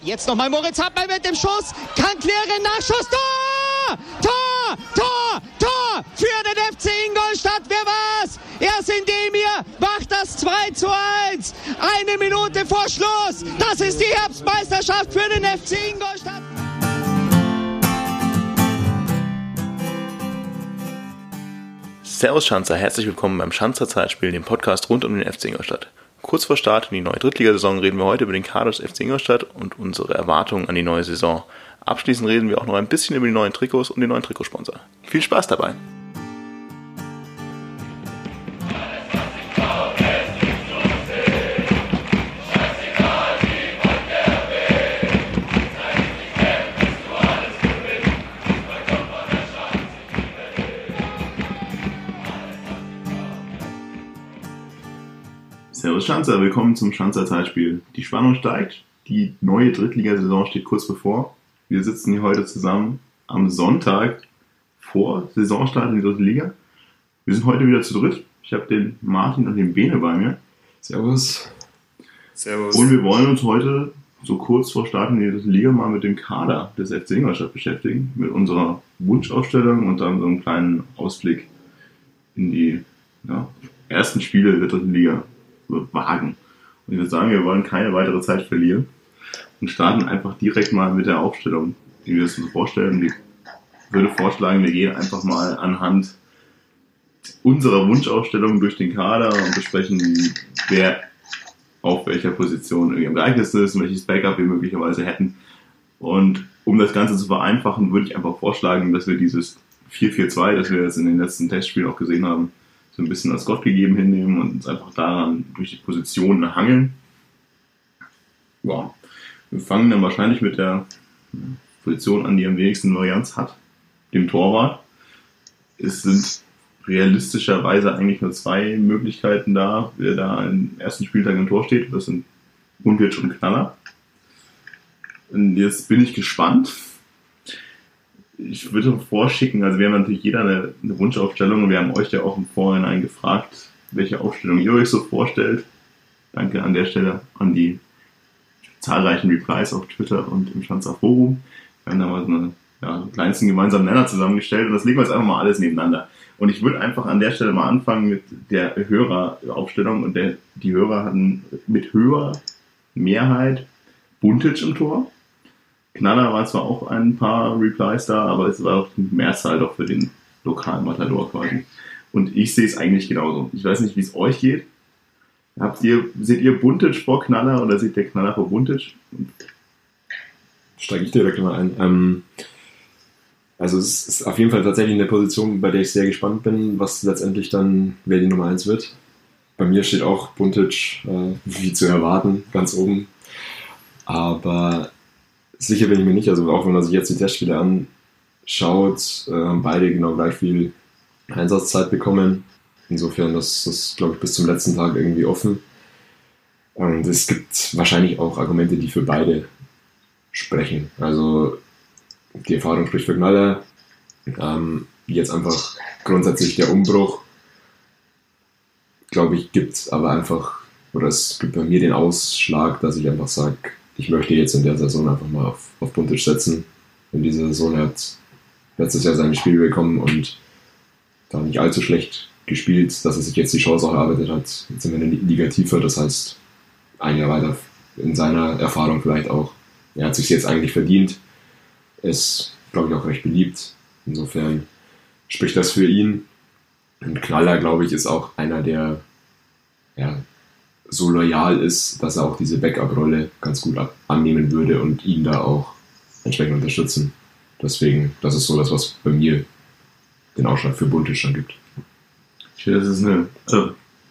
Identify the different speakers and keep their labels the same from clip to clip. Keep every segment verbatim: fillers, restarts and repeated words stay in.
Speaker 1: Jetzt nochmal Moritz Hartmann mit dem Schuss. Kann klären, Nachschuss. Tor! Tor! Tor! Tor! Für den F C Ingolstadt. Wer war's? Erst Indemir macht das zwei zu eins. Eine Minute vor Schluss. Das ist die Herbstmeisterschaft für den F C Ingolstadt.
Speaker 2: Servus Schanzer, herzlich willkommen beim Schanzer Zeitspiel, dem Podcast rund um den F C Ingolstadt. Kurz vor Start in die neue Drittligasaison reden wir heute über den Kader des F C Ingolstadt und unsere Erwartungen an die neue Saison. Abschließend reden wir auch noch ein bisschen über die neuen Trikots und den neuen Trikotsponsor. Viel Spaß dabei! Servus Schanzer, willkommen zum Schanzer Zeitspiel. Die Spannung steigt, die neue Drittligasaison steht kurz bevor. Wir sitzen hier heute zusammen am Sonntag vor Saisonstart in die dritte Liga. Wir sind heute wieder zu dritt. Ich habe den Martin und den Bene bei mir.
Speaker 3: Servus.
Speaker 2: Servus. Und wir wollen uns heute so kurz vor Start in die dritte Liga mal mit dem Kader des F C Ingolstadt beschäftigen, mit unserer Wunschaufstellung und dann so einen kleinen Ausblick in die ja, ersten Spiele der dritten Liga wagen. Und ich würde sagen, wir wollen keine weitere Zeit verlieren und starten einfach direkt mal mit der Aufstellung, die wir uns vorstellen. Ich würde vorschlagen, wir gehen einfach mal anhand unserer Wunschaufstellung durch den Kader und besprechen, wer auf welcher Position irgendwie am geeignetsten ist und welches Backup wir möglicherweise hätten. Und um das Ganze zu vereinfachen, würde ich einfach vorschlagen, dass wir dieses vier vier zwei, das wir jetzt in den letzten Testspielen auch gesehen haben, so ein bisschen als Gott gegeben hinnehmen und uns einfach daran durch die Positionen hangeln. Ja, wir fangen dann wahrscheinlich mit der Position an, die am wenigsten Varianz hat, dem Torwart. Es sind realistischerweise eigentlich nur zwei Möglichkeiten da, wer da im ersten Spieltag im Tor steht. Das sind Buntic und Knaller. Und jetzt bin ich gespannt. Ich würde vorschicken, also wir haben natürlich jeder eine, eine Wunschaufstellung und wir haben euch ja auch im Vorhinein gefragt, welche Aufstellung ihr euch so vorstellt. Danke an der Stelle an die zahlreichen Replies auf Twitter und im Schanzer Forum. Wir haben da mal so eine, ja, einen kleinsten gemeinsamen Nenner zusammengestellt und das legen wir jetzt einfach mal alles nebeneinander. Und ich würde einfach an der Stelle mal anfangen mit der Höreraufstellung und der, die Hörer hatten mit höherer Mehrheit Buntic im Tor. Knaller war zwar auch ein paar Replies da, aber es war auch eine Mehrzahl doch für den lokalen Matador quasi. Und ich sehe es eigentlich genauso. Ich weiß nicht, wie es euch geht. Habt ihr, seht ihr Buntic vor Knaller oder seht ihr Knaller vor Buntic?
Speaker 3: Steige ich direkt mal ein. Ähm, also es ist auf jeden Fall tatsächlich eine Position, bei der ich sehr gespannt bin, was letztendlich dann, wer die Nummer eins wird. Bei mir steht auch Buntic, äh, wie zu erwarten, ganz oben. Aber sicher bin ich mir nicht, also auch wenn man sich jetzt die Testspiele anschaut, äh, haben beide genau gleich viel Einsatzzeit bekommen. Insofern, das ist, glaube ich, bis zum letzten Tag irgendwie offen. Und es gibt wahrscheinlich auch Argumente, die für beide sprechen. Also die Erfahrung spricht für Knaller. Ähm, jetzt einfach grundsätzlich der Umbruch, glaube ich, gibt aber einfach, oder es gibt bei mir den Ausschlag, dass ich einfach sage, ich möchte jetzt in der Saison einfach mal auf, auf Buntic setzen. In dieser Saison hat letztes Jahr seine Spiele bekommen und da nicht allzu schlecht gespielt, dass er sich jetzt die Chance auch erarbeitet hat. Jetzt sind wir in der Liga tiefer, das heißt, ein Jahr weiter in seiner Erfahrung vielleicht auch. Er hat sich jetzt eigentlich verdient. Ist, glaube ich, auch recht beliebt. Insofern spricht das für ihn. Und Knaller, glaube ich, ist auch einer, der ja, so loyal ist, dass er auch diese Backup-Rolle ganz gut annehmen würde und ihn da auch entsprechend unterstützen. Deswegen, das ist so das, was bei mir den Ausschlag für Buntic schon gibt.
Speaker 2: Ich finde, das ist eine, also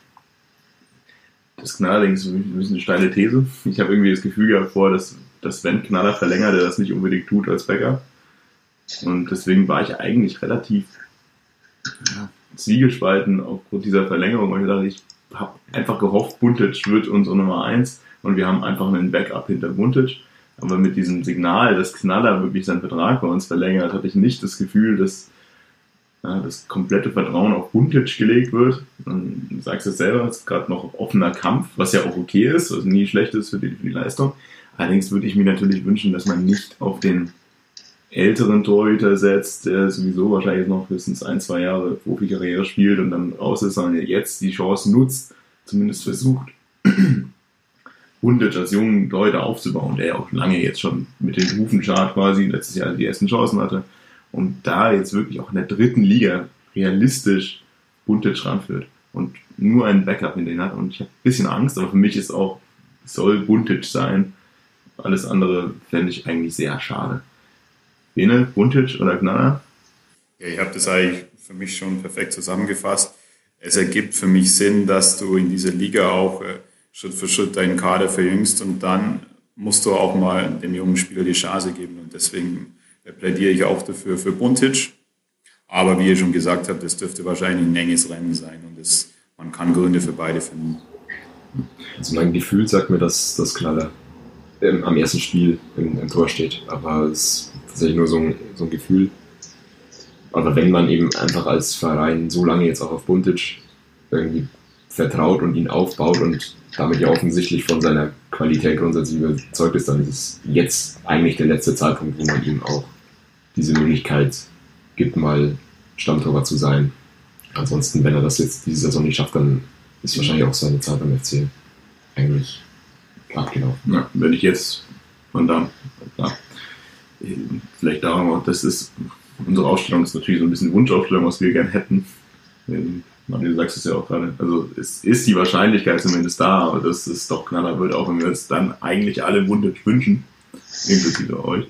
Speaker 2: das Knaller-Ding ist ein bisschen eine steile These. Ich habe irgendwie das Gefühl gehabt vor, dass, dass wenn Knaller verlängert, er das nicht unbedingt tut als Backup. Und deswegen war ich eigentlich relativ ja, zwiegespalten aufgrund dieser Verlängerung, weil ich dachte, ich habe einfach gehofft, Buntic wird unsere Nummer eins und wir haben einfach einen Backup hinter Buntic. Aber mit diesem Signal, dass Knaller wirklich seinen Vertrag bei uns verlängert, hatte ich nicht das Gefühl, dass ja, das komplette Vertrauen auf Buntic gelegt wird. Und du sagst es selber, es ist gerade noch offener Kampf, was ja auch okay ist, was nie schlecht ist für die, für die Leistung. Allerdings würde ich mir natürlich wünschen, dass man nicht auf den älteren Torhüter setzt, der sowieso wahrscheinlich noch höchstens ein, zwei Jahre Profikarriere spielt und dann raus ist, sondern der jetzt die Chance nutzt, zumindest versucht, Bundic als jungen Torhüter aufzubauen, der ja auch lange jetzt schon mit den Hufenschart quasi letztes Jahr die ersten Chancen hatte und da jetzt wirklich auch in der dritten Liga realistisch Bundic ranführt und nur ein Backup in den hat. Und ich habe ein bisschen Angst, aber für mich ist auch, soll Bundic sein. Alles andere fände ich eigentlich sehr schade. Bene, Bundic oder Knaller?
Speaker 4: Ja, ich habe das eigentlich für mich schon perfekt zusammengefasst. Es ergibt für mich Sinn, dass du in dieser Liga auch äh, Schritt für Schritt deinen Kader verjüngst und dann musst du auch mal dem jungen Spieler die Chance geben. Und deswegen plädiere ich auch dafür für Bundic. Aber wie ihr schon gesagt habt, das dürfte wahrscheinlich ein enges Rennen sein und das, man kann Gründe für beide finden.
Speaker 3: Also mein Gefühl sagt mir, dass das Knaller ähm, am ersten Spiel im, im Tor steht. Aber es ist tatsächlich nur so ein, so ein Gefühl. Aber wenn man eben einfach als Verein so lange jetzt auch auf Bundic irgendwie vertraut und ihn aufbaut und damit ja offensichtlich von seiner Qualität grundsätzlich überzeugt ist, dann ist es jetzt eigentlich der letzte Zeitpunkt, wo man ihm auch diese Möglichkeit gibt, mal Stammtorwart zu sein. Ansonsten, wenn er das jetzt diese Saison nicht schafft, dann ist wahrscheinlich auch seine Zeit beim F C eigentlich abgelaufen.
Speaker 2: Ja, wenn ich jetzt von da, klar, vielleicht darum auch, das ist, unsere Ausstellung ist natürlich so ein bisschen Wunschaufstellung, was wir gerne hätten. Mann, du sagst es ja auch gerade, also es ist die Wahrscheinlichkeit zumindest da, aber dass es doch Knaller wird, auch wenn wir es dann eigentlich alle Bundic wünschen, inklusive euch.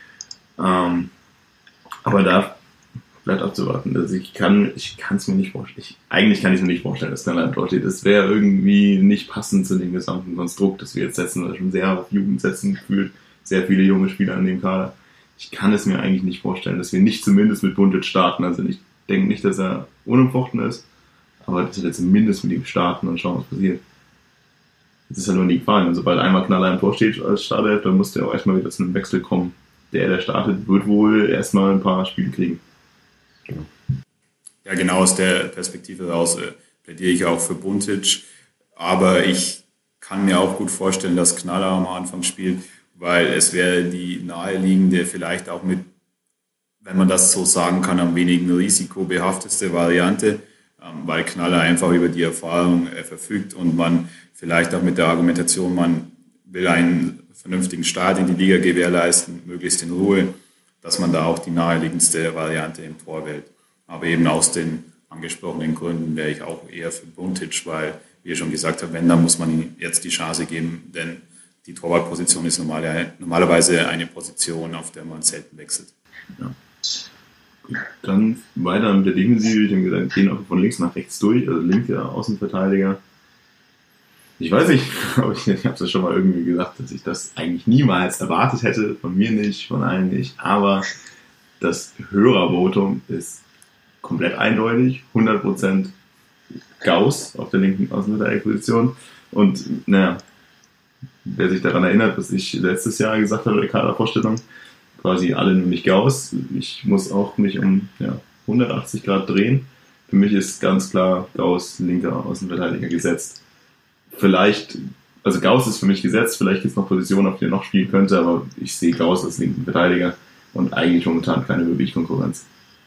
Speaker 2: Ähm, aber da bleibt abzuwarten. Also ich kann ich kann es mir nicht vorstellen. Ich, eigentlich kann ich es mir nicht vorstellen, dass Knaller im Tor steht. Das wäre irgendwie nicht passend zu dem gesamten Konstrukt, das wir jetzt setzen, oder schon sehr auf Jugend setzen, gefühlt sehr viele junge Spieler in dem Kader. Ich kann es mir eigentlich nicht vorstellen, dass wir nicht zumindest mit Bundic starten. Also ich denke nicht, dass er unumfochten ist, aber dass wir zumindest mit ihm starten und schauen, was passiert. Das ist ja nur nie gefallen. Und sobald einmal Knaller im Tor steht als Startelf, dann muss der auch erstmal wieder zu einem Wechsel kommen. Der, der startet, wird wohl erstmal ein paar Spiele kriegen.
Speaker 4: Genau. Ja, genau aus der Perspektive heraus äh, plädiere ich auch für Bundic. Aber ich kann mir auch gut vorstellen, dass Knaller am Anfang spielt, weil es wäre die naheliegende, vielleicht auch mit, wenn man das so sagen kann, am wenigen risikobehafteste Variante, ähm, weil Knaller einfach über die Erfahrung äh, verfügt und man vielleicht auch mit der Argumentation, man will einen vernünftigen Start in die Liga gewährleisten, möglichst in Ruhe, dass man da auch die naheliegendste Variante im Tor wählt. Aber eben aus den angesprochenen Gründen wäre ich auch eher für Bundic, weil, wie ihr schon gesagt habt, wenn, dann muss man ihm jetzt die Chance geben, denn die Torwartposition ist normale, normalerweise eine Position, auf der man selten wechselt.
Speaker 2: Ja. Dann weiter mit der Defensive, ich habe gesagt, gehen auch von links nach rechts durch, also linker Außenverteidiger. Ich weiß nicht, aber ich, ich habe es ja schon mal irgendwie gesagt, dass ich das eigentlich niemals erwartet hätte, von mir nicht, von allen nicht, aber das Hörervotum ist komplett eindeutig, hundert Prozent Gauss auf der linken Außenverteidigerposition und naja, wer sich daran erinnert, was ich letztes Jahr gesagt habe, der Kadervorstellung, quasi alle nur nicht Gauss. Ich muss auch mich um ja, hundertachtzig Grad drehen. Für mich ist ganz klar Gauss linker Außenverteidiger gesetzt. Vielleicht, also Gauss ist für mich gesetzt, vielleicht gibt es noch Positionen, auf die er noch spielen könnte, aber ich sehe Gauss als linken Verteidiger und eigentlich momentan keine wirkliche Konkurrenz.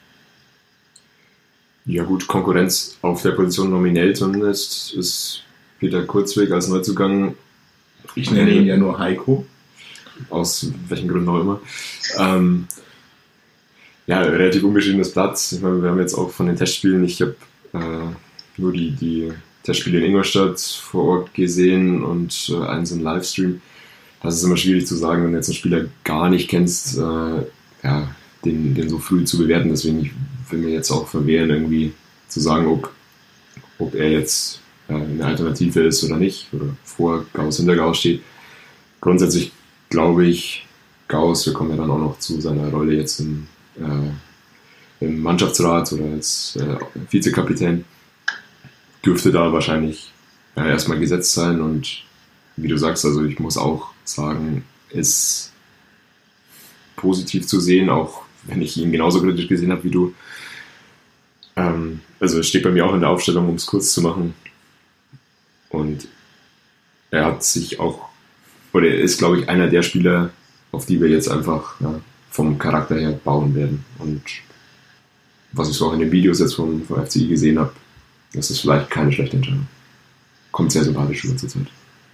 Speaker 3: Ja gut, Konkurrenz auf der Position nominell zumindest ist Peter Kurzweg als Neuzugang.
Speaker 2: Ich nenne ihn ja nur Heiko.
Speaker 3: Aus welchen Gründen auch immer. Ähm, ja, relativ unbeschriebenes Blatt. Ich meine, wir haben jetzt auch von den Testspielen, ich habe äh, nur die, die Testspiele in Ingolstadt vor Ort gesehen und äh, eins im Livestream. Das ist immer schwierig zu sagen, wenn du jetzt einen Spieler gar nicht kennst, äh, ja, den, den so früh zu bewerten. Deswegen ich will mir jetzt auch verwehren, irgendwie zu sagen, ob, ob er jetzt äh, eine Alternative ist oder nicht, oder vor Gauss, hinter Gauss steht. Grundsätzlich glaube ich, Gauss, wir kommen ja dann auch noch zu seiner Rolle jetzt im, äh, im Mannschaftsrat oder als äh, Vizekapitän, dürfte da wahrscheinlich äh, erstmal gesetzt sein und wie du sagst, also ich muss auch sagen, ist positiv zu sehen, auch wenn ich ihn genauso kritisch gesehen habe wie du. Ähm, also es steht bei mir auch in der Aufstellung, um es kurz zu machen. Und er hat sich auch oder er ist, glaube ich, einer der Spieler, auf die wir jetzt einfach ja, vom Charakter her bauen werden. Und was ich so auch in den Videos jetzt vom, vom F C I gesehen habe, das ist vielleicht keine schlechte Entscheidung. Kommt sehr sympathisch über zur Zeit.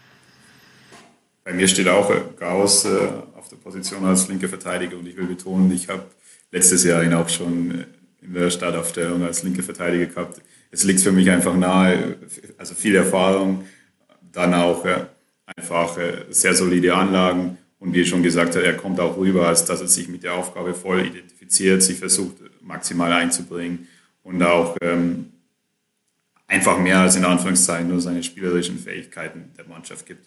Speaker 4: Bei mir steht auch Gauss äh, auf der Position als linker Verteidiger und ich will betonen, ich habe letztes Jahr ihn auch schon in der Startaufstellung als linker Verteidiger gehabt. Es liegt für mich einfach nahe, also viel Erfahrung, dann auch äh, einfach äh, sehr solide Anlagen und wie schon gesagt hat, er kommt auch rüber, als dass er sich mit der Aufgabe voll identifiziert, sich versucht maximal einzubringen und auch ähm, einfach mehr als in Anführungszeichen nur seine spielerischen Fähigkeiten der Mannschaft gibt.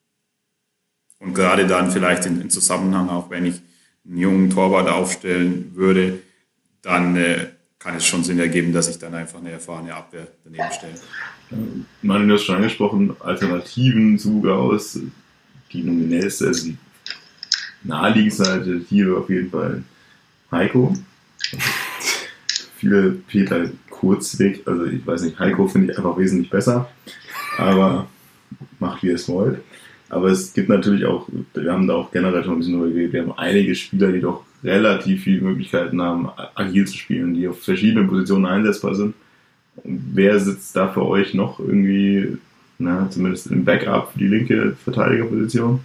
Speaker 4: Und gerade dann vielleicht in, in Zusammenhang, auch wenn ich einen jungen Torwart aufstellen würde, dann äh, kann es schon Sinn ergeben, dass ich dann einfach eine erfahrene Abwehr daneben stelle.
Speaker 2: Manuel, du hast schon angesprochen, Alternativen zu Gauss, die nominellste, also die naheliegendste Alternative auf jeden Fall Heiko. Viele Peter Kurzweg, also ich weiß nicht, Heiko finde ich einfach wesentlich besser, aber macht wie ihr es wollt. Aber es gibt natürlich auch, wir haben da auch generell schon ein bisschen drüber geredet, wir haben einige Spieler, die doch relativ viele Möglichkeiten haben, agil zu spielen, die auf verschiedenen Positionen einsetzbar sind. Wer sitzt da für euch noch irgendwie, na, zumindest im Backup für die linke Verteidigerposition?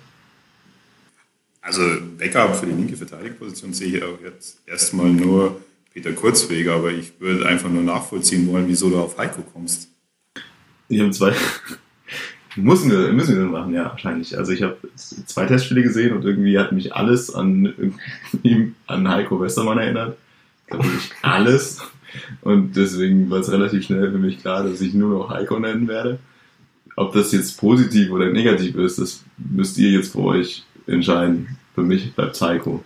Speaker 4: Also Backup für die linke Verteidigerposition sehe ich auch jetzt erstmal nur Peter Kurzweg, aber ich würde einfach nur nachvollziehen wollen, wieso du auf Heiko kommst.
Speaker 2: Ich habe zwei... Müssen wir, müssen wir das machen, ja, wahrscheinlich. Also ich habe zwei Testspiele gesehen und irgendwie hat mich alles an, an Heiko Westermann erinnert. Ich glaube wirklich alles. Und deswegen war es relativ schnell für mich klar, dass ich nur noch Heiko nennen werde. Ob das jetzt positiv oder negativ ist, das müsst ihr jetzt für euch entscheiden. Für mich bleibt Heiko.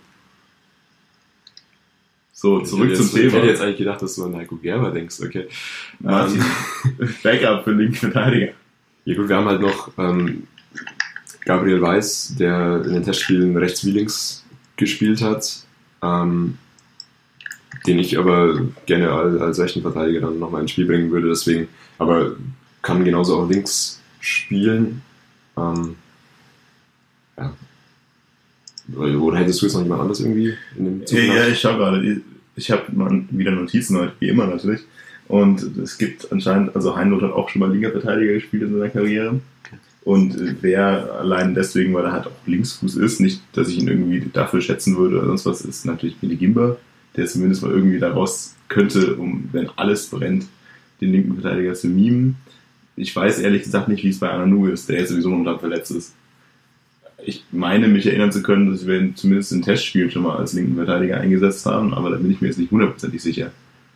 Speaker 2: So, zurück
Speaker 3: ich
Speaker 2: zum
Speaker 3: jetzt,
Speaker 2: Thema.
Speaker 3: Ich hätte jetzt eigentlich gedacht, dass du an Heiko Gerber denkst, okay.
Speaker 2: Martin, Backup für linken Verteidiger.
Speaker 3: Ja gut, wir haben halt noch ähm, Gabriel Weiß, der in den Testspielen rechts wie links gespielt hat, ähm, den ich aber gerne als, als rechten Verteidiger dann nochmal ins Spiel bringen würde, deswegen, aber kann genauso auch links spielen. Ähm, ja. Oder hättest du jetzt noch jemand anderes irgendwie in dem Zug?
Speaker 2: Ja, ja, ich schau gerade, ich habe wieder Notizen heute, wie immer natürlich. Und es gibt anscheinend, also Heinroth hat auch schon mal Liga-Verteidiger gespielt in seiner Karriere. Und wer allein deswegen, weil er halt auch Linksfuß ist, nicht, dass ich ihn irgendwie dafür schätzen würde oder sonst was, ist natürlich Billy Gimber, der zumindest mal irgendwie daraus könnte, um, wenn alles brennt, den linken Verteidiger zu mimen. Ich weiß ehrlich gesagt nicht, wie es bei Ananu ist, der jetzt sowieso momentan verletzt ist. Ich meine, mich erinnern zu können, dass wir ihn zumindest in Testspielen schon mal als linken Verteidiger eingesetzt haben, aber da bin ich mir jetzt nicht hundertprozentig sicher.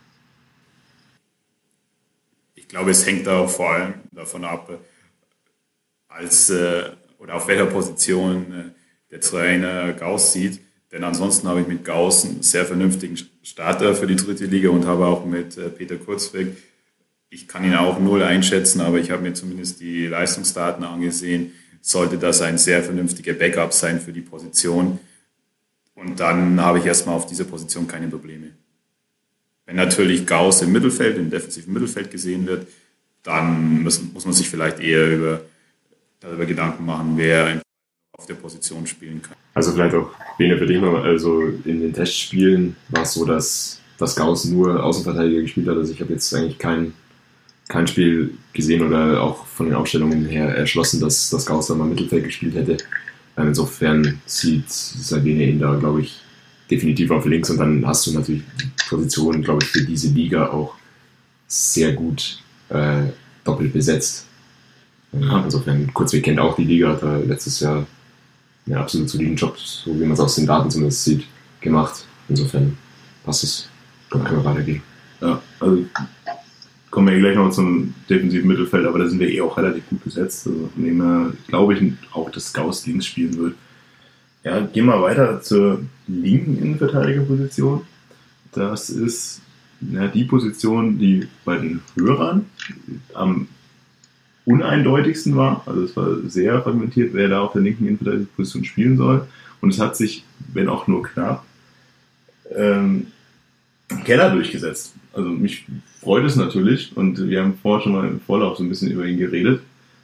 Speaker 4: Ich glaube, es hängt da auch vor allem davon ab, als äh, oder auf welcher Position äh, der Trainer Gauss sieht. Denn ansonsten habe ich mit Gauss einen sehr vernünftigen Starter für die dritte Liga und habe auch mit äh, Peter Kurzweg, ich kann ihn auch null einschätzen, aber ich habe mir zumindest die Leistungsdaten angesehen, sollte das ein sehr vernünftiger Backup sein für die Position. Und dann habe ich erstmal auf dieser Position keine Probleme. Wenn natürlich Gauss im Mittelfeld, im defensiven Mittelfeld gesehen wird, dann muss, muss man sich vielleicht eher über, darüber Gedanken machen, wer auf der Position spielen kann.
Speaker 3: Also vielleicht auch Bene für dich noch, also in den Testspielen war es so, dass, dass Gauss nur Außenverteidiger gespielt hat. Also ich habe jetzt eigentlich kein, kein Spiel gesehen oder auch von den Aufstellungen her erschlossen, dass, dass Gauss da mal Mittelfeld gespielt hätte. Insofern sieht Sabine ihn da, glaube ich, definitiv auf links und dann hast du natürlich die Position, glaube ich, für diese Liga auch sehr gut äh, doppelt besetzt. Ja. Insofern, Kurzweg kennt auch die Liga, hat er letztes Jahr einen absolut soliden Job, so wie man es aus den Daten zumindest sieht, gemacht. Insofern passt es. Dann können wir weitergehen.
Speaker 2: Ja, also kommen wir gleich noch zum defensiven Mittelfeld, aber da sind wir eh auch relativ gut besetzt. Also von dem her glaube ich auch, dass Gauss links spielen wird. Ja, gehen wir weiter zur linken Innenverteidigerposition. Das ist ja, die Position, die bei den Hörern am uneindeutigsten war. Also es war sehr fragmentiert, wer da auf der linken Innenverteidigerposition spielen soll. Und es hat sich, wenn auch nur knapp, ähm, Keller durchgesetzt. Also mich freut es natürlich und wir haben vorher schon mal im Vorlauf so ein bisschen über ihn geredet.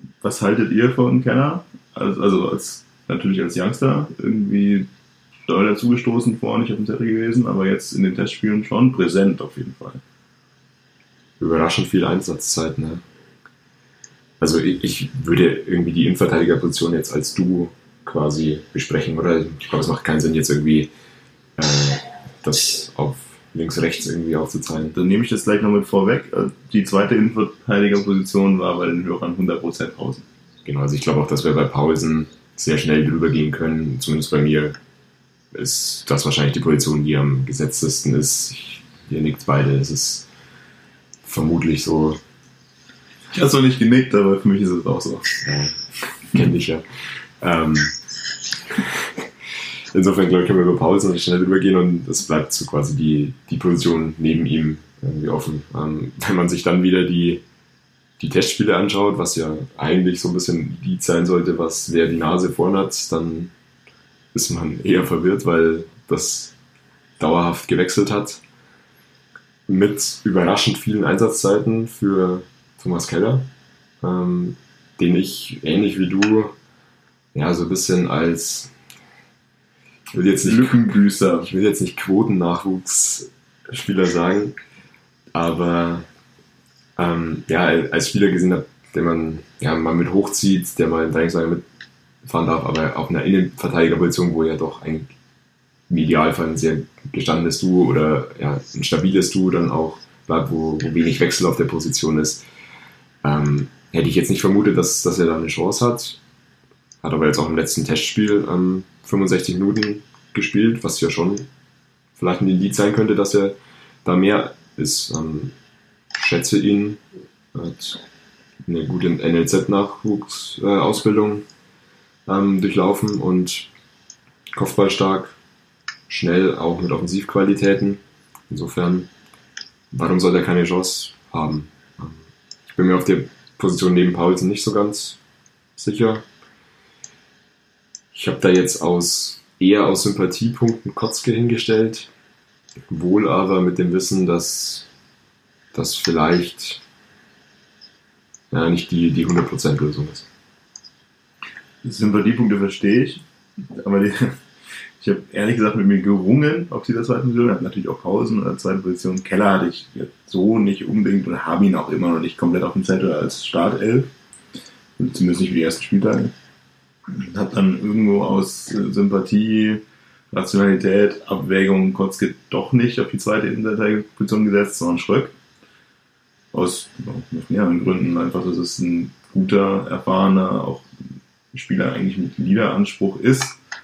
Speaker 2: was haltet ihr von Keller? Also, also als natürlich als Youngster irgendwie doll dazugestoßen vorher nicht auf dem Zettel gewesen, aber jetzt in den Testspielen schon präsent auf jeden Fall.
Speaker 3: Überraschend viel Einsatzzeit, ne? Also ich, ich würde irgendwie die Innenverteidigerposition jetzt als Duo quasi besprechen, oder? Ich glaube, es macht keinen Sinn, jetzt irgendwie äh, das auf links, rechts irgendwie aufzuteilen.
Speaker 2: Dann nehme ich das gleich noch mit vorweg. Die zweite Innenverteidigerposition war bei den Hörern hundert Prozent Pausen.
Speaker 3: Genau, also ich glaube auch, dass wir bei Pausen sehr schnell drüber gehen können. Zumindest bei mir ist das wahrscheinlich die Position, die am gesetztesten ist. Ich, ihr nickt beide. Es ist vermutlich so.
Speaker 2: Ich habe es noch nicht genickt, aber für mich ist es auch so.
Speaker 3: Ja, kenn ich ja. Ähm, insofern, glaube ich, können wir über Pausen schnell drüber gehen und es bleibt so quasi die, die Position neben ihm irgendwie offen. Ähm, wenn man sich dann wieder die, die Testspiele anschaut, was ja eigentlich so ein bisschen die sein sollte, was wer die Nase vorn hat, dann ist man eher verwirrt, weil das dauerhaft gewechselt hat. Mit überraschend vielen Einsatzzeiten für Thomas Keller, ähm, den ich ähnlich wie du ja so ein bisschen als ich will jetzt nicht
Speaker 2: Lückenbüßer,
Speaker 3: ich will jetzt nicht Quotennachwuchsspieler sagen, aber ähm, ja als Spieler gesehen habe, den man ja mal mit hochzieht, der mal da mitfahren darf, aber auf einer Innenverteidigerposition, wo ja doch ein im Idealfall ein sehr gestandenes Duo oder ja, ein stabiles Duo dann auch bleibt, wo, wo wenig Wechsel auf der Position ist. Ähm, hätte ich jetzt nicht vermutet, dass, dass er da eine Chance hat. Hat aber jetzt auch im letzten Testspiel ähm, fünfundsechzig Minuten gespielt, was ja schon vielleicht ein Indiz sein könnte, dass er da mehr ist. Ähm, schätze ihn, hat eine gute N L Z-Nachwuchsausbildung ähm, durchlaufen und kopfballstark, schnell, auch mit Offensivqualitäten. Insofern, warum soll er keine Chance haben? Ich bin mir auf der Position neben Paulsen nicht so ganz sicher. Ich habe da jetzt aus eher aus Sympathiepunkten Kotzke hingestellt, wohl aber mit dem Wissen, dass das vielleicht ja, nicht die, die hundert Prozent Lösung ist.
Speaker 2: Die Sympathiepunkte verstehe ich, aber die, ich habe ehrlich gesagt mit mir gerungen auf dieser zweiten Position. Ich habe natürlich auch Pausen oder zweite Position. Keller hatte ich so nicht unbedingt oder habe ihn auch immer noch nicht komplett auf dem Zettel als Startelf. Zumindest nicht für die ersten Spieltage. Ich habe dann irgendwo aus Sympathie, Rationalität, Abwägung Kotzke doch nicht auf die zweite Innenverteidigerposition gesetzt, sondern Schröck. Aus mehreren Gründen. Einfach, dass es ein guter, erfahrener, auch Spieler eigentlich mit Leaderanspruch ist,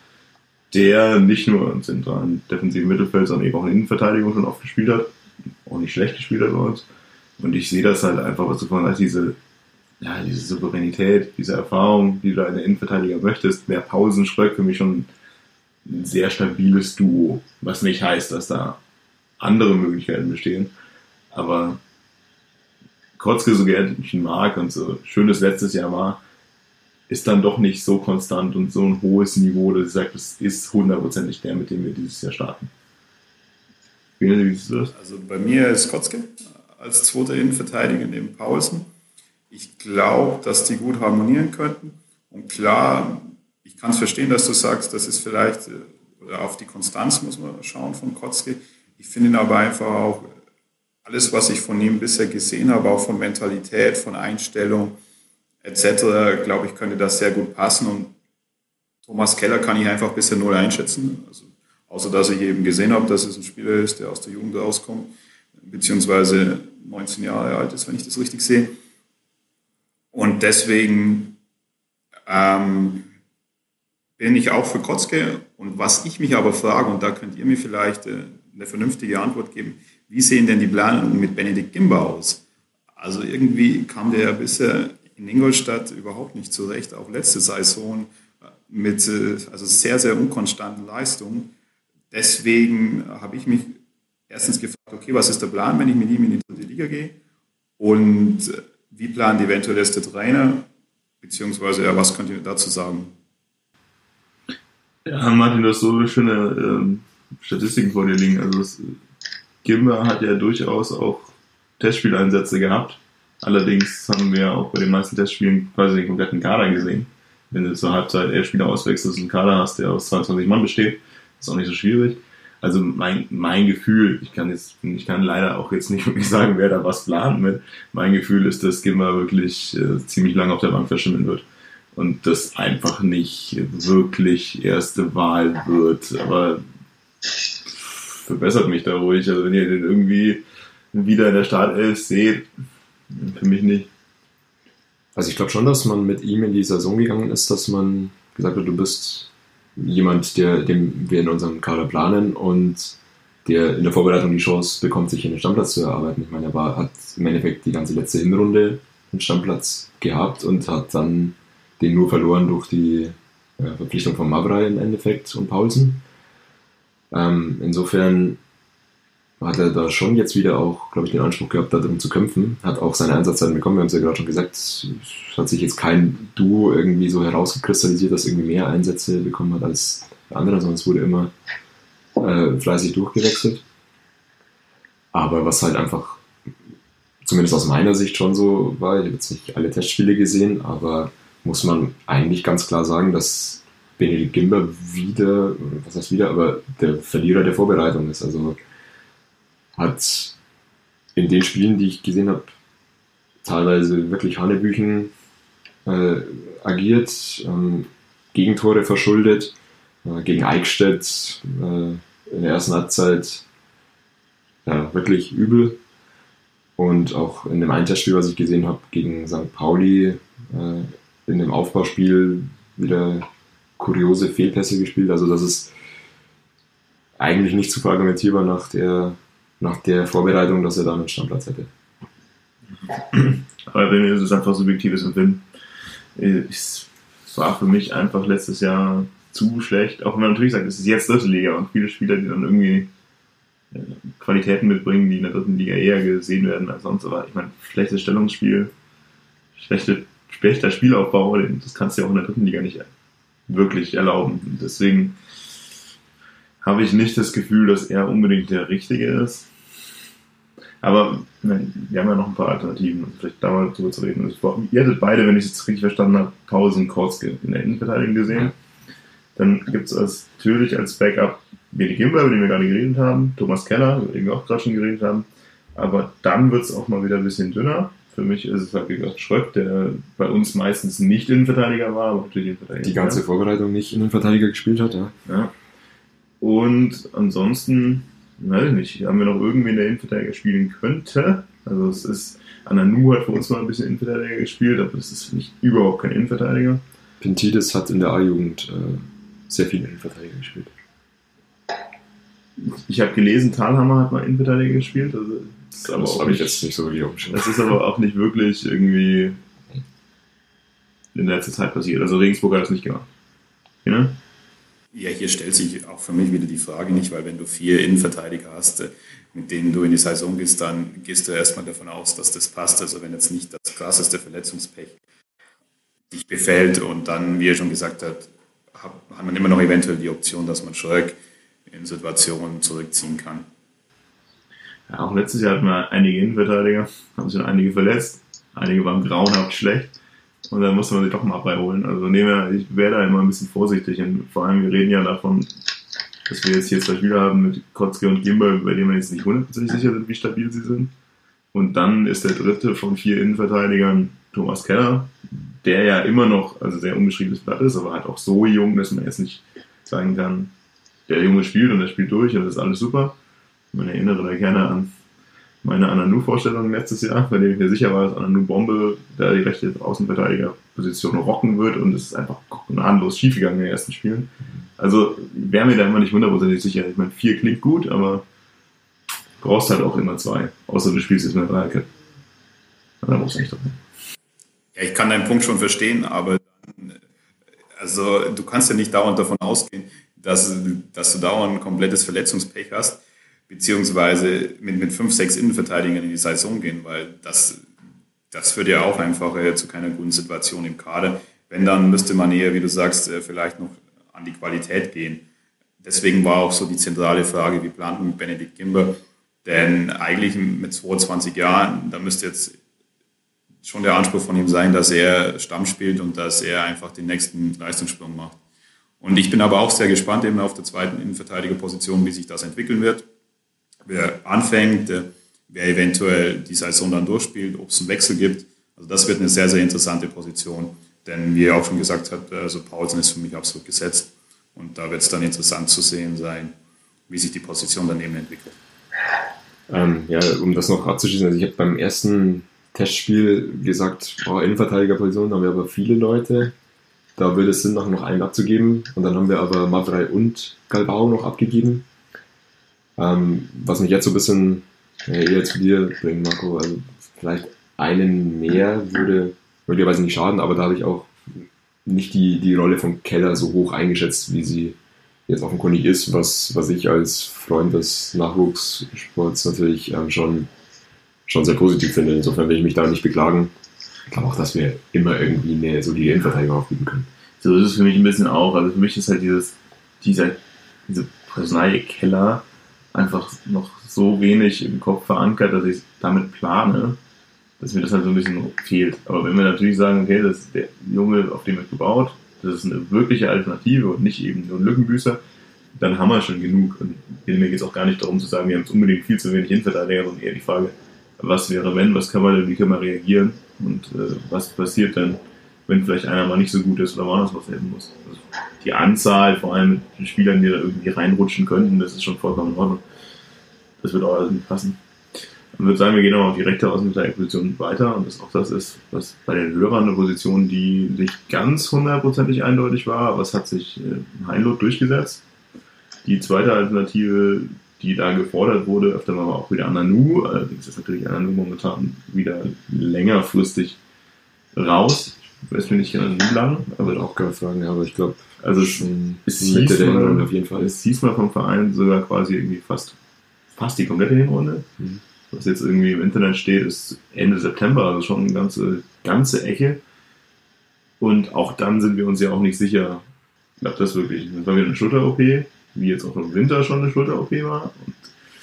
Speaker 2: der nicht nur im zentralen defensiven Mittelfeld, sondern eben auch in Innenverteidigung schon oft gespielt hat. Auch nicht schlecht gespielt hat bei uns. Und ich sehe das halt einfach, was du vorhin sagst, diese, ja, diese Souveränität, diese Erfahrung, die du da in der Innenverteidiger möchtest, wäre Pausen, Schröck für mich schon ein sehr stabiles Duo. Was nicht heißt, dass da andere Möglichkeiten bestehen. Aber Kotzke, so gerne ich ihn mag und so schön das letztes Jahr war, ist dann doch nicht so konstant und so ein hohes Niveau, dass ich sage, das ist hundertprozentig der, mit dem wir dieses Jahr starten. Wie ist das?
Speaker 4: Also bei mir ist Kotzke als zweiter Innenverteidiger neben Paulsen. Ich glaube, dass die gut harmonieren könnten. Und klar, ich kann es verstehen, dass du sagst, das ist vielleicht, oder auf die Konstanz muss man schauen von Kotzke. Ich finde ihn aber einfach auch, alles, was ich von ihm bisher gesehen habe, auch von Mentalität, von Einstellung et cetera, glaube ich, könnte das sehr gut passen. Und Thomas Keller kann ich einfach bisher null einschätzen. Also, außer, dass ich eben gesehen habe, dass es ein Spieler ist, der aus der Jugend rauskommt, beziehungsweise neunzehn Jahre alt ist, wenn ich das richtig sehe. Und deswegen ähm, bin ich auch für Kotzke. Und was ich mich aber frage, und da könnt ihr mir vielleicht äh, eine vernünftige Antwort geben, wie sehen denn die Planungen mit Benedikt Gimba aus? Also irgendwie kam der ja bisher in Ingolstadt überhaupt nicht zurecht, auch letzte Saison mit also sehr, sehr unkonstanten Leistungen. Deswegen habe ich mich erstens gefragt, okay, was ist der Plan, wenn ich mit ihm in die dritte Liga gehe? Und wie plant eventuell jetzt der Trainer? Beziehungsweise, ja, was könnt ihr dazu sagen?
Speaker 2: Ja, Martin, du hast so schöne ähm, Statistiken vor dir liegen. Also das, Gimba hat ja durchaus auch Testspieleinsätze gehabt Allerdings haben wir auch bei den meisten Testspielen quasi den kompletten Kader gesehen. Wenn du zur Halbzeit elf Spieler auswechselst und einen Kader hast, der aus zweiundzwanzig Mann besteht, ist auch nicht so schwierig. Also mein, mein Gefühl, ich kann jetzt, ich kann leider auch jetzt nicht wirklich sagen, wer da was plant mit. Mein Gefühl ist, dass Gimba wirklich äh, ziemlich lange auf der Bank verschimmeln wird. Und das einfach nicht wirklich erste Wahl wird. Aber verbessert mich da ruhig. Also wenn ihr den irgendwie wieder in der Startelf seht, für mich nicht.
Speaker 3: Also ich glaube schon, dass man mit ihm in die Saison gegangen ist, dass man gesagt hat, du bist jemand, der, den wir in unserem Kader planen und der in der Vorbereitung die Chance bekommt, sich in den Stammplatz zu erarbeiten. Ich meine, er war, hat im Endeffekt die ganze letzte Hinrunde einen Stammplatz gehabt und hat dann den nur verloren durch die äh, Verpflichtung von Mavrei im Endeffekt und Paulsen. Ähm, insofern hat er da schon jetzt wieder auch, glaube ich, den Anspruch gehabt, darum zu kämpfen. Hat auch seine Einsatzzeiten bekommen. Wir haben es ja gerade schon gesagt, es hat sich jetzt kein Duo irgendwie so herausgekristallisiert, dass irgendwie mehr Einsätze bekommen hat als der andere, sondern es wurde immer äh, fleißig durchgewechselt. Aber was halt einfach, zumindest aus meiner Sicht schon so war, ich habe jetzt nicht alle Testspiele gesehen, aber muss man eigentlich ganz klar sagen, dass Benedikt Gimba wieder, was heißt wieder, aber der Verlierer der Vorbereitung ist. Also hat in den Spielen, die ich gesehen habe, teilweise wirklich Hanebüchen äh, agiert, ähm, Gegentore verschuldet, äh, gegen Eichstätt äh, in der ersten Halbzeit ja, wirklich übel. Und auch in dem einen Testspiel, was ich gesehen habe, gegen Sankt Pauli, äh, in dem Aufbauspiel wieder kuriose Fehlpässe gespielt. Also das ist eigentlich nicht zu verargumentierbar nach der nach der Vorbereitung, dass er da einen Stammplatz hätte.
Speaker 2: Aber bei mir ist es einfach subjektives Empfinden. Es war für mich einfach letztes Jahr zu schlecht, auch wenn man natürlich sagt, es ist jetzt dritte Liga und viele Spieler, die dann irgendwie Qualitäten mitbringen, die in der dritten Liga eher gesehen werden als sonst. Aber ich meine, schlechtes Stellungsspiel, schlechte, schlechter Spielaufbau, das kannst du ja auch in der dritten Liga nicht wirklich erlauben. Deswegen habe ich nicht das Gefühl, dass er unbedingt der Richtige ist. Aber nein, wir haben ja noch ein paar Alternativen, um vielleicht da mal drüber zu reden. Ihr hattet beide, wenn ich es jetzt richtig verstanden habe, Pausen Korzke in der Innenverteidigung gesehen. Dann gibt es natürlich als Backup Benedikt Gimba, über den wir gerade geredet haben, Thomas Keller, über den wir auch gerade schon geredet haben. Aber dann wird es auch mal wieder ein bisschen dünner. Für mich ist es halt wie gesagt Schröck, der bei uns meistens nicht Innenverteidiger war, aber natürlich Innenverteidiger.
Speaker 3: Die ganze Vorbereitung nicht Innenverteidiger gespielt hat, ja.
Speaker 2: Ja. Und ansonsten, weiß ich nicht, haben wir noch irgendwen, der Innenverteidiger spielen könnte. Also es ist, Ananu hat für uns mal ein bisschen Innenverteidiger gespielt, aber das ist für mich überhaupt kein Innenverteidiger.
Speaker 3: Pentidis hat in der A-Jugend äh, sehr viel Innenverteidiger gespielt.
Speaker 2: Ich habe gelesen, Thalhammer hat mal Innenverteidiger gespielt. Also das
Speaker 3: das habe ich jetzt nicht so wirklich umgeschaut.
Speaker 2: Das ist aber auch nicht wirklich irgendwie in letzter Zeit passiert. Also Regensburg hat das nicht gemacht. Ja?
Speaker 4: Ja, hier stellt sich auch für mich wieder die Frage nicht, weil wenn du vier Innenverteidiger hast, mit denen du in die Saison gehst, dann gehst du erstmal davon aus, dass das passt. Also wenn jetzt nicht das krasseste Verletzungspech dich befällt und dann, wie er schon gesagt hat, hat man immer noch eventuell die Option, dass man Schröck in Situationen zurückziehen kann.
Speaker 2: Ja, auch letztes Jahr hatten wir einige Innenverteidiger, haben sich einige verletzt, einige waren grauenhaft schlecht. Und dann musste man sich doch mal beiholen. Also nehmen ich wäre da immer ein bisschen vorsichtig. Und vor allem, wir reden ja davon, dass wir jetzt hier zwei Spieler haben mit Kotzke und Gimba, bei denen wir jetzt nicht hundertprozentig sicher sind, wie stabil sie sind. Und dann ist der dritte von vier Innenverteidigern Thomas Keller, der ja immer noch, also sehr unbeschriebenes Blatt ist, aber halt auch so jung, dass man jetzt nicht sagen kann, der Junge spielt und er spielt durch und das ist alles super. Man erinnere da gerne an meine Ananu-Vorstellung letztes Jahr, bei dem ich mir sicher war, dass Ananu Bombe da die rechte Außenverteidigerposition rocken wird und es ist einfach gnadenlos schiefgegangen in den ersten Spielen. Also wäre mir da immer nicht hundertprozentig sicher. Ich meine, vier klingt gut, aber du brauchst halt auch immer zwei. Außer du spielst jetzt mit einer Dreierkette. Da brauchst du nicht dabei.
Speaker 4: Ja, ich kann deinen Punkt schon verstehen, aber dann, also du kannst ja nicht dauernd davon ausgehen, dass, dass du dauernd ein komplettes Verletzungspech hast, beziehungsweise mit, mit fünf, sechs Innenverteidigern in die Saison gehen, weil das, das führt ja auch einfach äh, zu keiner guten Situation im Kader. Wenn, dann müsste man eher, wie du sagst, äh, vielleicht noch an die Qualität gehen. Deswegen war auch so die zentrale Frage, wie plant man mit Benedikt Gimba? Denn eigentlich mit zweiundzwanzig Jahren, da müsste jetzt schon der Anspruch von ihm sein, dass er Stamm spielt und dass er einfach den nächsten Leistungssprung macht. Und ich bin aber auch sehr gespannt eben auf der zweiten Innenverteidigerposition, wie sich das entwickeln wird. Wer anfängt, wer eventuell die Saison dann durchspielt, ob es einen Wechsel gibt. Also das wird eine sehr, sehr interessante Position. Denn wie er auch schon gesagt hat, also Paulsen ist für mich absolut gesetzt. Und da wird es dann interessant zu sehen sein, wie sich die Position daneben entwickelt.
Speaker 3: Ähm, ja, um das noch abzuschließen, also ich habe beim ersten Testspiel gesagt, oh, Innenverteidigerposition, da haben wir aber viele Leute. Da würde es Sinn machen, noch einen abzugeben. Und dann haben wir aber Mavrei und Galbao noch abgegeben. Ähm, was mich jetzt so ein bisschen äh, eher zu dir bringt, Marco. Also vielleicht einen mehr würde möglicherweise nicht schaden, aber da habe ich auch nicht die, die Rolle von Keller so hoch eingeschätzt, wie sie jetzt offenkundig ist, was, was ich als Freund des Nachwuchssports natürlich ähm, schon, schon sehr positiv finde. Insofern will ich mich da nicht beklagen. Ich glaube auch, dass wir immer irgendwie eine solide Innenverteidigung aufbieten können.
Speaker 2: So ist es für mich ein bisschen auch. Also für mich ist halt dieses, dieser, diese Personalie Keller einfach noch so wenig im Kopf verankert, dass ich damit plane, dass mir das halt so ein bisschen fehlt. Aber wenn wir natürlich sagen, okay, das ist der Junge, auf dem wird gebaut, das ist eine wirkliche Alternative und nicht eben nur ein Lückenbüßer, dann haben wir schon genug. Und mir geht es auch gar nicht darum zu sagen, wir haben jetzt unbedingt viel zu wenig Innenverteidiger, sondern eher die Frage, was wäre wenn, was kann man denn, wie kann man reagieren und äh, was passiert denn, wenn vielleicht einer mal nicht so gut ist oder woanders was helfen muss. Also die Anzahl, vor allem mit den Spielern, die da irgendwie reinrutschen könnten, das ist schon vollkommen in Ordnung. Das wird auch alles nicht passen. Ich würde sagen, wir gehen auch auf die rechte Außenverteidigerposition weiter und das auch das ist, was bei den Hörern eine Position, die nicht ganz hundertprozentig eindeutig war, aber es hat sich äh, Heinloth durchgesetzt. Die zweite Alternative, die da gefordert wurde, öfter mal war auch wieder Ananu, allerdings ist natürlich Ananu momentan wieder längerfristig raus. Ich weiß mir nicht genau wie lang, aber auch keine Fragen, aber ich glaube, also schon es hieß der Hinrunde auf jeden Fall. Es hieß mal vom Verein sogar quasi irgendwie fast, fast die komplette Hinrunde. Mhm. Was jetzt irgendwie im Internet steht, ist Ende September, also schon eine ganze, ganze Ecke. Und auch dann sind wir uns ja auch nicht sicher, ob das wirklich, das war wieder eine Schulter-O P, wie jetzt auch im Winter schon eine Schulter-O P war. Und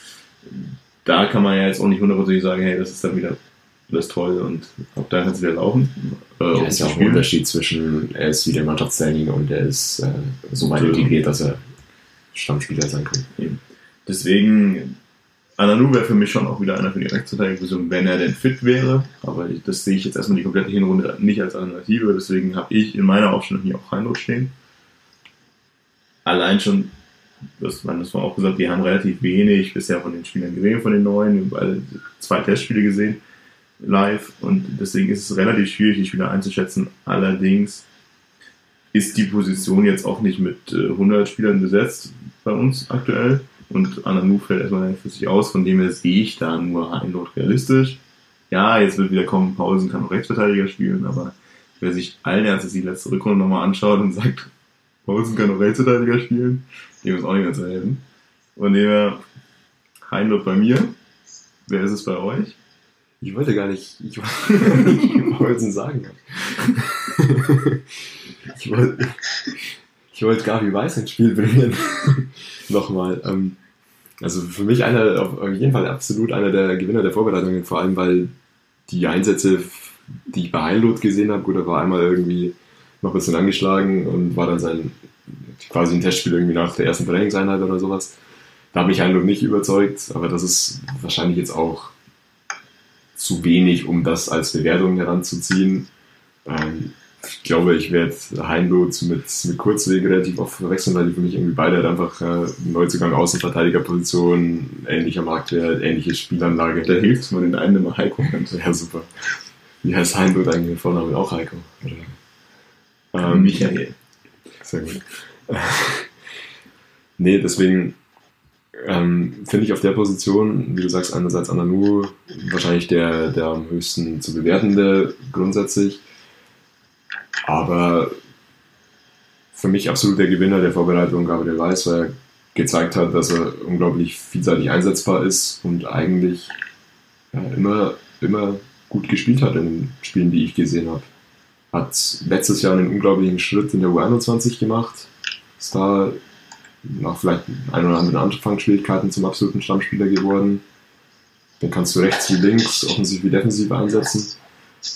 Speaker 2: da kann man ja jetzt auch nicht hundertprozentig sagen, hey, das ist dann wieder das ist toll und ab da kann es wieder laufen. Äh,
Speaker 3: ja, ist ja auch ein Unterschied zwischen, er ist wieder Mannschaftstraining und er ist äh, so weit integriert, dass er Stammspieler sein kann.
Speaker 2: Eben. Deswegen, Ananu wäre für mich schon auch wieder einer für die Rechtsverteidigung, wenn er denn fit wäre. Aber das sehe ich jetzt erstmal die komplette Hinrunde nicht als Alternative. Deswegen habe ich in meiner Aufstellung hier auch Heinloth stehen. Allein schon, das war das war auch gesagt, wir haben relativ wenig bisher von den Spielern gesehen, von den neuen, weil zwei Testspiele gesehen live und deswegen ist es relativ schwierig, die Spieler einzuschätzen. Allerdings ist die Position jetzt auch nicht mit hundert Spielern besetzt bei uns aktuell und Ananu fällt erstmal für sich aus, von dem her sehe ich da nur Heinloth realistisch. Ja, jetzt wird wieder kommen, Paulsen kann auch Rechtsverteidiger spielen, aber wer sich allen Ernstes die letzte Rückrunde nochmal anschaut und sagt, Paulsen kann auch Rechtsverteidiger spielen, dem ist auch nicht mehr zu helfen. Von dem her Heinloth bei mir. Wer ist es bei euch?
Speaker 3: Ich wollte gar nicht, ich wollte sagen. ich wollte, ich wollte Gabi Weiß ins Spiel bringen. Nochmal. Ähm, also für mich einer, auf jeden Fall absolut einer der Gewinner der Vorbereitungen, vor allem weil die Einsätze, die ich bei Heinloth gesehen habe, gut, er war einmal irgendwie noch ein bisschen angeschlagen und war dann sein, quasi ein Testspiel irgendwie nach der ersten Trainingseinheit oder sowas. Da hat mich Heinloth nicht überzeugt, aber das ist wahrscheinlich jetzt auch zu wenig, um das als Bewertung heranzuziehen. Ähm, ich glaube, ich werde Heinloth mit, mit Kurzweg relativ oft verwechseln, weil die für mich irgendwie beide halt einfach äh, Neuzugang, Außenverteidigerposition, ähnlicher Marktwert, ähnliche Spielanlage.
Speaker 2: Da hilft es mir den einen immer Heiko.
Speaker 3: Ja, super. Wie heißt Heinloth eigentlich mit Vornamen? Auch Heiko? Oder?
Speaker 2: Ähm, Michael.
Speaker 3: Sehr gut. Nee, deswegen Ähm, finde ich auf der Position, wie du sagst, einerseits Ananu wahrscheinlich der, der am höchsten zu bewertende grundsätzlich, aber für mich absolut der Gewinner der Vorbereitung Gabriel Weiß, weil er gezeigt hat, dass er unglaublich vielseitig einsetzbar ist und eigentlich äh, immer, immer gut gespielt hat in den Spielen, die ich gesehen habe. Hat letztes Jahr einen unglaublichen Schritt in der U einundzwanzig gemacht, ist da nach vielleicht ein oder anderen Anfangsschwierigkeiten zum absoluten Stammspieler geworden. Den kannst du rechts wie links, offensiv wie defensiv einsetzen.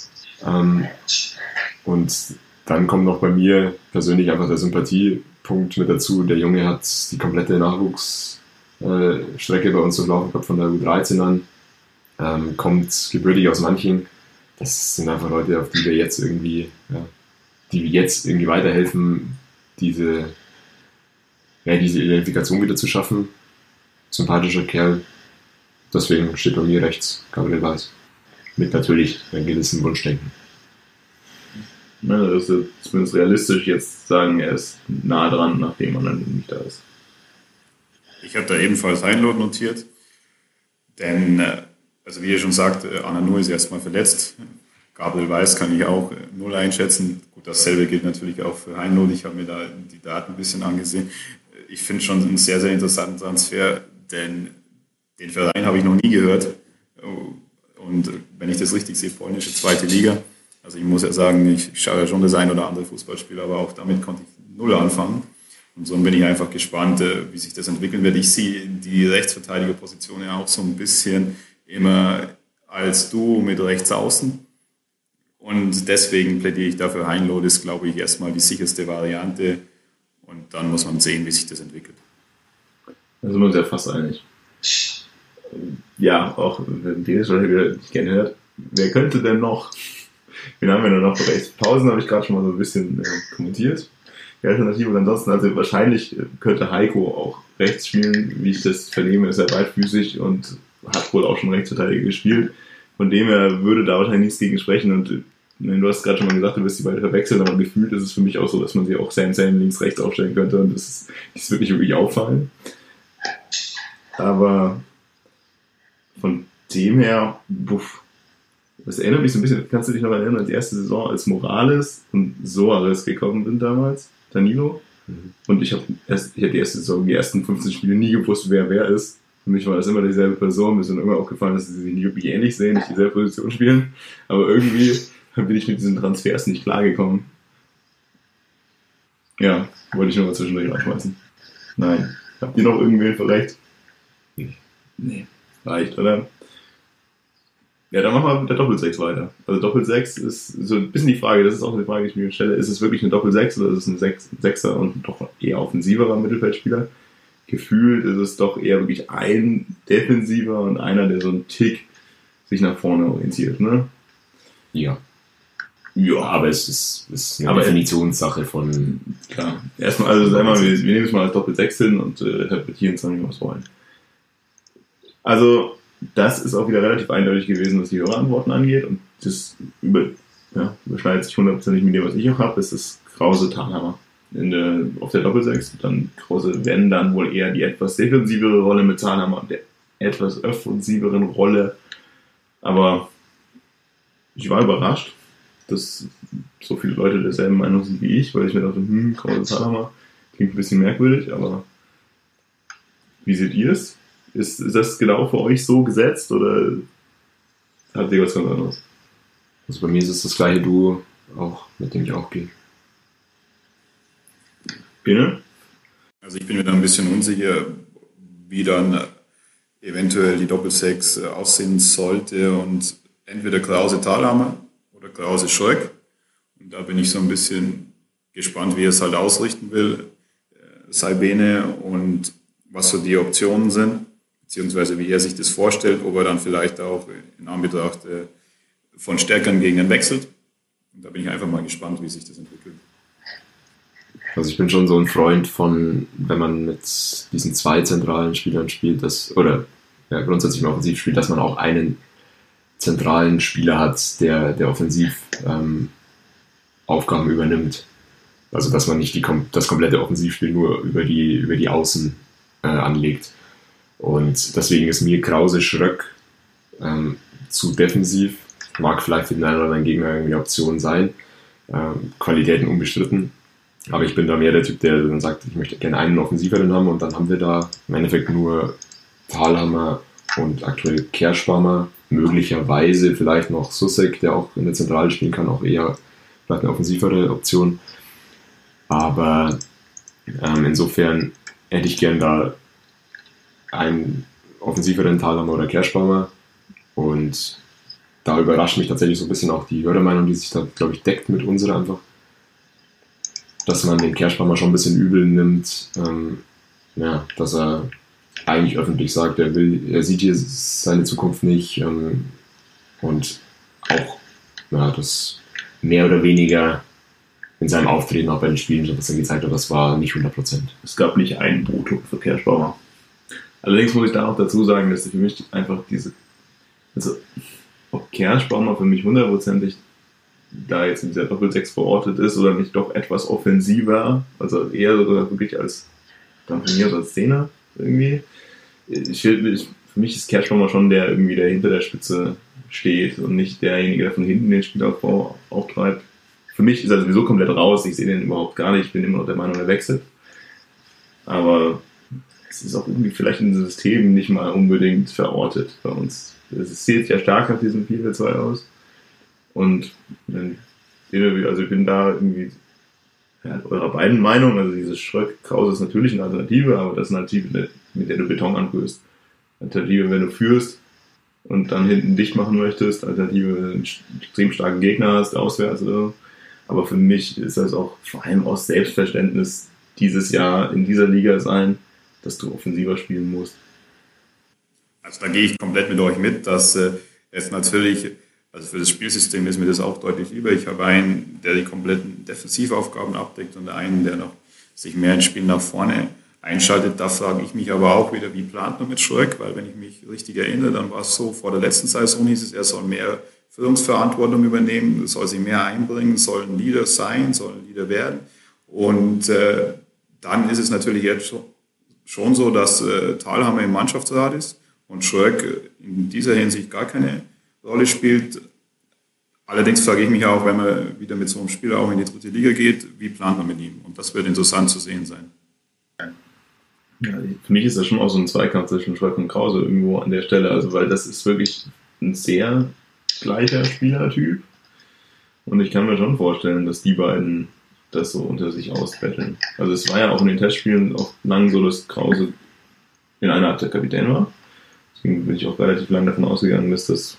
Speaker 3: Ähm, und dann kommt noch bei mir persönlich einfach der Sympathiepunkt mit dazu. Der Junge hat die komplette Nachwuchsstrecke bei uns durchlaufen, ich glaube von der U dreizehn an, ähm, kommt gebürtig aus Manching. Das sind einfach Leute, auf die wir jetzt irgendwie, ja, die jetzt irgendwie weiterhelfen, diese, ja, diese Identifikation wieder zu schaffen. Sympathischer Kerl. Deswegen steht bei mir rechts Gabriel Weiß. Mit natürlich einem gewissen Wunschdenken.
Speaker 2: Ja, das ist zumindest realistisch jetzt sagen, er ist nah dran, nachdem man dann nicht da ist.
Speaker 4: Ich habe da ebenfalls Heinloth notiert, denn, also wie ihr schon sagt, Ananu ist erstmal verletzt. Gabriel Weiß kann ich auch null einschätzen. Gut, dasselbe gilt natürlich auch für Heinloth. Ich habe mir da die Daten ein bisschen angesehen. Ich finde schon einen sehr, sehr interessanten Transfer, denn den Verein habe ich noch nie gehört. Und wenn ich das richtig sehe, polnische zweite Liga. Also ich muss ja sagen, ich schaue ja schon das ein oder andere Fußballspiel, aber auch damit konnte ich null anfangen. Und so bin ich einfach gespannt, wie sich das entwickeln wird. Ich sehe die Rechtsverteidigerposition ja auch so ein bisschen immer als Duo mit rechts außen. Und deswegen plädiere ich dafür, Heinloth ist, glaube ich, erstmal die sicherste Variante. Und dann muss man sehen, wie sich das entwickelt.
Speaker 2: Da sind wir uns ja fast einig. Ja, auch wenn Dennis schon wieder nicht gerne hört, wer könnte denn noch? Wen haben wir denn noch? Rechtspausen habe ich gerade schon mal so ein bisschen äh, kommentiert. Die Alternative und ansonsten, also wahrscheinlich könnte Heiko auch rechts spielen, wie ich das vernehme, ist er beidfüßig und hat wohl auch schon Rechtsverteidiger gespielt. Von dem her würde da wahrscheinlich nichts gegen sprechen und äh, du hast gerade schon mal gesagt, du wirst die beide verwechseln, aber gefühlt ist es für mich auch so, dass man sie auch Sam Sam links rechts aufstellen könnte und das ist, das wird nicht wirklich auffallen. Aber von dem her, buff, das erinnert mich so ein bisschen, kannst du dich noch erinnern, als erste Saison, als Morales und Soares gekommen sind damals, Danilo? Mhm. Und ich habe erst, ich habe die erste Saison, die ersten fünfzehn Spiele nie gewusst, wer wer ist. Für mich war das immer dieselbe Person, mir ist dann immer aufgefallen, dass sie sich nie wirklich ähnlich sehen, nicht dieselbe Position spielen, aber irgendwie bin ich mit diesen Transfers nicht klargekommen. Ja, wollte ich nur mal zwischendurch reinschmeißen. Nein. Habt ihr noch irgendwen vielleicht? Nee. Reicht, oder? Ja, dann machen wir mit der Doppelsechs weiter. Also Doppelsechs ist so ein bisschen die Frage, das ist auch eine Frage, die ich mir stelle, ist es wirklich eine Doppelsechs oder ist es ein Sechs, Sechser und doch eher offensiverer Mittelfeldspieler? Gefühlt ist es doch eher wirklich ein defensiver und einer, der so einen Tick sich nach vorne orientiert, ne?
Speaker 3: Ja.
Speaker 2: Ja,
Speaker 3: aber es ist, ist eine
Speaker 2: aber
Speaker 3: Definitionssache von...
Speaker 2: Klar. Erstmal, also sagen wir mal, wir, wir nehmen es mal als Doppelsechs hin und äh, interpretieren es dann, wie wir es wollen. Also, das ist auch wieder relativ eindeutig gewesen, was die Hörerantworten angeht. Und das über, ja, überschneidet sich hundertprozentig mit dem, was ich auch habe. Das ist Krause Thalhammer in der, auf der Doppelsechs. Dann Krause, wenn dann wohl eher die etwas defensivere Rolle mit Thalhammer und der etwas offensiveren Rolle. Aber ich war überrascht, dass so viele Leute derselben Meinung sind wie ich, weil ich mir dachte, hm, Krause Thalhammer klingt ein bisschen merkwürdig, aber wie seht ihr es? Ist, ist das genau für euch so gesetzt oder habt ihr was ganz anderes?
Speaker 3: Also bei mir ist es das gleiche Duo, auch, mit dem ich auch gehe.
Speaker 2: Biene?
Speaker 4: Also ich bin mir da ein bisschen unsicher, wie dann eventuell die Doppelsechs aussehen sollte und entweder Krause Thalhammer oder Krause Schröck. Und da bin ich so ein bisschen gespannt, wie er es halt ausrichten will, Saibene, und was so die Optionen sind, beziehungsweise wie er sich das vorstellt, ob er dann vielleicht auch in Anbetracht von Stärkern gegen ihn wechselt. Und da bin ich einfach mal gespannt, wie sich das entwickelt.
Speaker 3: Also ich bin schon so ein Freund von, wenn man mit diesen zwei zentralen Spielern spielt, dass, oder ja, grundsätzlich im Offensiv spielt, dass man auch einen zentralen Spieler hat, der, der offensiv ähm, Aufgaben übernimmt. Also dass man nicht die, das komplette Offensivspiel nur über die, über die Außen äh, anlegt. Und deswegen ist mir Krause Schröck ähm, zu defensiv. Mag vielleicht für den einen oder anderen Gegner irgendwie Option sein. Ähm, Qualitäten unbestritten. Aber ich bin da mehr der Typ, der dann sagt, ich möchte gerne einen Offensiveren haben, und dann haben wir da im Endeffekt nur Thalhammer und aktuell Kerschbaumer, möglicherweise vielleicht noch Susek, der auch in der Zentrale spielen kann, auch eher vielleicht eine offensivere Option. Aber ähm, insofern hätte ich gern da einen offensiveren Thalhammer oder Kerschbaumer und da überrascht mich tatsächlich so ein bisschen auch die Hörermeinung, die sich da, glaube ich, deckt mit unserer einfach. Dass man den Kerschbaumer schon ein bisschen übel nimmt, ähm, ja, dass er eigentlich öffentlich sagt, er will, er sieht hier seine Zukunft nicht ähm, und auch, ja, das mehr oder weniger in seinem Auftreten auch bei den Spielen schon, was er gezeigt hat, das war nicht hundert Prozent.
Speaker 2: Es gab nicht einen Brotclub für Kerschbaumer. Allerdings muss ich da auch dazu sagen, dass für mich einfach diese, also ob Kerschbaumer für mich hundertprozentig da jetzt in dieser Doppelsechs verortet ist oder nicht doch etwas offensiver, also eher sogar wirklich als dann von mir aus als Zehner irgendwie. Ich, ich, für mich ist Kerschbaumer schon der irgendwie, der hinter der Spitze steht und nicht derjenige, der von hinten den Spielaufbau auftreibt. Für mich ist er sowieso komplett raus, ich sehe den überhaupt gar nicht, ich bin immer noch der Meinung, er wechselt. Aber es ist auch irgendwie vielleicht in dem System nicht mal unbedingt verortet bei uns. Es sieht ja stark nach diesem vier vier zwei aus. Und also ich bin da irgendwie ja, eurer beiden Meinung, also dieses Schröck-Krause ist natürlich eine Alternative, aber das ist eine Alternative, mit der du Beton anrührst. Alternative, wenn du führst und dann hinten dicht machen möchtest, Alternative, wenn du einen extrem starken Gegner hast, auswärts oder so. Aber für mich ist das auch vor allem aus Selbstverständnis dieses Jahr in dieser Liga sein, dass du offensiver spielen musst.
Speaker 4: Also da gehe ich komplett mit euch mit, dass äh, es natürlich, also für das Spielsystem ist mir das auch deutlich lieber. Ich habe einen, der die kompletten Defensivaufgaben abdeckt und einen, der noch sich mehr ins Spiel nach vorne einschaltet. Da frage ich mich aber auch wieder, wie plant man mit Schröck? Weil wenn ich mich richtig erinnere, dann war es so, vor der letzten Saison hieß es, er soll mehr Führungsverantwortung übernehmen, soll sich mehr einbringen, soll ein Leader sein, soll ein Leader werden. Und äh, dann ist es natürlich jetzt schon, schon so, dass äh, Thalhammer im Mannschaftsrat ist und Schröck in dieser Hinsicht gar keine Rolle spielt. Allerdings frage ich mich auch, wenn man wieder mit so einem Spieler auch in die dritte Liga geht, wie plant man mit ihm? Und das wird interessant zu sehen sein.
Speaker 2: Ja, für mich ist das schon auch so ein Zweikampf zwischen Schröck und Krause irgendwo an der Stelle, also weil das ist wirklich ein sehr gleicher Spielertyp und ich kann mir schon vorstellen, dass die beiden das so unter sich ausbetteln. Also es war ja auch in den Testspielen oft lang so, dass Krause in einer Art der Kapitän war. Deswegen bin ich auch relativ lange davon ausgegangen, dass das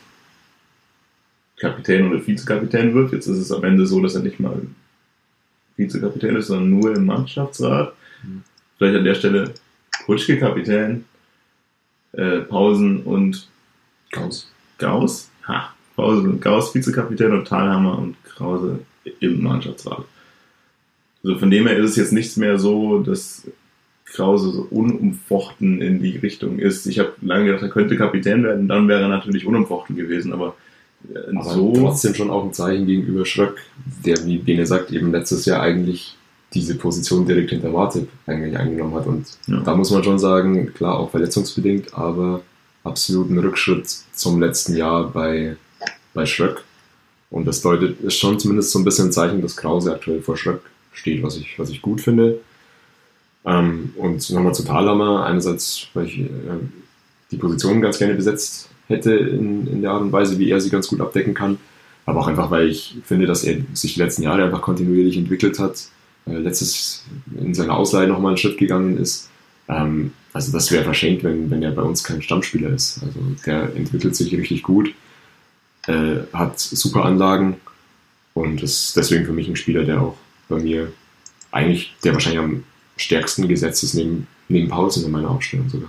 Speaker 2: Kapitän oder Vizekapitän wird. Jetzt ist es am Ende so, dass er nicht mal Vizekapitän ist, sondern nur im Mannschaftsrat. Mhm. Vielleicht an der Stelle Kutschke Kapitän, äh, Pausen und
Speaker 3: Gauss.
Speaker 2: Gauss? Ha, Pausen und Gauss Vizekapitän und Thalhammer und Krause im Mannschaftsrat. Also von dem her ist es jetzt nichts mehr so, dass Krause so unumfochten in die Richtung ist. Ich habe lange gedacht, er könnte Kapitän werden, dann wäre er natürlich unumfochten gewesen, aber, äh,
Speaker 3: aber
Speaker 2: so
Speaker 3: trotzdem schon auch ein Zeichen gegenüber Schröck, der, wie Bene sagt, eben letztes Jahr eigentlich diese Position direkt hinter Martip eigentlich eingenommen hat. Und ja. Da muss man schon sagen, klar, auch verletzungsbedingt, aber absoluten Rückschritt zum letzten Jahr bei, bei Schröck. Und das deutet, ist schon zumindest so ein bisschen ein Zeichen, dass Krause aktuell vor Schröck steht, was ich, was ich gut finde. Ähm, und nochmal zu Thalhammer, einerseits, weil ich äh, die Position ganz gerne besetzt hätte in, in der Art und Weise, wie er sie ganz gut abdecken kann, aber auch einfach, weil ich finde, dass er sich die letzten Jahre einfach kontinuierlich entwickelt hat, äh, letztes in seiner Ausleihe nochmal einen Schritt gegangen ist. Ähm, also das wäre verschenkt, wenn, wenn er bei uns kein Stammspieler ist. Also der entwickelt sich richtig gut, äh, hat super Anlagen und ist deswegen für mich ein Spieler, der auch bei mir eigentlich, der wahrscheinlich am stärksten gesetzt ist, neben, neben Paulsen in meiner Aufstellung sogar.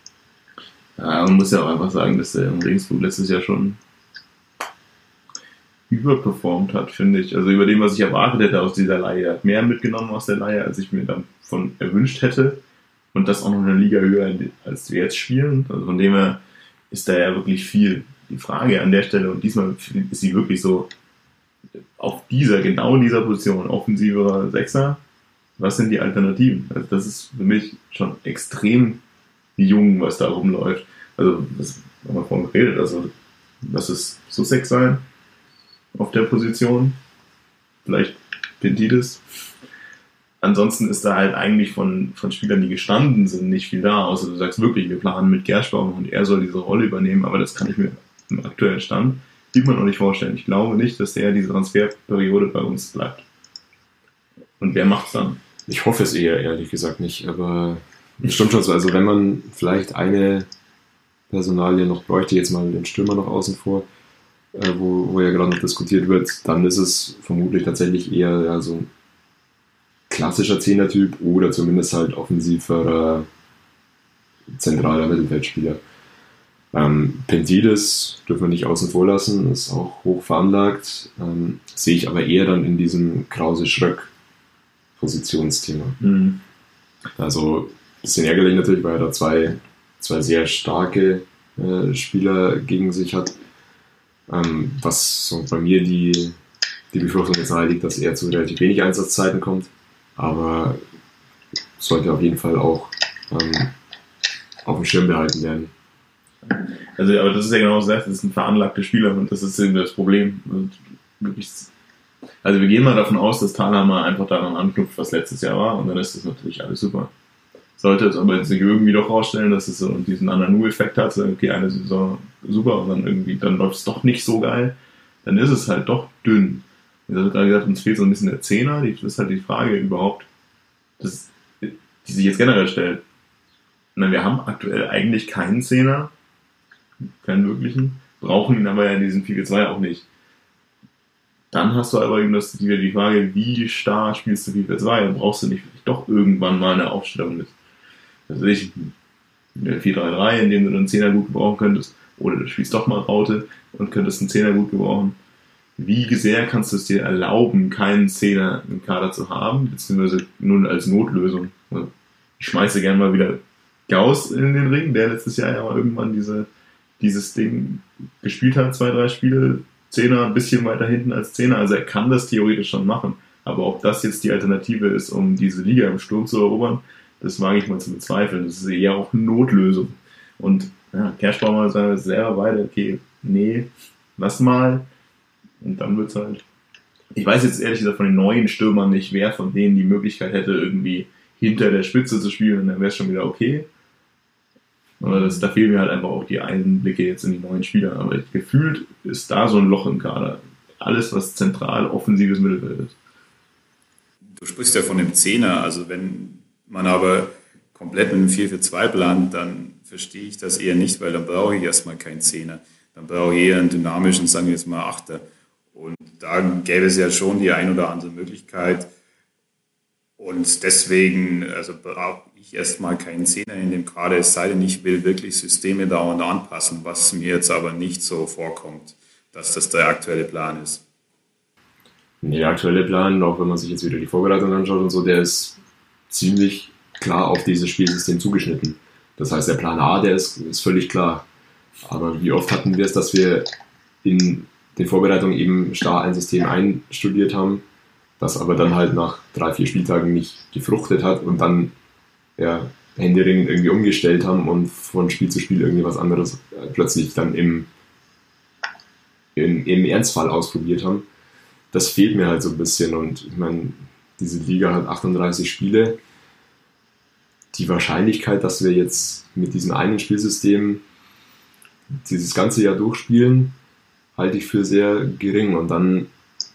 Speaker 2: Ja, man muss ja auch einfach sagen, dass der in Regensburg letztes Jahr schon überperformt hat, finde ich. Also über dem, was ich erwartet hätte aus dieser Leihe. Er hat mehr mitgenommen aus der Leihe, als ich mir davon erwünscht hätte. Und das auch noch eine Liga höher, als wir jetzt spielen. Also von dem her ist da ja wirklich viel. Die Frage an der Stelle, und diesmal ist sie wirklich so, auf dieser, genau dieser Position, offensiverer Sechser, was sind die Alternativen? Also das ist für mich schon extrem jung, was da rumläuft. Also, das haben wir vorhin geredet, also lass es Sussex sein auf der Position, vielleicht Pentidis. Ansonsten ist da halt eigentlich von, von Spielern, die gestanden sind, nicht viel da, außer du sagst wirklich, wir planen mit Gerschbaum und er soll diese Rolle übernehmen, aber das kann ich mir im aktuellen Stand immer noch nicht vorstellen. Ich glaube nicht, dass der diese Transferperiode bei uns bleibt. Und wer macht's dann?
Speaker 3: Ich hoffe es eher, ehrlich gesagt nicht, aber es stimmt schon so. Also wenn man vielleicht eine Personalie noch bräuchte, jetzt mal den Stürmer noch außen vor, äh, wo, wo ja gerade noch diskutiert wird, dann ist es vermutlich tatsächlich eher ja, so ein klassischer Zehner-Typ oder zumindest halt offensiver zentraler Mittelfeldspieler. Ähm, Pentidis dürfen wir nicht außen vor lassen, ist auch hoch veranlagt, ähm, sehe ich aber eher dann in diesem Krause-Schröck-Positionsthema. Mhm. Also ein bisschen ärgerlich natürlich, weil er da zwei, zwei sehr starke äh, Spieler gegen sich hat, ähm, was so bei mir die, die Befürchtung jetzt nahe liegt, dass er zu relativ wenig Einsatzzeiten kommt, aber sollte auf jeden Fall auch ähm, auf dem Schirm behalten werden.
Speaker 2: Also, aber das ist ja genau das, das ist ein veranlagter Spieler und das ist eben das Problem. Und wirklich, also wir gehen mal davon aus, dass Thalhammer einfach daran anknüpft, was letztes Jahr war und dann ist das natürlich alles super. Sollte es aber jetzt sich irgendwie doch rausstellen, dass es so diesen Ananu-Effekt hat, so, okay, eine Saison super und dann irgendwie, dann läuft es doch nicht so geil, dann ist es halt doch dünn. Ich habe gerade gesagt, uns fehlt so ein bisschen der Zehner, das ist halt die Frage überhaupt, das, die sich jetzt generell stellt. Na, wir haben aktuell eigentlich keinen Zehner, keinen wirklichen, brauchen ihn aber ja in diesem vier vier zwei auch nicht. Dann hast du aber eben das, wieder die Frage, wie stark spielst du vier vier zwei? Dann brauchst du nicht vielleicht doch irgendwann mal eine Aufstellung mit, also ich, vier drei drei, in dem du einen Zehner gut gebrauchen könntest, oder du spielst doch mal Raute und könntest einen Zehner gut gebrauchen. Wie sehr kannst du es dir erlauben, keinen Zehner im Kader zu haben, beziehungsweise nur als Notlösung? Ich schmeiße gerne mal wieder Gauss in den Ring, der letztes Jahr ja mal irgendwann diese dieses Ding gespielt hat, zwei, drei Spiele, Zehner ein bisschen weiter hinten als Zehner, also er kann das theoretisch schon machen, aber ob das jetzt die Alternative ist, um diese Liga im Sturm zu erobern, das wage ich mal zu bezweifeln, das ist eher auch eine Notlösung und ja, Kerschbaumer sagt selber beide, okay, nee, lass mal und dann wird's halt, ich weiß jetzt ehrlich gesagt von den neuen Stürmern nicht, wer von denen die Möglichkeit hätte, irgendwie hinter der Spitze zu spielen und dann wäre es schon wieder okay. Aber das, da fehlen mir halt einfach auch die Einblicke jetzt in die neuen Spieler. Aber gefühlt ist da so ein Loch im Kader. Alles, was zentral offensives Mittelfeld ist.
Speaker 4: Du sprichst ja von dem Zehner. Also wenn man aber komplett mit einem vier vier zwei plant, dann verstehe ich das eher nicht, weil dann brauche ich erstmal keinen Zehner. Dann brauche ich eher einen dynamischen, sagen wir jetzt mal Achter. Und da gäbe es ja schon die ein oder andere Möglichkeit. Und deswegen also brauche ich erstmal keinen Zehner in dem Kader, es sei denn, ich will wirklich Systeme dauernd anpassen, was mir jetzt aber nicht so vorkommt, dass das der aktuelle Plan ist.
Speaker 3: Nee, der aktuelle Plan, auch wenn man sich jetzt wieder die Vorbereitung anschaut und so, der ist ziemlich klar auf dieses Spielsystem zugeschnitten. Das heißt, der Plan A, der ist, ist völlig klar. Aber wie oft hatten wir es, dass wir in den Vorbereitungen eben starr ein System einstudiert haben, das aber dann halt nach drei, vier Spieltagen nicht gefruchtet hat und dann ja, händeringend irgendwie umgestellt haben und von Spiel zu Spiel irgendwie was anderes äh, plötzlich dann im, im, im Ernstfall ausprobiert haben. Das fehlt mir halt so ein bisschen und ich meine, diese Liga hat achtunddreißig Spiele. Die Wahrscheinlichkeit, dass wir jetzt mit diesem einen Spielsystem dieses ganze Jahr durchspielen, halte ich für sehr gering und dann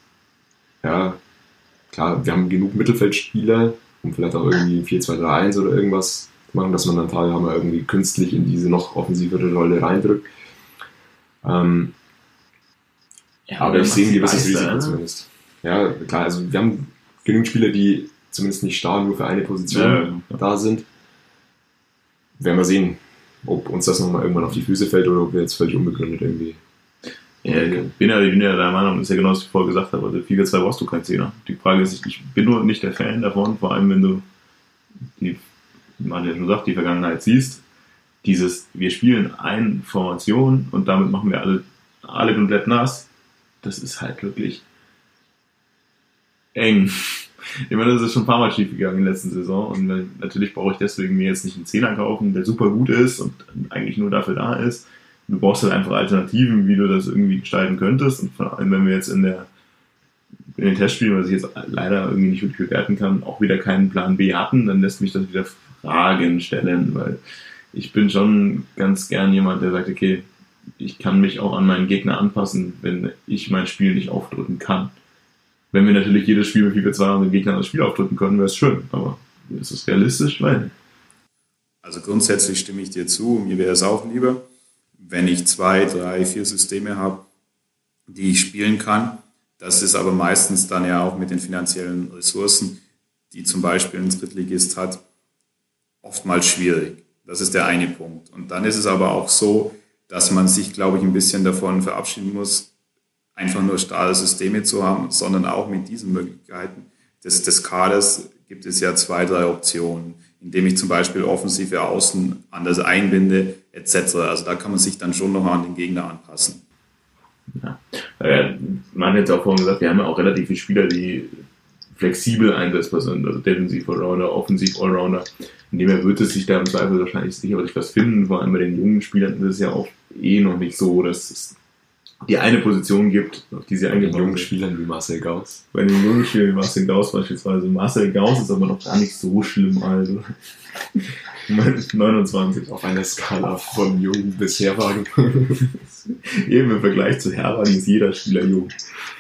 Speaker 3: ja, klar, wir haben genug Mittelfeldspieler, um vielleicht auch irgendwie vier zwei drei eins oder irgendwas zu machen, dass man dann Thalhammer irgendwie künstlich in diese noch offensivere Rolle reindrückt. Ähm, ja, aber ich sehe ein gewisses Risiko ne? zumindest. Ja, klar, also wir haben genügend Spieler, die zumindest nicht starr nur für eine Position ja, ja. da sind. Werden wir sehen, ob uns das nochmal irgendwann auf die Füße fällt oder ob wir jetzt völlig unbegründet irgendwie.
Speaker 2: Ja, ich bin ja, ich bin ja der Meinung, das ist ja genau, was ich vorher gesagt habe, also vier vier zwei brauchst du keinen Zehner. Die Frage ist, ich bin nur nicht der Fan davon, vor allem wenn du, die, wie man ja schon sagt, die Vergangenheit siehst, dieses, wir spielen eine Formation und damit machen wir alle, alle komplett nass, das ist halt wirklich eng. Ich meine, das ist schon ein paar Mal schief gegangen in der letzten Saison und natürlich brauche ich deswegen mir jetzt nicht einen Zehner kaufen, der super gut ist und eigentlich nur dafür da ist. Du brauchst halt einfach Alternativen, wie du das irgendwie gestalten könntest. Und vor allem, wenn wir jetzt in der in den Testspielen, was ich jetzt leider irgendwie nicht wirklich bewerten kann, auch wieder keinen Plan B hatten, dann lässt mich das wieder Fragen stellen, weil ich bin schon ganz gern jemand, der sagt, okay, ich kann mich auch an meinen Gegner anpassen, wenn ich mein Spiel nicht aufdrücken kann. Wenn wir natürlich jedes Spiel mit vier vier zwei und den Gegner das Spiel aufdrücken können, wäre es schön, aber ist es realistisch? Nein.
Speaker 4: Also grundsätzlich stimme ich dir zu, mir wäre es auch lieber, wenn ich zwei, drei, vier Systeme habe, die ich spielen kann. Das ist aber meistens dann ja auch mit den finanziellen Ressourcen, die zum Beispiel ein Drittligist hat, oftmals schwierig. Das ist der eine Punkt. Und dann ist es aber auch so, dass man sich, glaube ich, ein bisschen davon verabschieden muss, einfach nur starre Systeme zu haben, sondern auch mit diesen Möglichkeiten des, des Kaders gibt es ja zwei, drei Optionen, indem ich zum Beispiel offensive Außen anders einbinde, et cetera. Also da kann man sich dann schon noch an den Gegner anpassen.
Speaker 2: Ja. Äh, man hat jetzt auch vorhin gesagt, wir haben ja auch relativ viele Spieler, die flexibel einsetzbar sind, also defensiv Allrounder, offensiv Allrounder. In dem her wird es sich da im Zweifel wahrscheinlich sicherlich was finden, vor allem bei den jungen Spielern ist es ja auch eh noch nicht so, dass es die eine Position gibt, auf die sie eingebaut sind. Bei den
Speaker 3: jungen Spielern wie Marcel Gauss.
Speaker 2: Bei den jungen Spielern wie Marcel Gauss beispielsweise. Marcel Gauss ist aber noch gar nicht so schlimm, also neunundzwanzig.
Speaker 3: Auf einer Skala von jung bis Herwagen.
Speaker 2: Eben im Vergleich zu Herwagen ist jeder Spieler jung.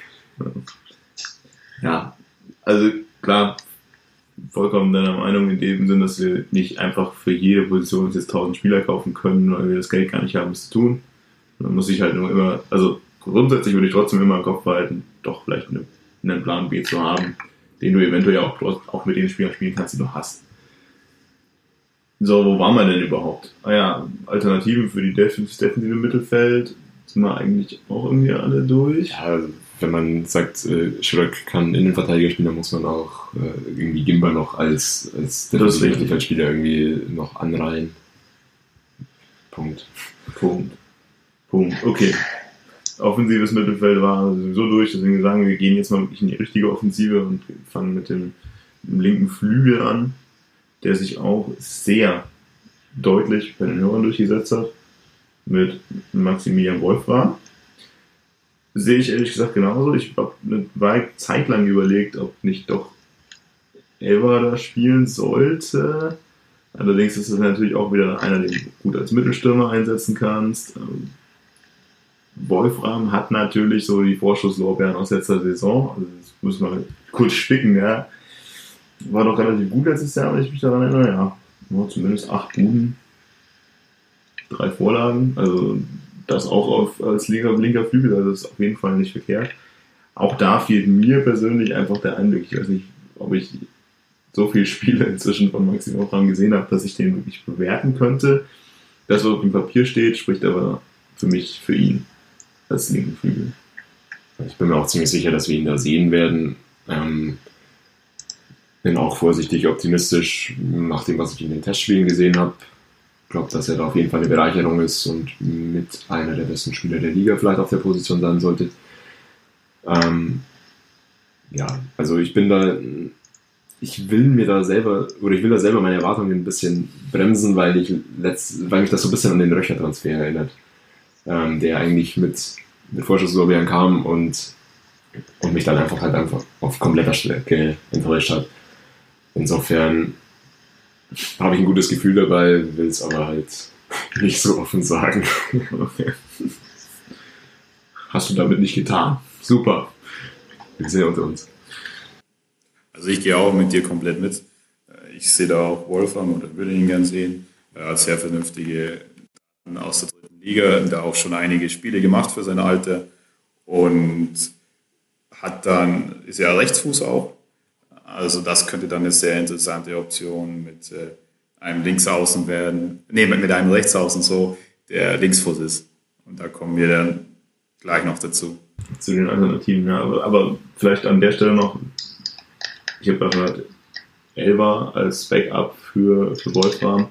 Speaker 2: Ja, also klar, vollkommen deiner Meinung in dem Sinn, dass wir nicht einfach für jede Position jetzt tausend Spieler kaufen können, weil wir das Geld gar nicht haben, es zu tun. Man muss sich halt nur immer, also grundsätzlich würde ich trotzdem immer im Kopf behalten, doch vielleicht eine, einen Plan B zu haben, den du eventuell auch, auch mit den Spielern spielen kannst, die du hast. So, wo waren wir denn überhaupt? Ah ja, Alternativen für die Def- das defensive Mittelfeld sind wir eigentlich auch irgendwie alle durch.
Speaker 3: Ja, also wenn man sagt, äh, Schröck kann Innenverteidiger spielen, dann muss man auch äh, irgendwie Gimba noch als, als defensiver Mittelfeldspieler irgendwie noch anreihen. Punkt.
Speaker 2: Punkt. Punkt. Okay. Offensives Mittelfeld war sowieso durch, deswegen sagen wir, wir gehen jetzt mal wirklich in die richtige Offensive und fangen mit dem, dem linken Flügel an, der sich auch sehr deutlich bei den Hörern durchgesetzt hat, mit Maximilian Wolfram. Sehe ich ehrlich gesagt genauso. Ich habe eine Zeit lang überlegt, ob nicht doch Elva da spielen sollte. Allerdings ist es natürlich auch wieder einer, den du gut als Mittelstürmer einsetzen kannst. Wolfram hat natürlich so die Vorschusslorbeeren aus letzter Saison. Also das muss man kurz spicken, ja. War doch relativ gut letztes Jahr, wenn ich mich daran erinnere. Ja, nur zumindest acht Buden, drei Vorlagen. Also das auch auf, als linker, linker Flügel, also das ist auf jeden Fall nicht verkehrt. Auch da fehlt mir persönlich einfach der Einblick. Ich weiß nicht, ob ich so viele Spiele inzwischen von Maxi Wolfram gesehen habe, dass ich den wirklich bewerten könnte. Das, was auf dem Papier steht, spricht aber für mich, für ihn als linken Flügel.
Speaker 3: Ich bin mir auch ziemlich sicher, dass wir ihn da sehen werden. Ähm, bin auch vorsichtig optimistisch nach dem, was ich in den Testspielen gesehen habe. Ich glaube, dass er da auf jeden Fall eine Bereicherung ist und mit einer der besten Spieler der Liga vielleicht auf der Position sein sollte. Ähm, ja, also ich bin da, ich will mir da selber, oder ich will da selber meine Erwartungen ein bisschen bremsen, weil ich letzt, weil mich das so ein bisschen an den Röcher-Transfer erinnert, ähm, der eigentlich mit, mit Vorschusslorbeeren kam und, und mich dann einfach halt einfach auf kompletter Strecke enttäuscht hat. Insofern habe ich ein gutes Gefühl dabei, will es aber halt nicht so offen sagen.
Speaker 2: Okay. Hast du damit nicht getan? Super. Wir sehen unter uns.
Speaker 4: Also ich gehe auch mit dir komplett mit. Ich sehe da auch Wolfram oder würde ihn gern sehen. Er hat sehr vernünftige Daten aus der dritten Liga, da auch schon einige Spiele gemacht für sein Alter und hat dann, ist ja Rechtsfuß auch. Also das könnte dann eine sehr interessante Option mit äh, einem Linksaußen werden, nee, mit einem Rechtsaußen so, der Linksfuß ist. Und da kommen wir dann gleich noch dazu.
Speaker 2: Zu den Alternativen, ja. Aber, aber vielleicht an der Stelle noch, ich habe gehört, Elva als Backup für, für Wolfram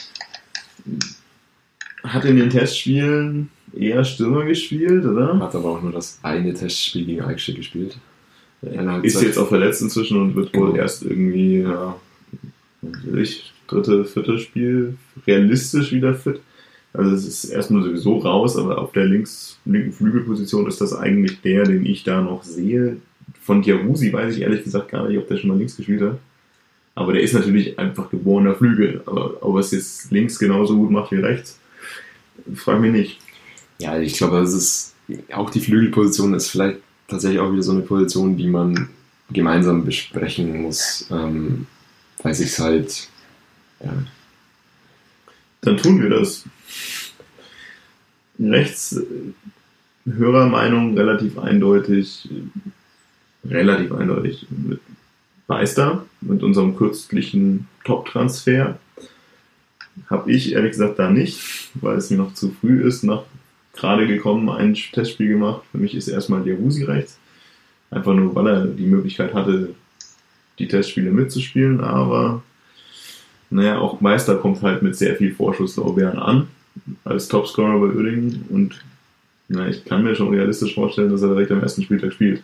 Speaker 2: hat in den Testspielen eher Stürmer gespielt, oder?
Speaker 3: Hat aber auch nur das eine Testspiel gegen Eichstätt gespielt.
Speaker 2: Ist jetzt auch verletzt inzwischen und wird wohl genau. erst irgendwie, ja, ich, dritte, vierte Spiel realistisch wieder fit. Also es ist erstmal sowieso raus, aber auf der links, linken Flügelposition ist das eigentlich der, den ich da noch sehe. Von Giarusi weiß ich ehrlich gesagt gar nicht, ob der schon mal links gespielt hat. Aber der ist natürlich einfach geborener Flügel. Aber ob er es jetzt links genauso gut macht wie rechts, frag mich nicht.
Speaker 3: Ja, ich glaube, es ist auch die Flügelposition ist vielleicht tatsächlich auch wieder so eine Position, die man gemeinsam besprechen muss, ähm, weil sich halt, ja.
Speaker 2: Dann tun wir das. Rechts Hörermeinung relativ eindeutig, relativ eindeutig mit Beister, mit unserem kürzlichen Top-Transfer. Habe ich ehrlich gesagt da nicht, weil es mir noch zu früh ist, nach gerade gekommen, ein Testspiel gemacht. Für mich ist erstmal Diawusi rechts. Einfach nur, weil er die Möglichkeit hatte, die Testspiele mitzuspielen, aber naja, auch Meister kommt halt mit sehr viel Vorschusslorbeeren an, als Topscorer bei Uerdingen, und na, ich kann mir schon realistisch vorstellen, dass er direkt am ersten Spieltag spielt.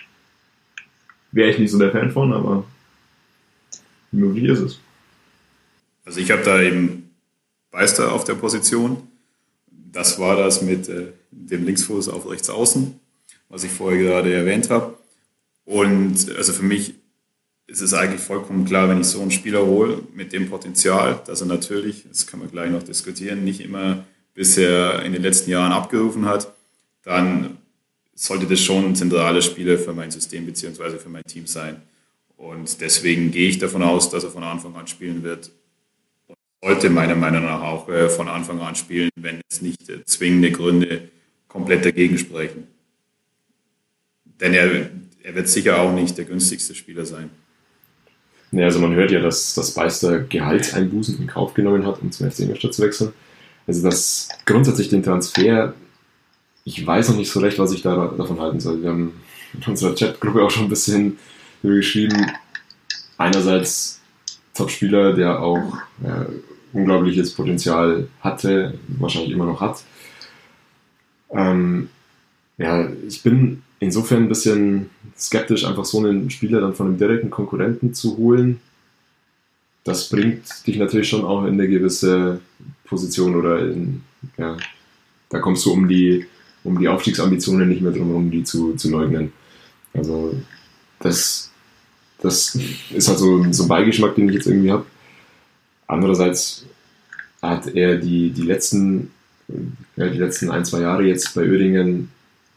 Speaker 2: Wäre ich nicht so der Fan von, aber möglich ist es.
Speaker 4: Also ich habe da eben Beister auf der Position. Das war das mit äh, dem Linksfuß auf rechts außen, was ich vorher gerade erwähnt habe. Und also für mich ist es eigentlich vollkommen klar, wenn ich so einen Spieler hole mit dem Potenzial, dass er natürlich, das kann man gleich noch diskutieren, nicht immer bisher in den letzten Jahren abgerufen hat, dann sollte das schon ein zentraler Spieler für mein System bzw. für mein Team sein. Und deswegen gehe ich davon aus, dass er von Anfang an spielen wird. Und sollte meiner Meinung nach auch von Anfang an spielen, wenn es nicht zwingende Gründe komplett dagegen sprechen. Denn er, er wird sicher auch nicht der günstigste Spieler sein.
Speaker 3: Ja, also man hört ja, dass, dass Beister Gehaltseinbußen in Kauf genommen hat, um zum F C Ingolstadt zu wechseln. Also dass grundsätzlich den Transfer, ich weiß noch nicht so recht, was ich da davon halten soll. Wir haben in unserer Chatgruppe auch schon ein bisschen darüber geschrieben. Einerseits Top-Spieler, der auch ja, unglaubliches Potenzial hatte, wahrscheinlich immer noch hat. Ähm, ja, ich bin insofern ein bisschen skeptisch, einfach so einen Spieler dann von einem direkten Konkurrenten zu holen. Das bringt dich natürlich schon auch in eine gewisse Position oder in, ja, da kommst du um die, um die Aufstiegsambitionen nicht mehr drum herum, die zu, zu leugnen. Also das, das ist halt so, so ein Beigeschmack, den ich jetzt irgendwie habe. Andererseits hat er die, die letzten ja, die letzten ein, zwei Jahre jetzt bei Uerdingen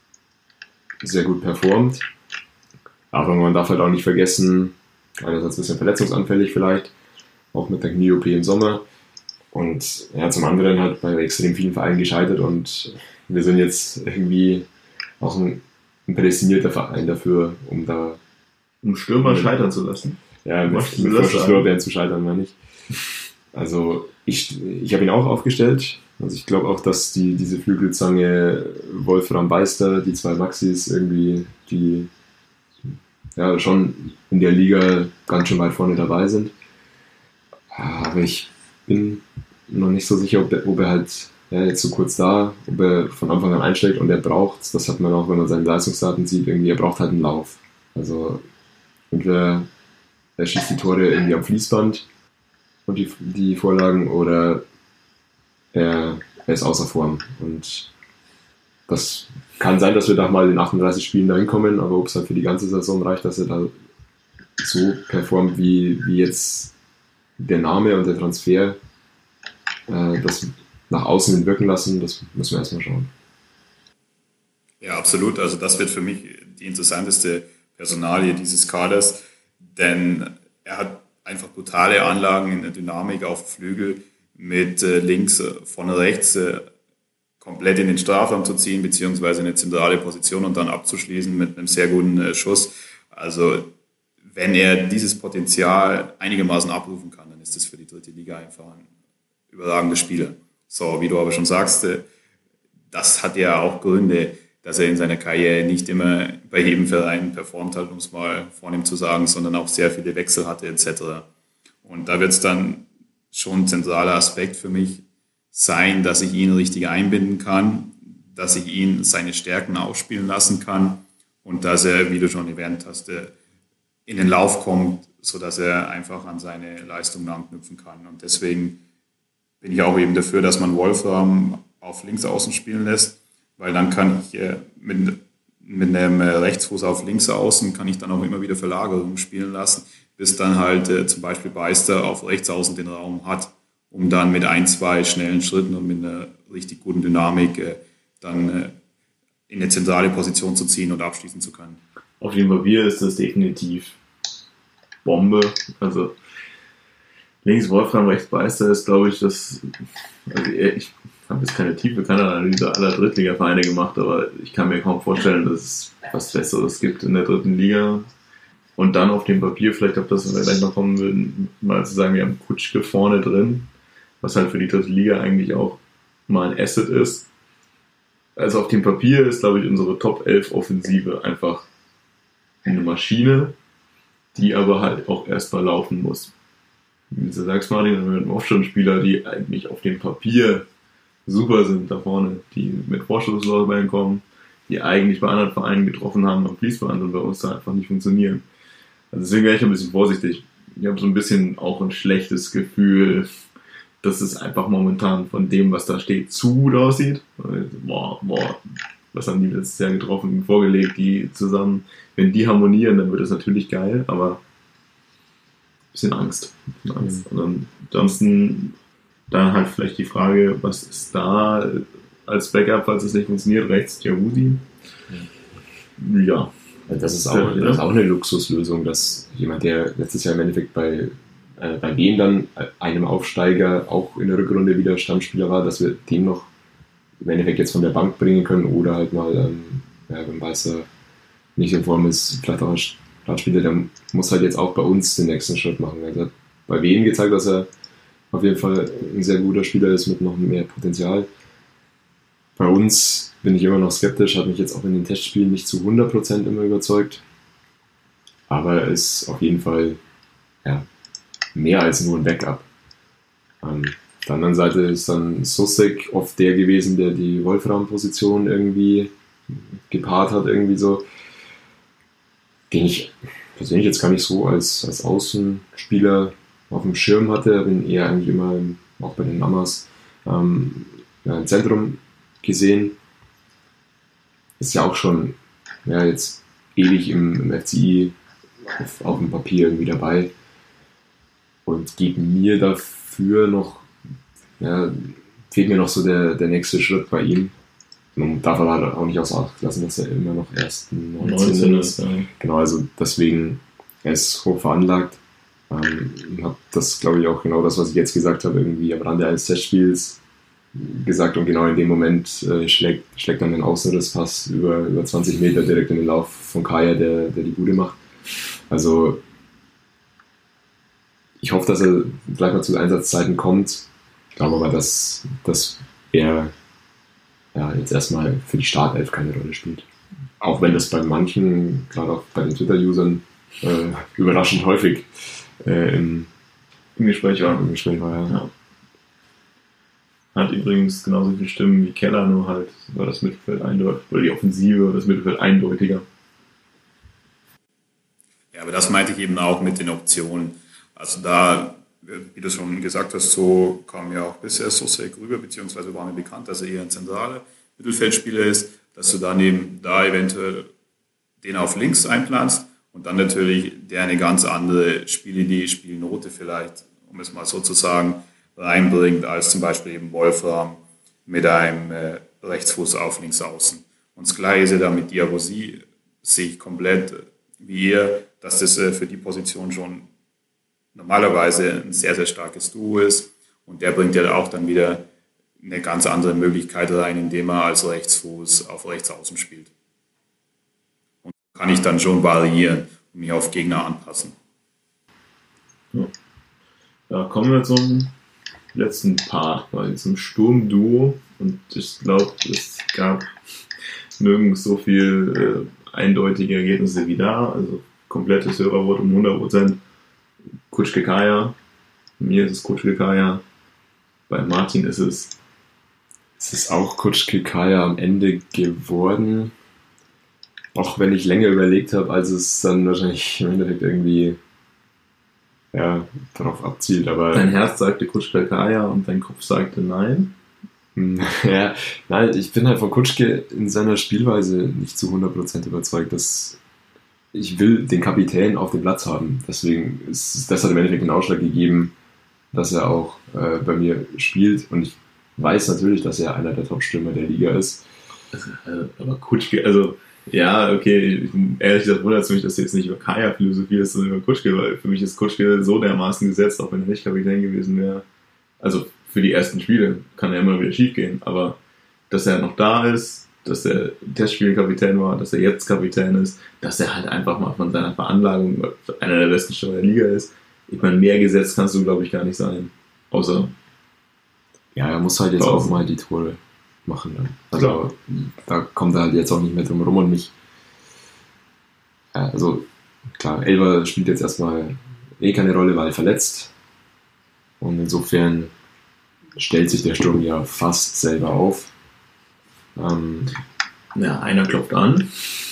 Speaker 3: sehr gut performt. Aber man darf halt auch nicht vergessen, einerseits ein bisschen verletzungsanfällig vielleicht, auch mit der Knie-O P im Sommer. Und ja, zum anderen halt bei extrem vielen Vereinen gescheitert, und wir sind jetzt irgendwie auch ein, ein prädestinierter Verein dafür, um da...
Speaker 2: Um Stürmer scheitern zu lassen.
Speaker 3: Ja, mit, mit Vorschusslorbeeren zu scheitern, meine ich. Also ich, ich habe ihn auch aufgestellt. Also ich glaube auch, dass die, diese Flügelzange Wolfram Beister, die zwei Maxis, irgendwie die ja schon in der Liga ganz schön weit vorne dabei sind. Aber ich bin noch nicht so sicher, ob er, ob er halt ja, jetzt so kurz da, ob er von Anfang an einsteigt, und er braucht, das hat man auch, wenn man seine Leistungsdaten sieht, irgendwie, er braucht halt einen Lauf. Also entweder er schießt die Tore irgendwie am Fließband und die, die Vorlagen, oder er, er ist außer Form. Und das kann sein, dass wir da mal in achtunddreißig Spielen da hinkommen, aber ob es halt für die ganze Saison reicht, dass er da so performt, wie, wie jetzt der Name und der Transfer äh, das nach außen hin wirken lassen, das müssen wir erstmal schauen.
Speaker 4: Ja, absolut. Also das wird für mich die interessanteste Personalie dieses Kaders, denn er hat einfach brutale Anlagen in der Dynamik auf dem Flügel, mit äh, links äh, von rechts äh, komplett in den Strafraum zu ziehen, beziehungsweise eine zentrale Position und dann abzuschließen mit einem sehr guten äh, Schuss. Also wenn er dieses Potenzial einigermaßen abrufen kann, dann ist das für die dritte Liga einfach ein überragender Spieler. So, wie du aber schon sagst, äh, das hat ja auch Gründe, dass er in seiner Karriere nicht immer bei jedem Verein performt hat, um es mal vornehm zu sagen, sondern auch sehr viele Wechsel hatte et cetera. Und da wird es dann schon ein zentraler Aspekt für mich sein, dass ich ihn richtig einbinden kann, dass ich ihn seine Stärken ausspielen lassen kann und dass er, wie du schon erwähnt hast, in den Lauf kommt, sodass er einfach an seine Leistungen anknüpfen kann. Und deswegen bin ich auch eben dafür, dass man Wolfram auf links außen spielen lässt, weil dann kann ich äh, mit, mit einem Rechtsfuß auf links außen kann ich dann auch immer wieder Verlagerungen spielen lassen, bis dann halt äh, zum Beispiel Beister auf rechts außen den Raum hat, um dann mit ein, zwei schnellen Schritten und mit einer richtig guten Dynamik äh, dann äh, in eine zentrale Position zu ziehen und abschließen zu können.
Speaker 2: Auf dem Papier ist das definitiv Bombe. Also links Wolfram, rechts Beister ist, glaube ich, das, also ich habe jetzt keine tiefe Kanada-Analyse aller Drittliga-Vereine gemacht, aber ich kann mir kaum vorstellen, dass es was Besseres gibt in der dritten Liga. Und dann auf dem Papier, vielleicht auf das wir gleich noch kommen würden, mal zu sagen, wir haben Kutschke vorne drin, was halt für die dritte Liga eigentlich auch mal ein Asset ist. Also auf dem Papier ist, glaube ich, unsere Top elf Offensive einfach eine Maschine, die aber halt auch erstmal laufen muss. Wie du sagst, Martin, dann haben wir auch schon Spieler, die eigentlich auf dem Papier super sind da vorne, die mit Vorschusslorbeeren kommen, die eigentlich bei anderen Vereinen getroffen haben am Fließband und bei uns da einfach nicht funktionieren. Also deswegen wäre ich ein bisschen vorsichtig. Ich habe so ein bisschen auch ein schlechtes Gefühl, dass es einfach momentan von dem, was da steht, zu gut aussieht. Boah, boah, was haben die letztes Jahr getroffen, vorgelegt, die zusammen. Wenn die harmonieren, dann wird es natürlich geil, aber ein bisschen Angst. Angst. Und ansonsten dann halt vielleicht die Frage, was ist da als Backup, falls es nicht funktioniert, rechts Jahusi? Ja.
Speaker 3: Das ist, auch, das ist auch eine Luxuslösung, dass jemand, der letztes Jahr im Endeffekt bei, äh, bei Wien dann einem Aufsteiger auch in der Rückrunde wieder Stammspieler war, dass wir den noch im Endeffekt jetzt von der Bank bringen können oder halt mal, ähm, ja, wenn Weißer nicht in Form ist, vielleicht auch ein Startspieler, der muss halt jetzt auch bei uns den nächsten Schritt machen. Er hat bei Wien gezeigt, dass er auf jeden Fall ein sehr guter Spieler ist mit noch mehr Potenzial. Bei uns bin ich immer noch skeptisch, hat mich jetzt auch in den Testspielen nicht zu hundert Prozent immer überzeugt. Aber er ist auf jeden Fall ja, mehr als nur ein Backup. Ähm, auf der anderen Seite ist dann Susek oft der gewesen, der die Wolfram-Position irgendwie gepaart hat, irgendwie so. Den ich persönlich jetzt gar nicht so als, als Außenspieler auf dem Schirm hatte, bin eher eigentlich immer, auch bei den Mamas, ähm, ja, im Zentrum gesehen. Ist ja auch schon ja, jetzt ewig im, im F C I auf, auf dem Papier irgendwie dabei und gibt mir dafür noch, ja, fehlt mir noch so der, der nächste Schritt bei ihm. Man darf aber auch nicht außer Acht lassen, dass er immer noch erst neunzehn ist. Ja. Genau, also deswegen, er ist hoch veranlagt. Ähm, habe das, glaube ich, auch genau das, was ich jetzt gesagt habe, irgendwie am Rande eines Testspiels gesagt und genau in dem Moment äh, schlägt, schlägt dann ein Außenrisspass über, über zwanzig Meter direkt in den Lauf von Kaya, der, der die Bude macht. Also ich hoffe, dass er gleich mal zu Einsatzzeiten kommt. Ich glaube aber, dass, dass er ja, jetzt erstmal für die Startelf keine Rolle spielt. Auch wenn das bei manchen, gerade auch bei den Twitter-Usern, äh, überraschend häufig äh, im,
Speaker 2: im Gespräch war.
Speaker 3: Im Gespräch war ja. Ja.
Speaker 2: Hat übrigens genauso viele Stimmen wie Keller, nur halt war das Mittelfeld eindeutig, oder die Offensive oder das Mittelfeld eindeutiger.
Speaker 4: Ja, aber das meinte ich eben auch mit den Optionen. Also da, wie du schon gesagt hast, so kam ja auch bisher Susek rüber, beziehungsweise war mir bekannt, dass er eher ein zentraler Mittelfeldspieler ist, dass du dann eben da eventuell den auf links einplanst und dann natürlich der eine ganz andere Spielidee, Spielnote vielleicht, um es mal so zu sagen, reinbringt, als zum Beispiel eben Wolfram mit einem äh, Rechtsfuß auf links außen. Und das Gleiche ist ja da mit Diabosi, sehe ich komplett wie ihr, dass das äh, für die Position schon normalerweise ein sehr, sehr starkes Duo ist. Und der bringt ja auch dann wieder eine ganz andere Möglichkeit rein, indem er als Rechtsfuß auf rechts außen spielt. Und kann ich dann schon variieren und mich auf Gegner anpassen.
Speaker 2: Ja, ja kommen wir zum letzten Part, weil zum Sturmduo, und ich glaube, es gab nirgends so viel äh, eindeutige Ergebnisse wie da, also komplettes Hörerwort um hundert Prozent. Kutschke Kaya, bei mir ist es Kutschke Kaya, bei Martin ist es
Speaker 3: es ist auch Kutschke Kaya am Ende geworden, auch wenn ich länger überlegt habe, als es dann wahrscheinlich im Endeffekt irgendwie ja, darauf abzielt, aber...
Speaker 2: Dein Herz sagte Kutschke Kaya und dein Kopf sagte nein?
Speaker 3: Ja, nein, ich bin halt von Kutschke in seiner Spielweise nicht zu hundert Prozent überzeugt, dass ich will den Kapitän auf dem Platz haben. Deswegen ist das hat im Endeffekt den Ausschlag gegeben, dass er auch äh, bei mir spielt und ich weiß natürlich, dass er einer der Top-Stürmer der Liga ist.
Speaker 2: Also, aber Kutschke, also Ja, okay, ehrlich gesagt wundert es mich, dass du jetzt nicht über Kaya philosophierst, sondern über Kutschke, weil für mich ist Kutschke so dermaßen gesetzt, auch wenn er nicht Kapitän gewesen wäre. Also für die ersten Spiele kann er immer wieder schief gehen, aber dass er noch da ist, dass er Testspielkapitän war, dass er jetzt Kapitän ist, dass er halt einfach mal von seiner Veranlagung einer der besten Stürmer der Liga ist. Ich meine, mehr gesetzt kannst du, glaube ich, gar nicht sein. Außer...
Speaker 3: Ja, er muss halt jetzt auch mal die Tore machen. Dann. Also klar. Da kommt er halt jetzt auch nicht mehr drum rum und nicht. Ja, also klar, Elber spielt jetzt erstmal eh keine Rolle, weil verletzt. Und insofern stellt sich der Sturm ja fast selber auf. Ähm,
Speaker 2: ja, einer klopft an.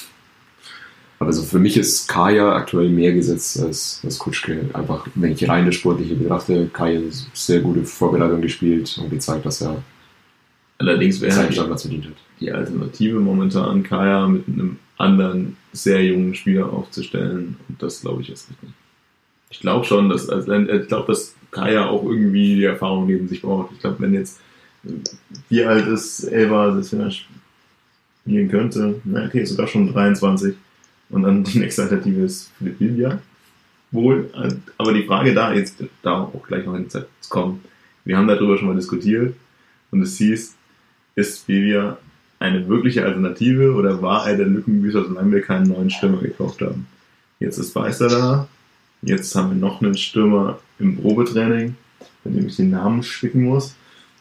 Speaker 3: Aber also für mich ist Kaya aktuell mehr gesetzt als, als Kutschke. Einfach, wenn ich rein das Sportliche betrachte, Kaya eine sehr gute Vorbereitung gespielt und gezeigt, dass er
Speaker 2: allerdings wäre
Speaker 3: seinen Standards verdient hat.
Speaker 2: Die Alternative momentan, Kaya mit einem anderen, sehr jungen Spieler aufzustellen. Und das glaube ich jetzt nicht. Ich glaube schon, dass, also ich glaube, dass Kaya auch irgendwie die Erfahrung neben sich braucht. Ich glaube, wenn jetzt, wie alt ist Elva, dass er spielen könnte, na okay, sogar schon dreiundzwanzig. Und dann die nächste Alternative ist Philipp Bilbia. Wohl, aber die Frage da, jetzt da auch gleich noch in die Zeit zu kommen, wir haben darüber schon mal diskutiert und es hieß, ist Bilbia eine wirkliche Alternative oder war er der Lückenbüßer, solange wir keinen neuen Stürmer gekauft haben? Jetzt ist Weißer da, jetzt haben wir noch einen Stürmer im Probetraining, bei dem ich den Namen spicken muss.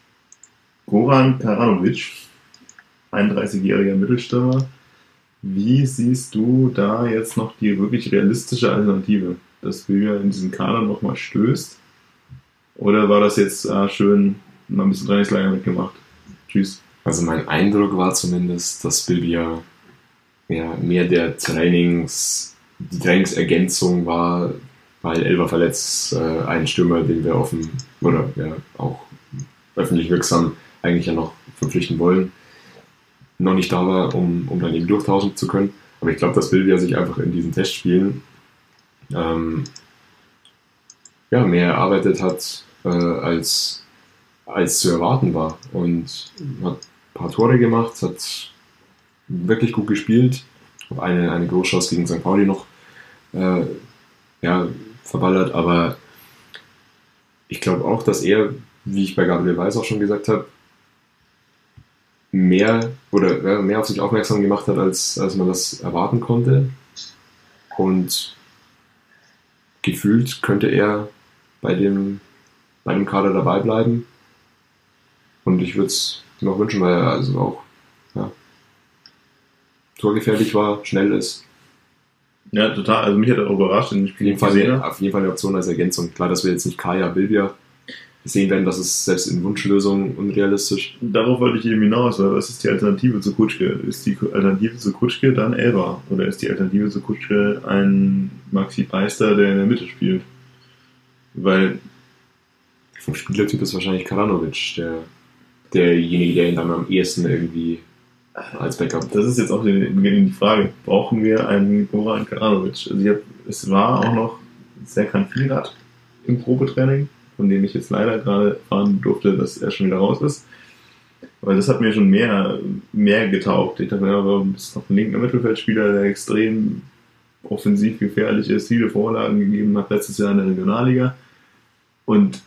Speaker 2: Goran Karanovic, einunddreißigjähriger Mittelstürmer. Wie siehst du da jetzt noch die wirklich realistische Alternative, dass wir in diesen Kader nochmal stößt? Oder war das jetzt äh, schön, mal ein bisschen Trainingslager mitgemacht? Tschüss.
Speaker 3: Also mein Eindruck war zumindest, dass Bilbia ja, mehr der Trainings, die Trainingsergänzung war, weil Elva verletzt, äh, ein Stürmer, den wir offen oder ja, auch öffentlich wirksam eigentlich ja noch verpflichten wollen, noch nicht da war, um, um dann eben durchtauschen zu können. Aber ich glaube, dass Bilbia sich einfach in diesen Testspielen ähm, ja, mehr erarbeitet hat, äh, als, als zu erwarten war. Und hat ein paar Tore gemacht, hat wirklich gut gespielt. Eine, eine Großchance gegen Sankt Pauli noch äh, ja, verballert. Aber ich glaube auch, dass er, wie ich bei Gabriel Weiß auch schon gesagt habe, mehr oder ja, mehr auf sich aufmerksam gemacht hat, als, als man das erwarten konnte. Und gefühlt könnte er bei dem, bei dem Kader dabei bleiben. Und ich würde es ihm auch wünschen, weil er also auch ja, torgefährlich war, schnell ist.
Speaker 2: Ja, total. Also mich hat er auch überrascht. In
Speaker 3: auf, jeden Fall, auf jeden Fall eine Option als Ergänzung. Klar, dass wir jetzt nicht Kaya Bilbia sehen werden, dass es selbst in Wunschlösungen unrealistisch.
Speaker 2: Darauf wollte ich eben hinaus, weil was ist die Alternative zu Kutschke? Ist die Alternative zu Kutschke dann Elva? Oder ist die Alternative zu Kutschke ein Maxi Beister, der in der Mitte spielt? Weil
Speaker 3: vom Spielertyp ist wahrscheinlich Karanovic, der, derjenige, der ihn dann am ehesten irgendwie als Backup.
Speaker 2: Das ist jetzt auch die, die Frage. Brauchen wir einen Goran Karanovic? Also ich hab, es war auch noch Serkan Firat im Probetraining, von dem ich jetzt leider gerade erfahren durfte, dass er schon wieder raus ist. Weil das hat mir schon mehr, mehr getaugt. Ich dachte mir, aber du bist noch ein linker Mittelfeldspieler, der extrem offensiv gefährlich ist, viele Vorlagen gegeben hat, letztes Jahr in der Regionalliga. Und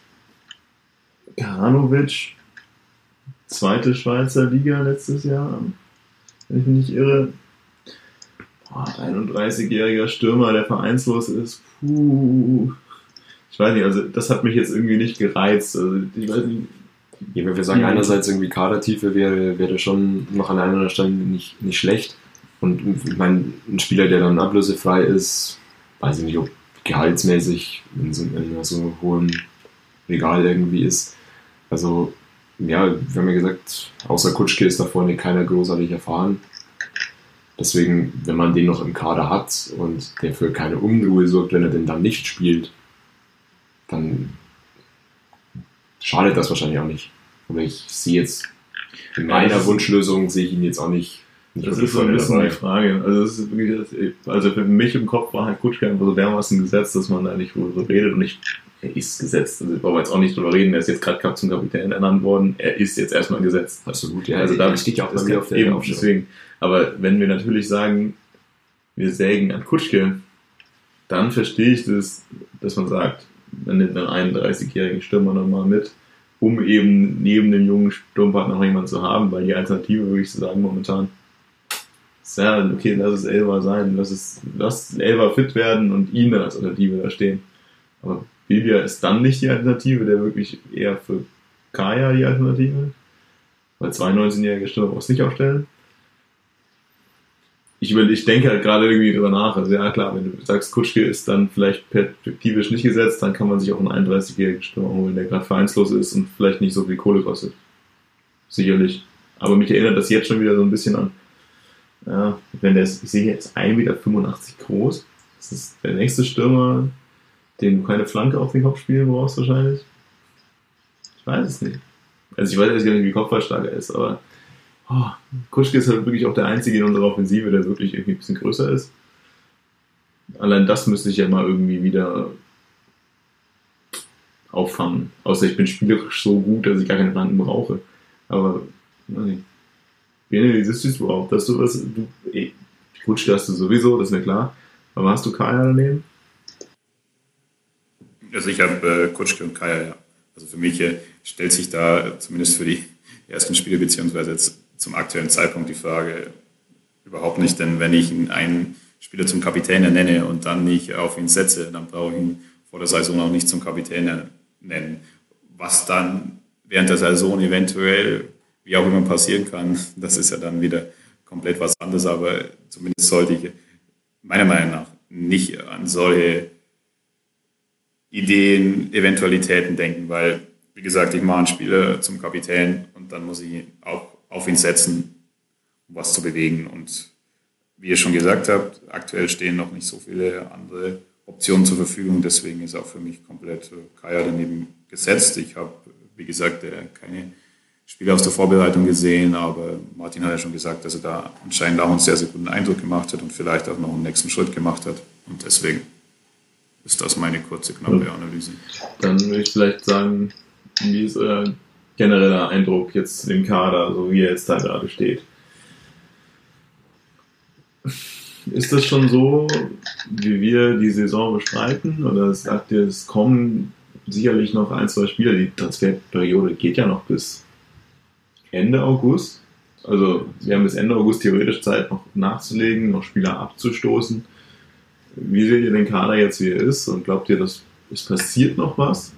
Speaker 2: Karanovic, zweite Schweizer Liga letztes Jahr, wenn ich mich nicht irre. Boah, einunddreißigjähriger Stürmer, der vereinslos ist. Puh. Ich weiß nicht, also das hat mich jetzt irgendwie nicht gereizt. Also ich weiß nicht.
Speaker 3: Ja, wenn wir sagen, einerseits irgendwie Kadertiefe wäre, wäre schon noch an einer Stelle nicht, nicht schlecht. Und ich meine, ein Spieler, der dann ablösefrei ist, weiß ich nicht, ob gehaltsmäßig in so, in so einem hohen Regal irgendwie ist. Also, ja, wir haben ja gesagt, außer Kutschke ist da vorne keiner großartig erfahren. Deswegen, wenn man den noch im Kader hat und der für keine Unruhe sorgt, wenn er denn dann nicht spielt, dann schadet das wahrscheinlich auch nicht. Aber ich sehe jetzt, in meiner ja, Wunschlösung sehe ich ihn jetzt auch nicht. nicht
Speaker 2: das ist so ein bisschen dabei. Die Frage. Also, das ist wirklich, also für mich im Kopf war halt Kutschke einfach so dermaßen gesetzt, dass man da nicht drüber redet. Und ich, er ist gesetzt. Also ich brauche jetzt auch nicht drüber reden. Er ist jetzt gerade zum Kapitän ernannt worden. Er ist jetzt erstmal gesetzt.
Speaker 3: Absolut, ja.
Speaker 2: Also da steht ja auch bei mir auf der Aufstellung. Deswegen. Aber wenn wir natürlich sagen, wir sägen an Kutschke, dann verstehe ich das, dass man sagt, man nimmt einen einunddreißigjährigen Stürmer nochmal mit, um eben neben dem jungen Sturmpartner noch jemanden zu haben, weil die Alternative, würde ich so sagen, momentan ist ja, okay, lass es Elva sein, lass es, lass Elva fit werden und ihn dann als Alternative da stehen. Aber Bibia ist dann nicht die Alternative, der wirklich eher für Kaya die Alternative, weil zwei neunzehnjährige Stürmer brauchst du nicht aufstellen. Ich, über, ich denke halt gerade irgendwie drüber nach. Also ja klar, wenn du sagst, Kutschke ist dann vielleicht perspektivisch nicht gesetzt, dann kann man sich auch einen einunddreißigjährigen Stürmer holen, der gerade vereinslos ist und vielleicht nicht so viel Kohle kostet. Sicherlich. Aber mich erinnert das jetzt schon wieder so ein bisschen an, ja, wenn der ist, ich sehe jetzt ein Meter fünfundachtzig groß. Das ist der nächste Stürmer, den du keine Flanke auf den Kopf spielen brauchst wahrscheinlich. Ich weiß es nicht. Also ich weiß jetzt gar nicht, wie kopfballstark er ist, aber oh, Kutschke ist halt wirklich auch der Einzige in unserer Offensive, der wirklich irgendwie ein bisschen größer ist. Allein das müsste ich ja mal irgendwie wieder auffangen. Außer ich bin spielerisch so gut, dass ich gar keine Flanken brauche. Aber, weiß nicht. Bene, wie siehst du es überhaupt? Dass du was, du, ey, Kutschke hast du sowieso, das ist mir klar. Aber hast du Kaya daneben?
Speaker 4: Also ich habe äh, Kutschke und Kaya, ja. Also für mich äh, stellt sich da zumindest für die ersten Spiele beziehungsweise jetzt zum aktuellen Zeitpunkt die Frage überhaupt nicht, denn wenn ich einen Spieler zum Kapitän ernenne und dann nicht auf ihn setze, dann brauche ich ihn vor der Saison auch nicht zum Kapitän nennen. Was dann während der Saison eventuell, wie auch immer passieren kann, das ist ja dann wieder komplett was anderes, aber zumindest sollte ich meiner Meinung nach nicht an solche Ideen, Eventualitäten denken, weil, wie gesagt, ich mache einen Spieler zum Kapitän und dann muss ich auch auf ihn setzen, um was zu bewegen. Und wie ihr schon gesagt habt, aktuell stehen noch nicht so viele andere Optionen zur Verfügung, deswegen ist auch für mich komplett Kaya daneben gesetzt. Ich habe, wie gesagt, keine Spiele aus der Vorbereitung gesehen, aber Martin hat ja schon gesagt, dass er da anscheinend auch einen sehr, sehr guten Eindruck gemacht hat und vielleicht auch noch einen nächsten Schritt gemacht hat. Und deswegen ist das meine kurze, knappe Analyse.
Speaker 2: Dann würde ich vielleicht sagen, wie ist euer genereller Eindruck jetzt zu dem Kader, so wie er jetzt da gerade steht? Ist das schon so, wie wir die Saison bestreiten? Oder sagt ihr, es kommen sicherlich noch ein, zwei Spieler? Die Transferperiode geht ja noch bis Ende August. Also wir haben bis Ende August theoretisch Zeit, noch nachzulegen, noch Spieler abzustoßen. Wie seht ihr den Kader jetzt, wie er ist? Und glaubt ihr, dass es passiert noch was?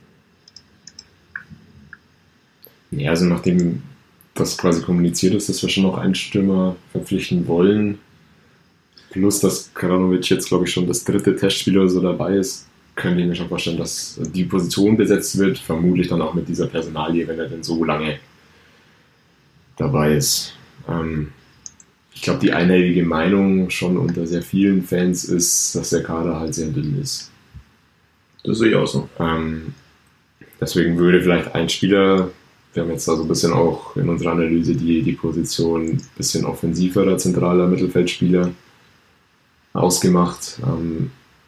Speaker 3: Ja, also nachdem das quasi kommuniziert ist, dass wir schon noch einen Stürmer verpflichten wollen, plus dass Karanovic jetzt, glaube ich, schon das dritte Testspiel oder so dabei ist, könnte ich mir schon vorstellen, dass die Position besetzt wird, vermutlich dann auch mit dieser Personalie, wenn er denn so lange dabei ist. Ähm, ich glaube, die einhellige Meinung schon unter sehr vielen Fans ist, dass der Kader halt sehr dünn ist.
Speaker 2: Das sehe ich auch so.
Speaker 3: Ähm, deswegen würde vielleicht ein Spieler, wir haben jetzt da so ein bisschen auch in unserer Analyse die, die Position ein bisschen offensiverer, zentraler Mittelfeldspieler ausgemacht. Ähm,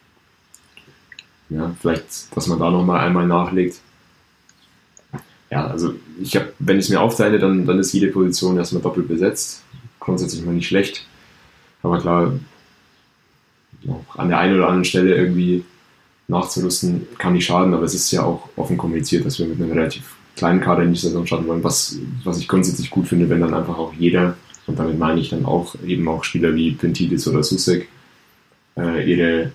Speaker 3: ja, vielleicht, dass man da nochmal einmal nachlegt. Ja, also ich habe, wenn ich es mir aufteile, dann, dann ist jede Position erstmal doppelt besetzt. Grundsätzlich mal nicht schlecht. Aber klar, auch an der einen oder anderen Stelle irgendwie nachzurüsten kann nicht schaden, aber es ist ja auch offen kommuniziert, dass wir mit einem relativ kleinen Kader in die Saison starten wollen, was, was ich grundsätzlich gut finde, wenn dann einfach auch jeder, und damit meine ich dann auch eben auch Spieler wie Pentidis oder Susek, äh, ihre,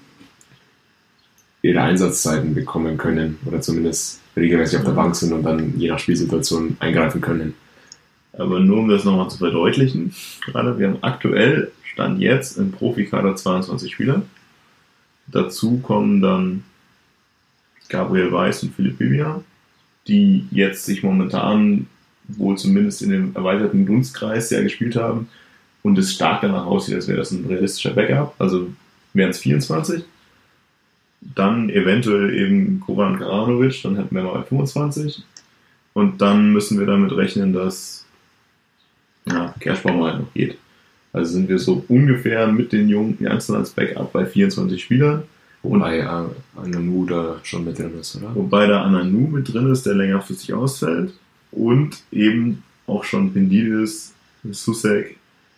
Speaker 3: ihre Einsatzzeiten bekommen können oder zumindest regelmäßig auf der Bank sind und dann je nach Spielsituation eingreifen können.
Speaker 2: Aber nur um das nochmal zu verdeutlichen, gerade wir haben aktuell, Stand jetzt, im Profikader zweiundzwanzig Spieler. Dazu kommen dann Gabriel Weiß und Philipp Bibia, die jetzt sich momentan wohl zumindest in dem erweiterten Dunstkreis sehr gespielt haben und es stark danach aussieht, als wäre das ein realistischer Backup. Also wären es vierundzwanzig. Dann eventuell eben Goran Karanovic, dann hätten wir mal fünfundzwanzig. Und dann müssen wir damit rechnen, dass ja, Kerschbaum halt noch geht. Also sind wir so ungefähr mit den Jungen Janssen als Backup bei vierundzwanzig Spielern.
Speaker 3: Wobei Ananu da schon mit drin ist, oder?
Speaker 2: Wobei da Ananu mit drin ist, der längerfristig ausfällt. Und eben auch schon Pendidis, Susek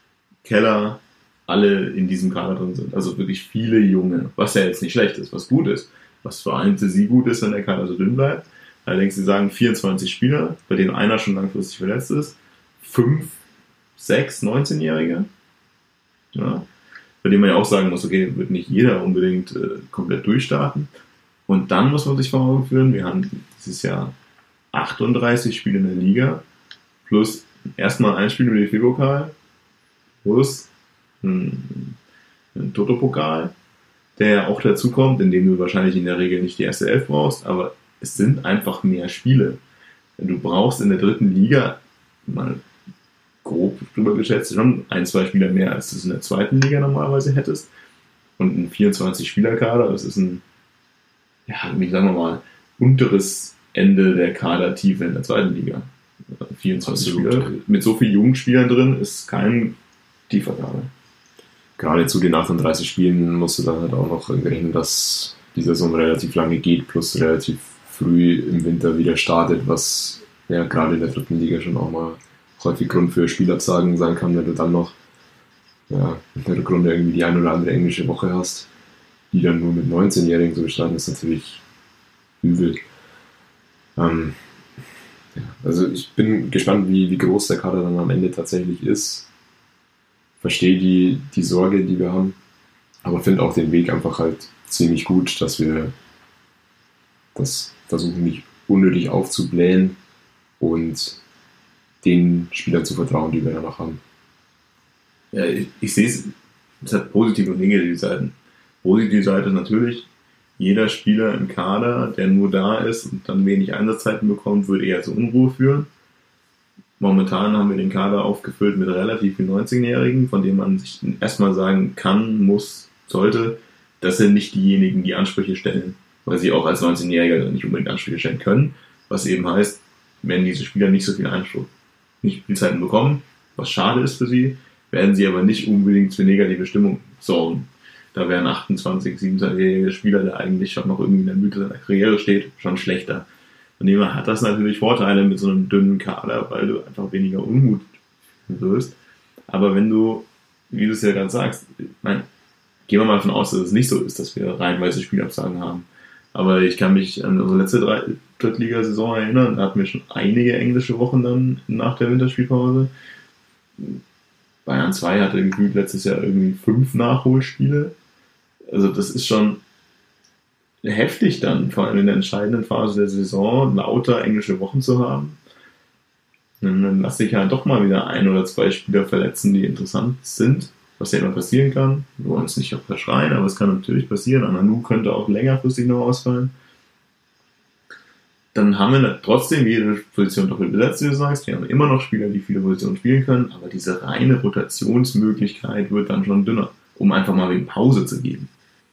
Speaker 2: Keller, alle in diesem Kader drin sind. Also wirklich viele Junge, was ja jetzt nicht schlecht ist, was gut ist. Was vor allem für sie gut ist, wenn der Kader so dünn bleibt. Allerdings, sie sagen vierundzwanzig Spieler, bei denen einer schon langfristig verletzt ist, fünf, sechs, neunzehnjährige, ja, bei denen man ja auch sagen muss, okay, wird nicht jeder unbedingt äh, komplett durchstarten. Und dann muss man sich vor Augen führen, wir haben dieses Jahr achtunddreißig Spiele in der Liga, plus erstmal ein Spiel im D F B-Pokal, plus ein, ein Toto-Pokal, der auch dazu kommt, indem du wahrscheinlich in der Regel nicht die erste Elf brauchst, aber es sind einfach mehr Spiele. Du brauchst in der dritten Liga, mal grob drüber geschätzt, schon ein, zwei Spieler mehr, als du es in der zweiten Liga normalerweise hättest. Und ein vierundzwanzig-Spieler-Kader, das ist ein, ja, wie sagen wir mal, unteres Ende der Kadertiefe in der zweiten Liga. vierundzwanzig Absolut. Spieler mit so vielen jungen Spielern drin ist kein tiefer Kader.
Speaker 3: Gerade zu den achtunddreißig Spielen musst du dann halt auch noch rechnen, dass die Saison relativ lange geht, plus relativ früh im Winter wieder startet, was ja gerade in der dritten Liga schon auch mal häufig Grund für Spielabsagen sein kann, wenn du dann noch ja, in der Rückrunde irgendwie die ein oder andere englische Woche hast, die dann nur mit neunzehnjährigen so starten, ist natürlich übel. Ähm, ja, also ich bin gespannt, wie, wie groß der Kader dann am Ende tatsächlich ist. Verstehe die, die Sorge, die wir haben, aber finde auch den Weg einfach halt ziemlich gut, dass wir das versuchen, nicht unnötig aufzublähen und den Spielern zu vertrauen, die wir danach haben.
Speaker 2: Ja, ich, ich sehe es, es hat positive und negative Seiten. Positive Seite ist natürlich, jeder Spieler im Kader, der nur da ist und dann wenig Einsatzzeiten bekommt, würde eher zu Unruhe führen. Momentan haben wir den Kader aufgefüllt mit relativ vielen neunzehnjährigen, von denen man sich erstmal sagen kann, muss, sollte, das sind nicht diejenigen, die Ansprüche stellen, weil sie auch als neunzehnjährige nicht unbedingt Ansprüche stellen können, was eben heißt, wenn diese Spieler nicht so viel Anspruch, nicht Spielzeiten bekommen, was schade ist für sie, werden sie aber nicht unbedingt für negative Stimmung sorgen. Da wären achtundzwanzig, siebenundzwanzigjährige Spieler, der eigentlich schon noch irgendwie in der Mitte seiner Karriere steht, schon schlechter. Von dem her hat das natürlich Vorteile mit so einem dünnen Kader, weil du einfach weniger Unmut wirst. Aber wenn du, wie du es ja gerade sagst, ich meine, gehen wir mal davon aus, dass es nicht so ist, dass wir reihenweise Spielabsagen haben. Aber ich kann mich an unsere letzte Drittligasaison erinnern, da hatten wir schon einige englische Wochen dann nach der Winterspielpause. Bayern zwei hatte gefühlt letztes Jahr irgendwie fünf Nachholspiele. Also das ist schon heftig dann, vor allem in der entscheidenden Phase der Saison, lauter englische Wochen zu haben. Und dann lasse ich ja doch mal wieder ein oder zwei Spieler verletzen, die interessant sind, was ja immer passieren kann. Wir wollen es nicht auch verschreien, aber es kann natürlich passieren. Ananu könnte auch längerfristig noch ausfallen. Dann haben wir trotzdem jede Position doppelt besetzt, wie du sagst. Wir haben immer noch Spieler, die viele Positionen spielen können, aber diese reine Rotationsmöglichkeit wird dann schon dünner, um einfach mal wegen Pause zu geben.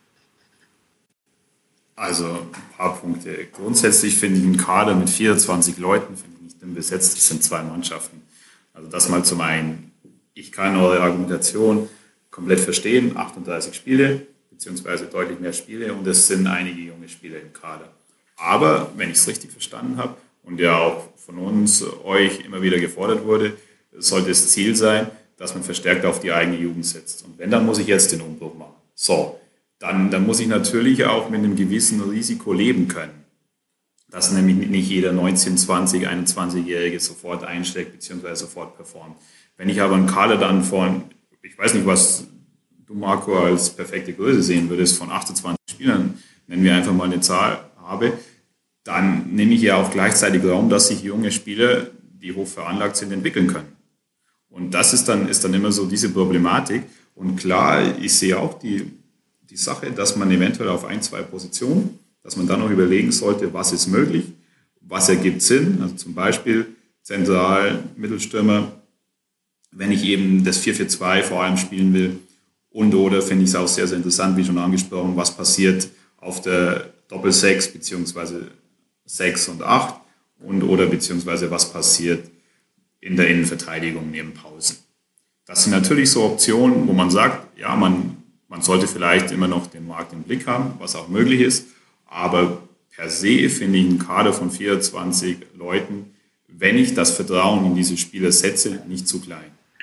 Speaker 4: Also ein paar Punkte. Grundsätzlich finde ich einen Kader mit vierundzwanzig Leuten finde ich nicht dünn besetzt. Das sind zwei Mannschaften. Also das mal zum einen. Ich kann eure Argumentation komplett verstehen. achtunddreißig Spiele, beziehungsweise deutlich mehr Spiele und es sind einige junge Spieler im Kader. Aber, wenn ich es richtig verstanden habe und ja auch von uns, euch immer wieder gefordert wurde, sollte das Ziel sein, dass man verstärkt auf die eigene Jugend setzt. Und wenn, dann muss ich jetzt den Umbruch machen. So, dann, dann muss ich natürlich auch mit einem gewissen Risiko leben können. Dass nämlich nicht jeder neunzehn-, zwanzig-, einundzwanzigjährige sofort einschlägt bzw. sofort performt. Wenn ich aber einen Kader dann von, ich weiß nicht, was du, Marco, als perfekte Größe sehen würdest, von achtundzwanzig Spielern, nennen wir einfach mal eine Zahl, habe, dann nehme ich ja auch gleichzeitig Raum, dass sich junge Spieler, die hoch veranlagt sind, entwickeln können. Und das ist dann, ist dann immer so diese Problematik. Und klar, ich sehe auch die, die Sache, dass man eventuell auf ein, zwei Positionen, dass man dann noch überlegen sollte, was ist möglich, was ergibt Sinn. Also zum Beispiel Zentral, Mittelstürmer, wenn ich eben das vier vier zwei vor allem spielen will. Und oder finde ich es auch sehr, sehr interessant, wie schon angesprochen, was passiert auf der Doppel-Sechs beziehungsweise sechs und acht und oder beziehungsweise was passiert in der Innenverteidigung neben Pausen. Das sind natürlich so Optionen, wo man sagt, ja, man, man sollte vielleicht immer noch den Markt im Blick haben, was auch möglich ist, aber per se finde ich einen Kader von vierundzwanzig Leuten, wenn ich das Vertrauen in diese Spieler setze, nicht zu klein.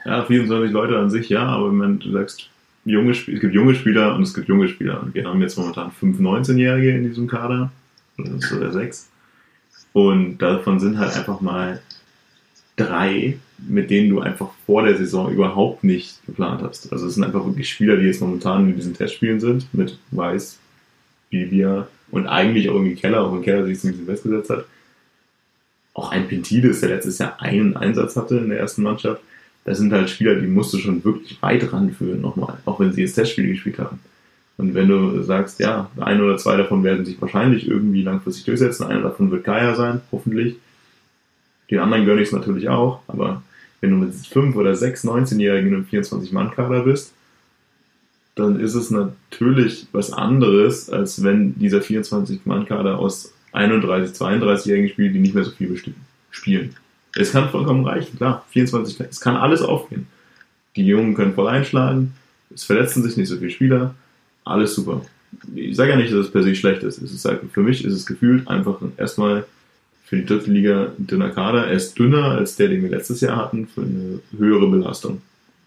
Speaker 2: Ja, vierundzwanzig Leute an sich, ja, aber wenn du sagst, junge Sp- es gibt junge Spieler und es gibt junge Spieler. Und wir haben jetzt momentan fünf neunzehnjährige in diesem Kader, oder, oder sechs. Und davon sind halt einfach mal drei, mit denen du einfach vor der Saison überhaupt nicht geplant hast. Also es sind einfach wirklich Spieler, die jetzt momentan in diesen Testspielen sind, mit Weiß, Bibia und eigentlich auch irgendwie Keller, auch wenn Keller sich ein bisschen festgesetzt hat. Auch ein Pintidis, der letztes Jahr einen Einsatz hatte in der ersten Mannschaft. Das sind halt Spieler, die musst du schon wirklich weit ranführen nochmal, auch wenn sie jetzt Testspiele gespielt haben. Und wenn du sagst, ja, ein oder zwei davon werden sich wahrscheinlich irgendwie langfristig durchsetzen, einer davon wird Kaya sein, hoffentlich. Den anderen gönne ich es natürlich auch, aber wenn du mit fünf oder sechs neunzehnjährigen in einem vierundzwanzig-Mann-Kader bist, dann ist es natürlich was anderes, als wenn dieser vierundzwanzig-Mann-Kader aus einunddreißig, zweiunddreißigjährigen spielt, die nicht mehr so viel spielen. Es kann vollkommen reichen, klar, vierundzwanzig, es kann alles aufgehen. Die Jungen können voll einschlagen, es verletzen sich nicht so viele Spieler, alles super. Ich sage ja nicht, dass es per se schlecht ist. Es ist halt, für mich ist es gefühlt einfach erstmal für die dritte Liga ein dünner Kader. Er ist dünner als der, den wir letztes Jahr hatten, für eine höhere Belastung.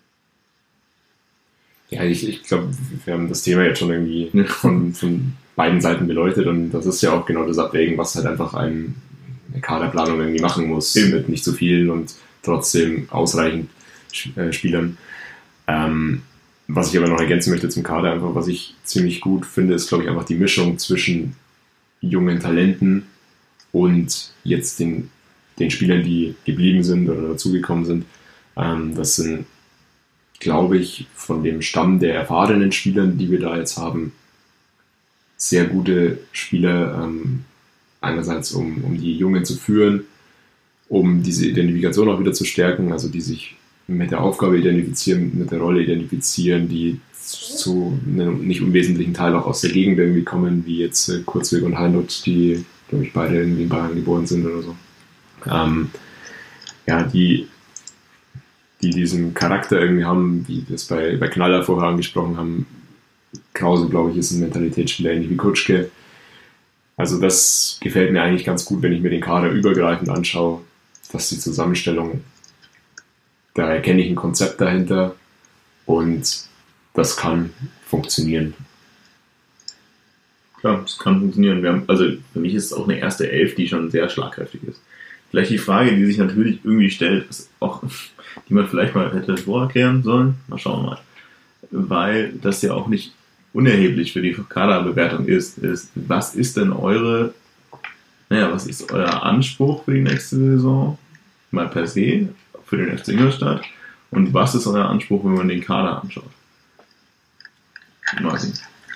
Speaker 3: Ja, ich, ich glaube, wir haben das Thema jetzt schon irgendwie von, von beiden Seiten beleuchtet und das ist ja auch genau das Abwägen, was halt einfach ein, eine Kaderplanung irgendwie machen muss, Eben. mit nicht zu vielen und trotzdem ausreichend äh, Spielern. Ähm, was ich aber noch ergänzen möchte zum Kader, einfach was ich ziemlich gut finde, ist, glaube ich, einfach die Mischung zwischen jungen Talenten und jetzt den, den Spielern, die geblieben sind oder dazugekommen sind. Ähm, das sind, glaube ich, von dem Stamm der erfahrenen Spielern, die wir da jetzt haben, sehr gute Spieler, ähm, einerseits um, um die Jungen zu führen, um diese Identifikation auch wieder zu stärken, also die sich mit der Aufgabe identifizieren, mit der Rolle identifizieren, die zu einem nicht unwesentlichen Teil auch aus der Gegend irgendwie kommen, wie jetzt äh, Kurzweg und Heinrich, die, glaube ich, beide irgendwie in Bayern geboren sind oder so. Ähm, ja, die, die diesen Charakter irgendwie haben, wie wir es bei, bei Knaller vorher angesprochen haben. Krause, glaube ich, ist ein Mentalitätsspieler, ähnlich wie Kutschke. Also das gefällt mir eigentlich ganz gut, wenn ich mir den Kader übergreifend anschaue, dass die Zusammenstellung, da erkenne ich ein Konzept dahinter und das kann funktionieren.
Speaker 2: Klar, das kann funktionieren. Wir haben, also für mich ist es auch eine erste Elf, die schon sehr schlagkräftig ist. Vielleicht die Frage, die sich natürlich irgendwie stellt, ist auch, die man vielleicht mal hätte vorerklären sollen. Mal schauen mal. Weil das ja auch nicht unerheblich für die Kaderbewertung ist, ist, was ist denn eure, naja, was ist euer Anspruch für die nächste Saison? Mal per se, für den F C Ingolstadt. Und was ist euer Anspruch, wenn man den Kader anschaut? Martin.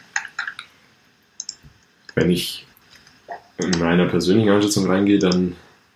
Speaker 3: Wenn ich in meiner persönlichen Einschätzung reingehe, dann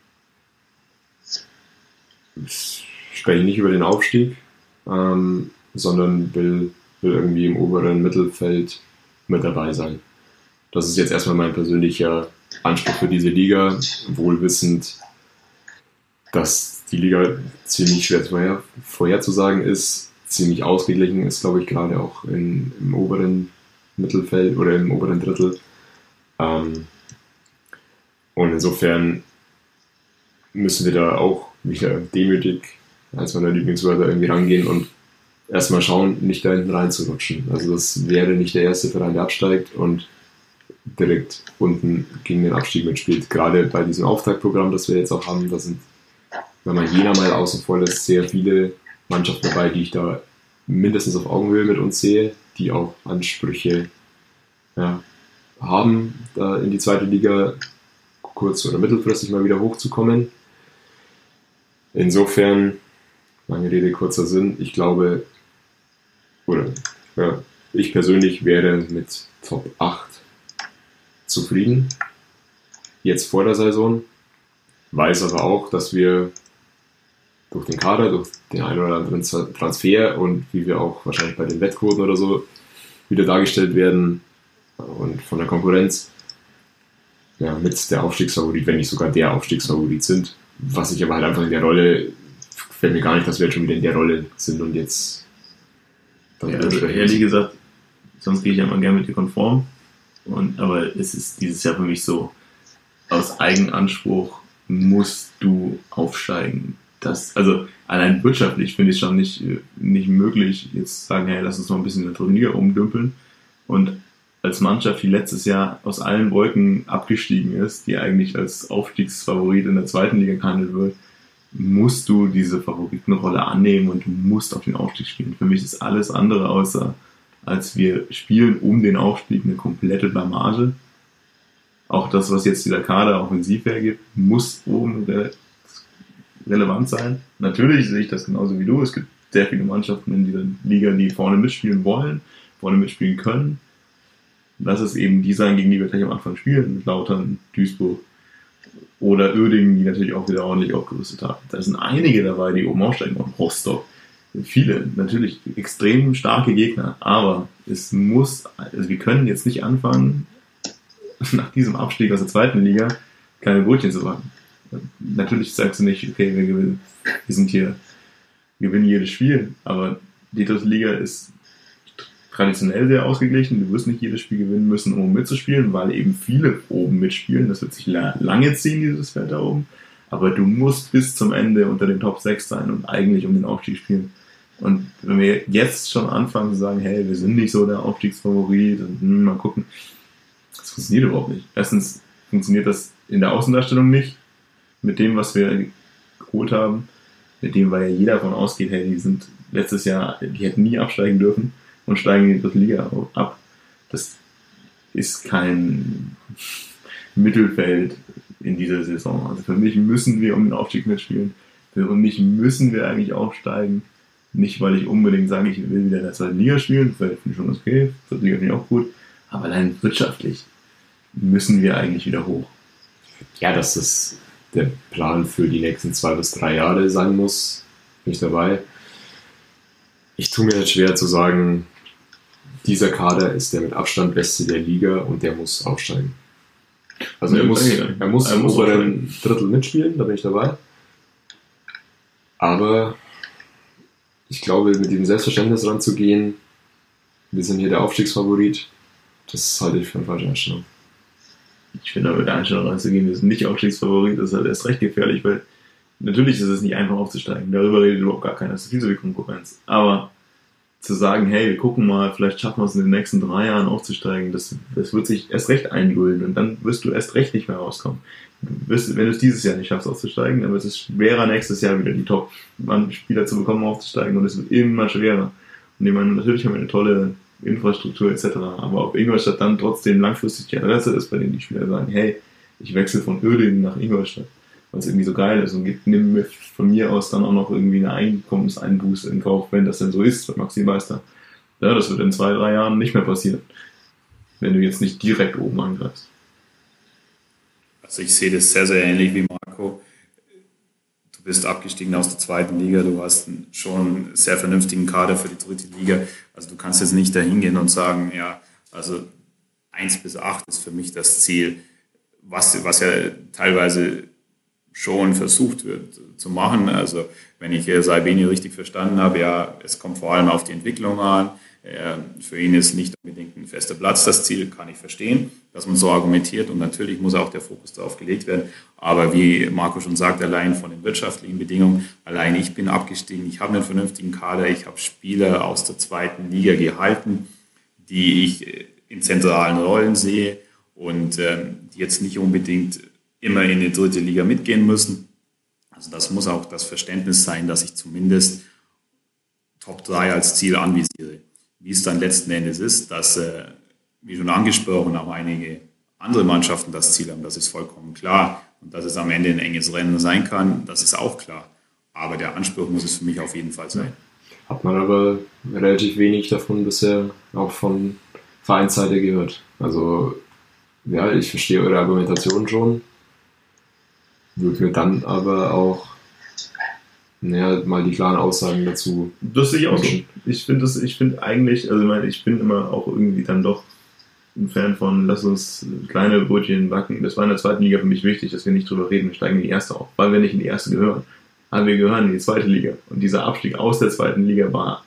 Speaker 3: spreche ich nicht über den Aufstieg, ähm, sondern will, will irgendwie im oberen Mittelfeld mit dabei sein. Das ist jetzt erstmal mein persönlicher Anspruch für diese Liga, wohlwissend, dass die Liga ziemlich schwer vorher, vorherzusagen ist, ziemlich ausgeglichen ist, glaube ich, gerade auch in, im oberen Mittelfeld oder im oberen Drittel. Ähm, und insofern müssen wir da auch wieder demütig, als meiner Lieblingswörter, irgendwie rangehen und erstmal schauen, nicht da hinten reinzurutschen. Also das wäre nicht der erste Verein, der absteigt und direkt unten gegen den Abstieg mitspielt. Gerade bei diesem Auftaktprogramm, das wir jetzt auch haben, da sind, wenn man Jena mal außen vor lässt, sehr viele Mannschaften dabei, die ich da mindestens auf Augenhöhe mit uns sehe, die auch Ansprüche ja, haben, da in die zweite Liga kurz- oder mittelfristig mal wieder hochzukommen. Insofern, lange Rede, kurzer Sinn, ich glaube, oder ja, ich persönlich wäre mit Top acht zufrieden, jetzt vor der Saison, weiß aber auch, dass wir durch den Kader, durch den einen oder anderen Transfer und wie wir auch wahrscheinlich bei den Wettquoten oder so wieder dargestellt werden und von der Konkurrenz, ja, mit der Aufstiegsfavorit, wenn nicht sogar der Aufstiegsfavorit sind, was ich aber halt einfach in der Rolle, gefällt mir gar nicht, dass wir jetzt schon wieder in der Rolle sind und jetzt
Speaker 2: ja, also ehrlich gesagt, sonst gehe ich ja immer gerne mit dir konform, und, aber es ist dieses Jahr für mich so, aus Eigenanspruch musst du aufsteigen. das, also allein wirtschaftlich finde ich es schon nicht, nicht möglich, jetzt zu sagen, hey, lass uns noch ein bisschen in der dritten Liga umdümpeln. Und als Mannschaft, die letztes Jahr aus allen Wolken abgestiegen ist, die eigentlich als Aufstiegsfavorit in der zweiten Liga gehandelt wird, musst du diese Favoritenrolle annehmen und du musst auf den Aufstieg spielen. Für mich ist alles andere außer, als wir spielen um den Aufstieg, eine komplette Blamage. Auch das, was jetzt dieser Kader offensiv hergibt, muss oben re- relevant sein. Natürlich sehe ich das genauso wie du. Es gibt sehr viele Mannschaften in dieser Liga, die vorne mitspielen wollen, vorne mitspielen können. Lass es eben die sein, gegen die wir gleich am Anfang spielen, mit Lautern, Duisburg oder Uerdingen, die natürlich auch wieder ordentlich aufgerüstet haben. Da sind einige dabei, die oben aufsteigen, auch Rostock. Viele, natürlich extrem starke Gegner, aber es muss, also wir können jetzt nicht anfangen, nach diesem Abstieg aus der zweiten Liga keine Brötchen zu backen. Natürlich sagst du nicht, okay, wir, gewinnen, wir sind hier, wir gewinnen jedes Spiel, aber die dritte Liga ist traditionell sehr ausgeglichen. Du wirst nicht jedes Spiel gewinnen müssen, um mitzuspielen, weil eben viele oben mitspielen. Das wird sich lange ziehen, dieses Feld da oben. Aber du musst bis zum Ende unter den Top sechs sein und eigentlich um den Aufstieg spielen. Und wenn wir jetzt schon anfangen zu sagen, hey, wir sind nicht so der Aufstiegsfavorit und hm, mal gucken, das funktioniert überhaupt nicht. Erstens funktioniert das in der Außendarstellung nicht mit dem, was wir geholt haben, mit dem, weil ja jeder davon ausgeht, hey, die sind letztes Jahr, die hätten nie absteigen dürfen und steigen in die dritte Liga ab. Das ist kein Mittelfeld in dieser Saison. Also für mich müssen wir um den Aufstieg mitspielen. Für mich müssen wir eigentlich aufsteigen. Nicht, weil ich unbedingt sage, ich will wieder in der zweiten Liga spielen, vielleicht finde ich schon okay, dritte Liga finde ich auch gut, aber allein wirtschaftlich müssen wir eigentlich wieder hoch.
Speaker 3: Ja, dass das der Plan für die nächsten zwei bis drei Jahre sein muss, bin ich dabei. Ich tue mir jetzt schwer zu sagen, dieser Kader ist der mit Abstand beste der Liga und der muss aufsteigen. Also er muss, er muss im oberen Drittel mitspielen, da bin ich dabei. Aber ich glaube, mit dem Selbstverständnis ranzugehen, wir sind hier der Aufstiegsfavorit, das halte ich für eine falsche Einstellung.
Speaker 2: Ich finde, mit der Einstellung ranzugehen, wir sind nicht Aufstiegsfavorit, das ist halt erst recht gefährlich, weil natürlich ist es nicht einfach aufzusteigen, darüber redet überhaupt gar keiner, das ist viel zu viel Konkurrenz. Aber zu sagen, hey, wir gucken mal, vielleicht schaffen wir es in den nächsten drei Jahren aufzusteigen, das, das wird sich erst recht einlullen und dann wirst du erst recht nicht mehr rauskommen. Du wirst, wenn du es dieses Jahr nicht schaffst aufzusteigen, dann wird es schwerer, nächstes Jahr wieder die Top-Spieler zu bekommen aufzusteigen und es wird immer schwerer. Und ich meine, natürlich haben wir eine tolle Infrastruktur et cetera, aber ob Ingolstadt dann trotzdem langfristig die Adresse ist, bei denen die Spieler sagen, hey, ich wechsle von Uerdingen nach Ingolstadt, weil es irgendwie so geil ist und gibt, nimm mir von mir aus dann auch noch irgendwie eine Einkommenseinbuße in Kauf, wenn das denn so ist, bei Maxi Meister. Ja, das wird in zwei, drei Jahren nicht mehr passieren, wenn du jetzt nicht direkt oben angreifst.
Speaker 4: Also ich sehe das sehr, sehr ähnlich wie Marco. Du bist abgestiegen aus der zweiten Liga, du hast schon einen sehr vernünftigen Kader für die dritte Liga. Also du kannst jetzt nicht dahin gehen und sagen, ja, also eins bis acht ist für mich das Ziel, was, was ja teilweise schon versucht wird zu machen. Also wenn ich Salvini richtig verstanden habe, ja, es kommt vor allem auf die Entwicklung an. Für ihn ist nicht unbedingt ein fester Platz das Ziel, kann ich verstehen, dass man so argumentiert und natürlich muss auch der Fokus darauf gelegt werden. Aber wie Marco schon sagt, allein von den wirtschaftlichen Bedingungen, allein ich bin abgestiegen, ich habe einen vernünftigen Kader, ich habe Spieler aus der zweiten Liga gehalten, die ich in zentralen Rollen sehe und ähm, die jetzt nicht unbedingt immer in die dritte Liga mitgehen müssen. Also das muss auch das Verständnis sein, dass ich zumindest Top drei als Ziel anvisiere. Wie es dann letzten Endes ist, dass, äh, wie schon angesprochen, auch einige andere Mannschaften das Ziel haben, das ist vollkommen klar. Und dass es am Ende ein enges Rennen sein kann, das ist auch klar. Aber der Anspruch muss es für mich auf jeden Fall sein.
Speaker 3: Hat man aber relativ wenig davon bisher auch von Vereinsseite gehört. Also, ja, ich verstehe eure Argumentation schon. Würde mir dann aber auch naja, mal die klaren Aussagen dazu.
Speaker 2: Das sehe ich auch so. Ich finde das, ich finde eigentlich, also ich meine, ich bin immer auch irgendwie dann doch ein Fan von, lass uns kleine Brötchen backen. Das war in der zweiten Liga für mich wichtig, dass wir nicht drüber reden, wir steigen in die erste auf, weil wir nicht in die erste gehören. Aber wir gehören in die zweite Liga. Und dieser Abstieg aus der zweiten Liga war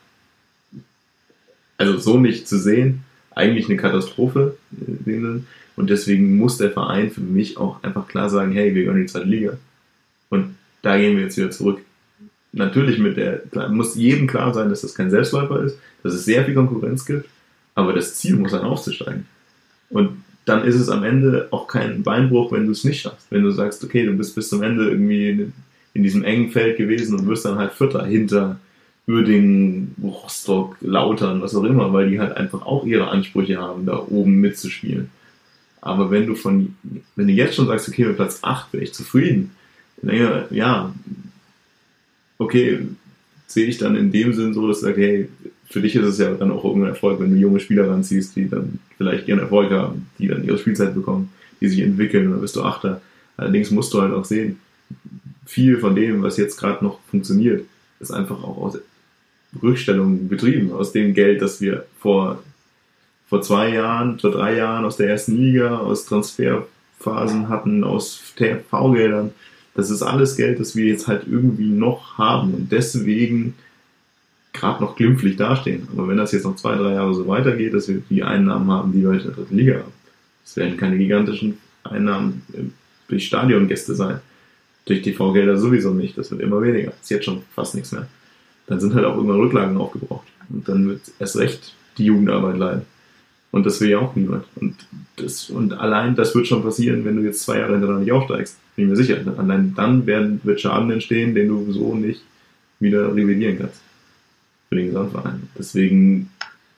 Speaker 2: also so nicht zu sehen, eigentlich eine Katastrophe. Und deswegen muss der Verein für mich auch einfach klar sagen, hey, wir gehören in die zweite Liga. Und da gehen wir jetzt wieder zurück. natürlich mit der, muss jedem klar sein, dass das kein Selbstläufer ist, dass es sehr viel Konkurrenz gibt, aber das Ziel muss sein, aufzusteigen. Und dann ist es am Ende auch kein Beinbruch, wenn du es nicht schaffst. Wenn du sagst, okay, du bist bis zum Ende irgendwie in, in diesem engen Feld gewesen und wirst dann halt Vierter hinter Uerdingen, Rostock, Lautern, was auch immer, weil die halt einfach auch ihre Ansprüche haben, da oben mitzuspielen. Aber wenn du von, wenn du jetzt schon sagst, okay, mit Platz acht bin ich zufrieden, dann denke ich, ja, okay, sehe ich dann in dem Sinn so, dass ich sage, hey, für dich ist es ja dann auch irgendein Erfolg, wenn du junge Spieler ranziehst, die dann vielleicht ihren Erfolg haben, die dann ihre Spielzeit bekommen, die sich entwickeln, dann bist du Achter. Allerdings musst du halt auch sehen, viel von dem, was jetzt gerade noch funktioniert, ist einfach auch aus Rückstellungen betrieben, aus dem Geld, das wir vor, vor zwei Jahren, vor drei Jahren aus der ersten Liga, aus Transferphasen hatten, aus T V-Geldern. Das ist alles Geld, das wir jetzt halt irgendwie noch haben und deswegen gerade noch glimpflich dastehen. Aber wenn das jetzt noch zwei, drei Jahre so weitergeht, dass wir die Einnahmen haben, die wir in der dritten Liga haben, das werden keine gigantischen Einnahmen durch Stadiongäste sein. Durch T V-Gelder sowieso nicht. Das wird immer weniger. Das ist jetzt schon fast nichts mehr. Dann sind halt auch irgendwann Rücklagen aufgebraucht. Und dann wird erst recht die Jugendarbeit leiden. Und das will ja auch niemand. Und, das, und allein das wird schon passieren, wenn du jetzt zwei Jahre hintereinander nicht aufsteigst. Bin ich mir sicher. Allein dann werden, wird Schaden entstehen, den du so nicht wieder revidieren kannst. Für den Gesamtverein. Deswegen,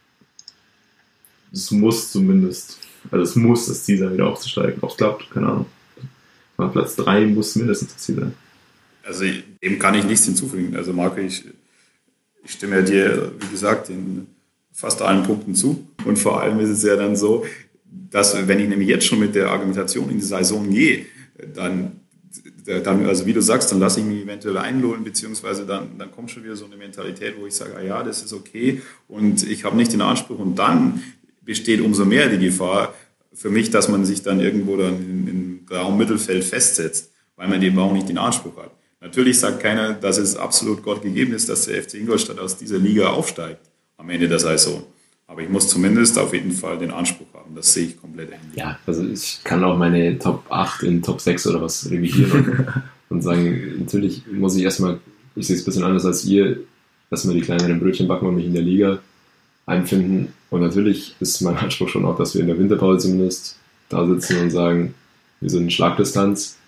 Speaker 2: es muss zumindest, also es muss das Ziel sein, wieder aufzusteigen. Ob es klappt, keine Ahnung. Aber Platz drei muss mindestens das Ziel sein.
Speaker 4: Also dem kann ich nichts hinzufügen. Also Marco, ich, ich stimme dir, wie gesagt, in fast allen Punkten zu. Und vor allem ist es ja dann so, dass wenn ich nämlich jetzt schon mit der Argumentation in die Saison gehe, dann, dann also wie du sagst, dann lasse ich mich eventuell einlullen, beziehungsweise dann, dann kommt schon wieder so eine Mentalität, wo ich sage, ah ja, das ist okay und ich habe nicht den Anspruch. Und dann besteht umso mehr die Gefahr für mich, dass man sich dann irgendwo dann im grauen Mittelfeld festsetzt, weil man eben auch nicht den Anspruch hat. Natürlich sagt keiner, dass es absolut Gott gegeben ist, dass der F C Ingolstadt aus dieser Liga aufsteigt am Ende der Saison. Aber ich muss zumindest auf jeden Fall den Anspruch haben. Das sehe ich komplett ähnlich.
Speaker 3: Ja, also ich kann auch meine Top acht in Top sechs oder was revidieren und, und sagen, natürlich muss ich erstmal, ich sehe es ein bisschen anders als ihr, erstmal die kleineren Brötchen backen und mich in der Liga einfinden. Und natürlich ist mein Anspruch schon auch, dass wir in der Winterpause zumindest da sitzen und sagen, wir sind in Schlagdistanz.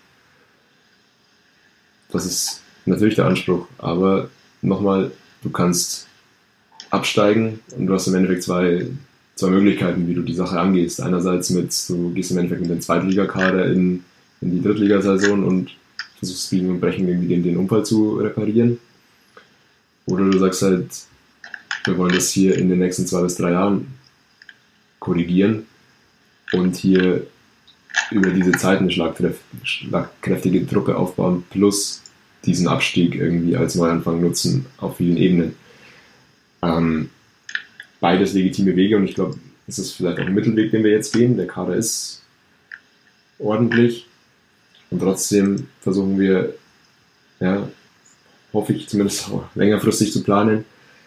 Speaker 3: Das ist natürlich der Anspruch. Aber nochmal, du kannst absteigen und du hast im Endeffekt zwei, zwei Möglichkeiten, wie du die Sache angehst. Einerseits mit, du gehst im Endeffekt mit dem Zweitligakader in, in die Drittligasaison und versuchst biegen und brechen irgendwie den, den Unfall zu reparieren. Oder du sagst halt, wir wollen das hier in den nächsten zwei bis drei Jahren korrigieren und hier über diese Zeit eine schlagkräftige Truppe aufbauen, plus diesen Abstieg irgendwie als Neuanfang nutzen auf vielen Ebenen. Ähm, beides legitime Wege und ich glaube, es ist vielleicht auch ein Mittelweg, den wir jetzt gehen. Der Kader ist ordentlich und trotzdem versuchen wir, ja, hoffe ich zumindest auch längerfristig zu planen.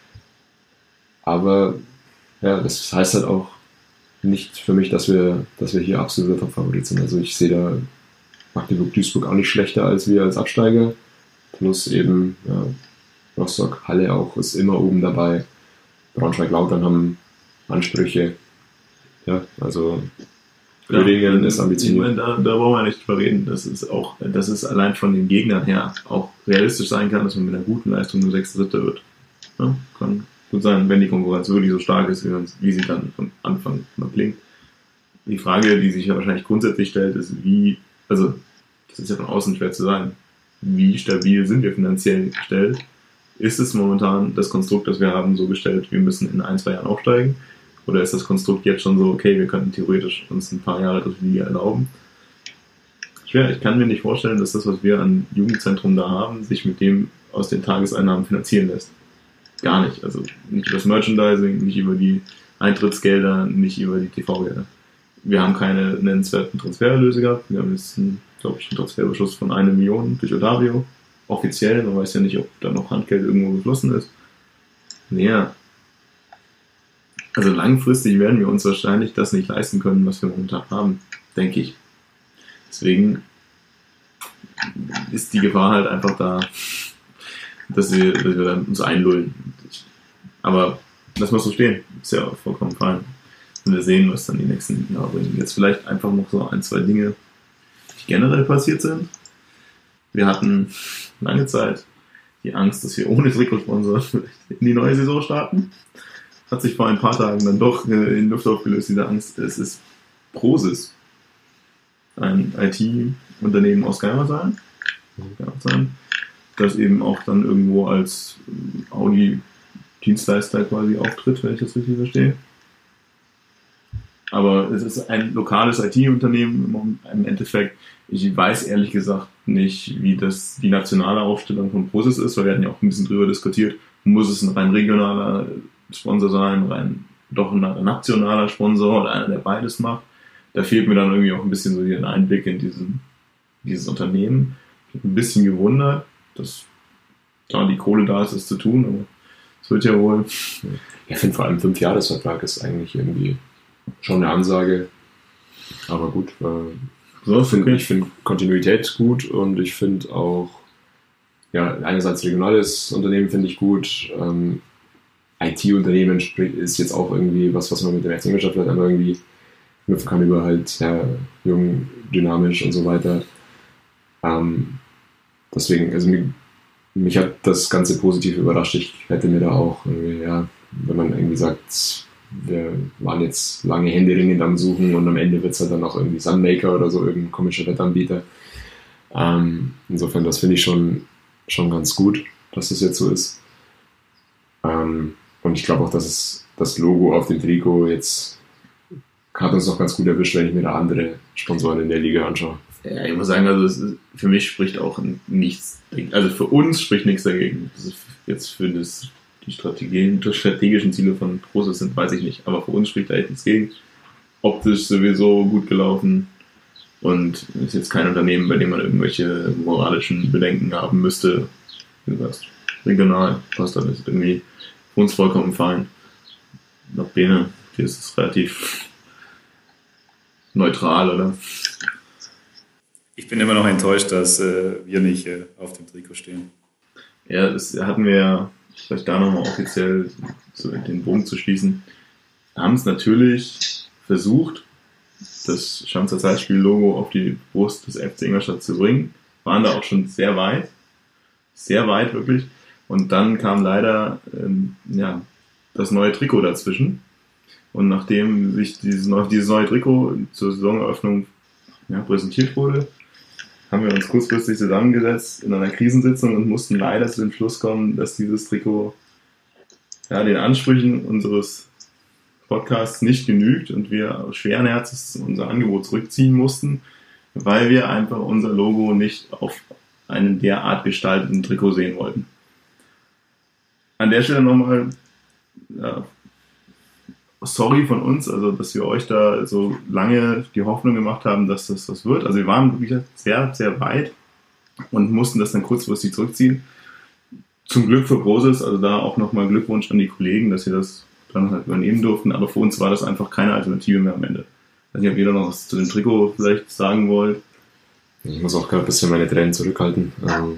Speaker 3: Aber ja, das heißt halt auch nicht für mich, dass wir, dass wir hier absoluter Top-Favorit sind. Also ich sehe da Magdeburg-Duisburg auch nicht schlechter als wir als Absteiger. Plus eben ja, Rostock, Halle auch ist immer oben dabei. Braunschweig-Lautern haben Ansprüche. Ja, also Uerdingen ja, ist ambitioniert.
Speaker 2: Ich meine, da, da brauchen wir nicht drüber reden. Das ist auch, dass es allein von den Gegnern her auch realistisch sein kann, dass man mit einer guten Leistung nur sechster, siebter wird. Ja, kann gut sein, wenn die Konkurrenz wirklich so stark ist, wie, wie sie dann von Anfang mal klingt. Die Frage, die sich ja wahrscheinlich grundsätzlich stellt, ist, wie, also das ist ja von außen schwer zu sagen, wie stabil sind wir finanziell gestellt? Ist es momentan das Konstrukt, das wir haben, so gestellt, wir müssen in ein, zwei Jahren aufsteigen? Oder ist das Konstrukt jetzt schon so, okay, wir könnten theoretisch uns ein paar Jahre das Liga erlauben? Schwer, ich kann mir nicht vorstellen, dass das, was wir an Jugendzentrum da haben, sich mit dem aus den Tageseinnahmen finanzieren lässt. Gar nicht. Also nicht über das Merchandising, nicht über die Eintrittsgelder, nicht über die T V-Gelder. Wir haben keine nennenswerten Transfererlöse gehabt. Wir haben jetzt, glaube ich, einen Transferüberschuss von einer Million durch Ottavio. Offiziell, man weiß ja nicht, ob da noch Handgeld irgendwo geflossen ist. Naja. Also langfristig werden wir uns wahrscheinlich das nicht leisten können, was wir momentan haben, denke ich. Deswegen ist die Gefahr halt einfach da, dass wir, dass wir dann uns einlullen. Aber lass mal so stehen, ist ja auch vollkommen fein. Und wir sehen, was dann die nächsten Jahre bringen. Jetzt vielleicht einfach noch so ein, zwei Dinge, die generell passiert sind. Wir hatten lange Zeit die Angst, dass wir ohne Trikotsponsor in die neue Saison starten. Hat sich vor ein paar Tagen dann doch in Luft aufgelöst, diese Angst. Es ist Prosis, ein I T-Unternehmen aus Germersheim, das eben auch dann irgendwo als Audi-Dienstleister quasi auftritt, wenn ich das richtig verstehe. Aber es ist ein lokales I T-Unternehmen im Endeffekt. Ich weiß ehrlich gesagt nicht, wie das die nationale Aufstellung von Prosis ist, weil wir hatten ja auch ein bisschen drüber diskutiert. Muss es ein rein regionaler Sponsor sein, rein doch ein nationaler Sponsor oder einer, der beides macht? Da fehlt mir dann irgendwie auch ein bisschen so der Einblick in diesen, dieses Unternehmen. Ich bin ein bisschen gewundert, dass da die Kohle da ist, es zu tun, aber es wird ja wohl.
Speaker 3: Ich finde vor allem Fünf-Jahres-Vertrag ist eigentlich irgendwie schon eine Ansage. Aber gut, äh, so, ich finde
Speaker 2: okay.
Speaker 3: find Kontinuität gut und ich finde auch, ja, einerseits regionales Unternehmen finde ich gut. Ähm, I T-Unternehmen ist jetzt auch irgendwie was, was man mit dem F C Ingolstadt vielleicht einmal irgendwie knüpfen kann über halt ja, jung, dynamisch und so weiter. Ähm, deswegen, also mich, mich hat das Ganze positiv überrascht. Ich hätte mir da auch irgendwie, ja, wenn man irgendwie sagt, wir waren jetzt lange händeringend am Suchen und am Ende wird es halt dann auch irgendwie Sunmaker oder so, irgendein komischer Wettanbieter. Ähm, insofern, das finde ich schon, schon ganz gut, dass das jetzt so ist. Ähm, und ich glaube auch, dass es das Logo auf dem Trikot jetzt hat uns noch ganz gut erwischt, wenn ich mir da andere Sponsoren in der Liga anschaue.
Speaker 2: Ja, ich muss sagen, also es ist, für mich spricht auch nichts, also für uns spricht nichts dagegen. Das ist jetzt für das, die Strategien, die strategischen Ziele von Prosis sind, weiß ich nicht, aber für uns spricht da echt nichts gegen. Optisch sowieso gut gelaufen und ist jetzt kein Unternehmen, bei dem man irgendwelche moralischen Bedenken haben müsste. Wie gesagt, regional passt alles irgendwie für uns vollkommen fein. Nach Bene, hier ist es relativ neutral, oder?
Speaker 4: Ich bin immer noch enttäuscht, dass äh, wir nicht äh, auf dem Trikot stehen.
Speaker 2: Ja, das hatten wir ja, vielleicht da nochmal offiziell so den Bogen zu schließen. Wir haben es natürlich versucht, das Schanzer Zeitspiel-Logo auf die Brust des F C Ingolstadt zu bringen. Waren da auch schon sehr weit. Sehr weit, wirklich. Und dann kam leider ähm, ja, das neue Trikot dazwischen. Und nachdem sich dieses neue, dieses neue Trikot zur Saisoneröffnung ja, präsentiert wurde, haben wir uns kurzfristig zusammengesetzt in einer Krisensitzung und mussten leider zu dem Schluss kommen, dass dieses Trikot ja, den Ansprüchen unseres Podcasts nicht genügt und wir schweren Herzens unser Angebot zurückziehen mussten, weil wir einfach unser Logo nicht auf einem derart gestalteten Trikot sehen wollten. An der Stelle nochmal ja, sorry von uns, also dass wir euch da so lange die Hoffnung gemacht haben, dass das was wird. Also wir waren wirklich sehr, sehr weit und mussten das dann kurzfristig zurückziehen. Zum Glück für Prosis, also da auch nochmal Glückwunsch an die Kollegen, dass sie das dann halt übernehmen durften, aber für uns war das einfach keine Alternative mehr am Ende. Ich weiß nicht, ob ihr da noch was zu dem Trikot vielleicht sagen wollt.
Speaker 3: Ich muss auch gerade ein bisschen meine Tränen zurückhalten. Ähm,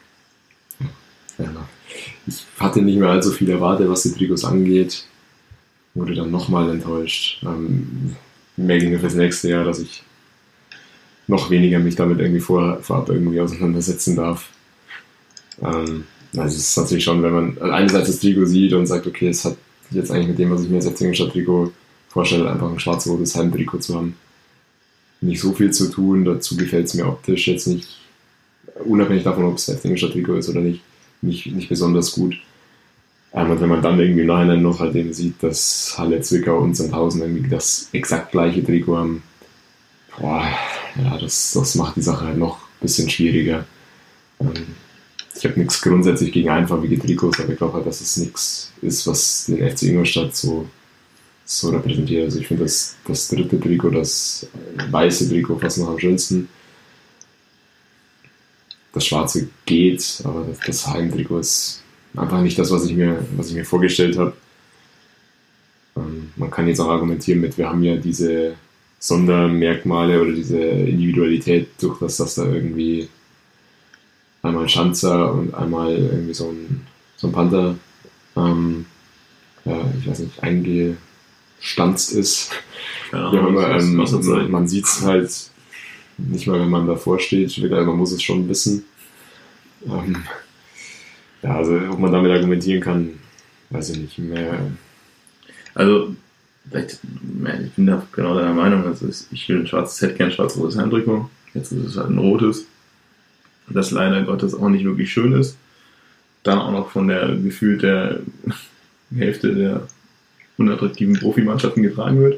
Speaker 3: ja, ich hatte nicht mehr allzu viel erwartet, was die Trikots angeht. Wurde dann nochmal enttäuscht. Ähm, mehr ging fürs nächste Jahr, dass ich noch weniger mich damit irgendwie vor, vorab irgendwie auseinandersetzen darf. Ähm, also es ist natürlich schon, wenn man einerseits das Trikot sieht und sagt, okay, es hat jetzt eigentlich mit dem, was ich mir als F C Ingolstadt Trikot vorstelle, einfach ein schwarz-rotes Heimtrikot zu haben, nicht so viel zu tun. Dazu gefällt es mir optisch jetzt nicht, unabhängig davon, ob es F C Ingolstadt Trikot ist oder nicht, nicht, nicht besonders gut. Und wenn man dann irgendwie im Nachhinein noch halt eben sieht, dass Halle Zwickau und Sandhausen irgendwie das exakt gleiche Trikot haben, boah, ja, das, das macht die Sache halt noch ein bisschen schwieriger. Ich habe nichts grundsätzlich gegen einfarbige Trikots, aber ich glaube halt, dass es nichts ist, was den F C Ingolstadt so, so repräsentiert. Also ich finde das, das dritte Trikot, das weiße Trikot fast noch am schönsten. Das schwarze geht, aber das, das Heimtrikot ist einfach nicht das, was ich mir, was ich mir vorgestellt habe. Ähm, man kann jetzt auch argumentieren mit, wir haben ja diese Sondermerkmale oder diese Individualität, durch das das da irgendwie einmal ein Schanzer und einmal irgendwie so ein, so ein Panther, ähm, ja, ich weiß nicht, eingestanzt ist.
Speaker 2: Ja,
Speaker 3: ja, aber, ähm,
Speaker 2: was, was
Speaker 3: man man sieht es halt nicht mal, wenn man davor steht, man muss es schon wissen. Ähm, ja, also ob man damit argumentieren kann, weiß ich nicht mehr.
Speaker 2: Also, vielleicht, ich bin da genau deiner Meinung, also ich will ein schwarzes, hätte gern ein schwarz-rotes Heimtrikot, jetzt ist es halt ein rotes, das leider Gottes auch nicht wirklich schön ist. Dann auch noch von der gefühlt der Hälfte der unattraktiven Profimannschaften getragen wird.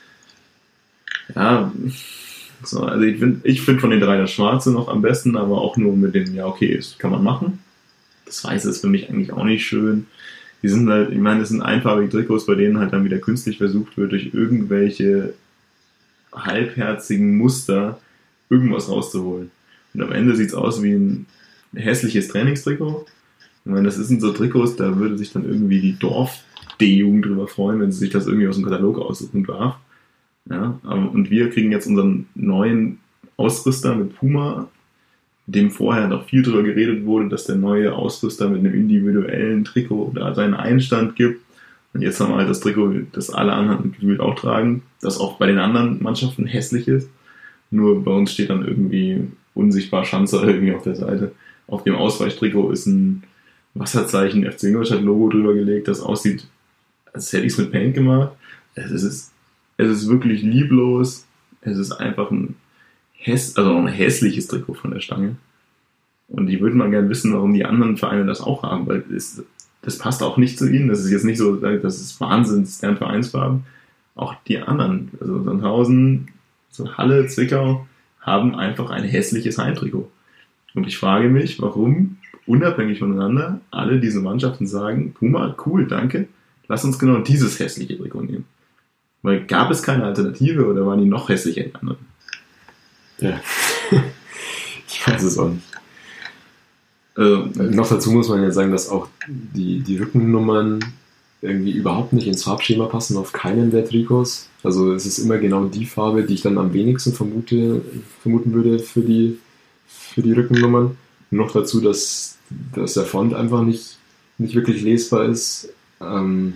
Speaker 2: Ja, so, also ich finde ich find von den drei das Schwarze noch am besten, aber auch nur mit dem, ja okay, das kann man machen. Das Weiße ist für mich eigentlich auch nicht schön. Die sind halt, ich meine, das sind einfarbige Trikots, bei denen halt dann wieder künstlich versucht wird, durch irgendwelche halbherzigen Muster irgendwas rauszuholen. Und am Ende sieht es aus wie ein hässliches Trainingstrikot. Ich meine, das sind so Trikots, da würde sich dann irgendwie die Dorf-D-Jugend drüber freuen, wenn sie sich das irgendwie aus dem Katalog aussuchen darf. Ja, und wir kriegen jetzt unseren neuen Ausrüster mit Puma, dem vorher noch viel drüber geredet wurde, dass der neue Ausrüster mit einem individuellen Trikot da seinen Einstand gibt. Und jetzt haben wir halt das Trikot, das alle anderen gefühlt auch tragen, das auch bei den anderen Mannschaften hässlich ist. Nur bei uns steht dann irgendwie unsichtbar Schanzer irgendwie auf der Seite. Auf dem Ausweichtrikot ist ein Wasserzeichen F C Ingolstadt Logo drüber gelegt, das aussieht, als hätte ich es mit Paint gemacht. Es ist, es ist wirklich lieblos. Es ist einfach ein Häss, also ein hässliches Trikot von der Stange. Und ich würde mal gerne wissen, warum die anderen Vereine das auch haben, weil es, das passt auch nicht zu ihnen. Das ist jetzt nicht so, das ist Wahnsinn, das ist deren Vereinsfarben. Auch die anderen, also Sandhausen, so Halle, Zwickau, haben einfach ein hässliches Heimtrikot. Und ich frage mich, warum unabhängig voneinander alle diese Mannschaften sagen, Puma, cool, danke, lass uns genau dieses hässliche Trikot nehmen. Weil gab es keine Alternative oder waren die noch hässlicher in anderen?
Speaker 3: Ja, ich weiß es auch nicht. Ähm, noch dazu muss man ja sagen, dass auch die, die Rückennummern irgendwie überhaupt nicht ins Farbschema passen auf keinen der Trikots. Also es ist immer genau die Farbe, die ich dann am wenigsten vermute, vermuten würde für die, für die Rückennummern. Noch dazu, dass, dass der Font einfach nicht, nicht wirklich lesbar ist. Ähm,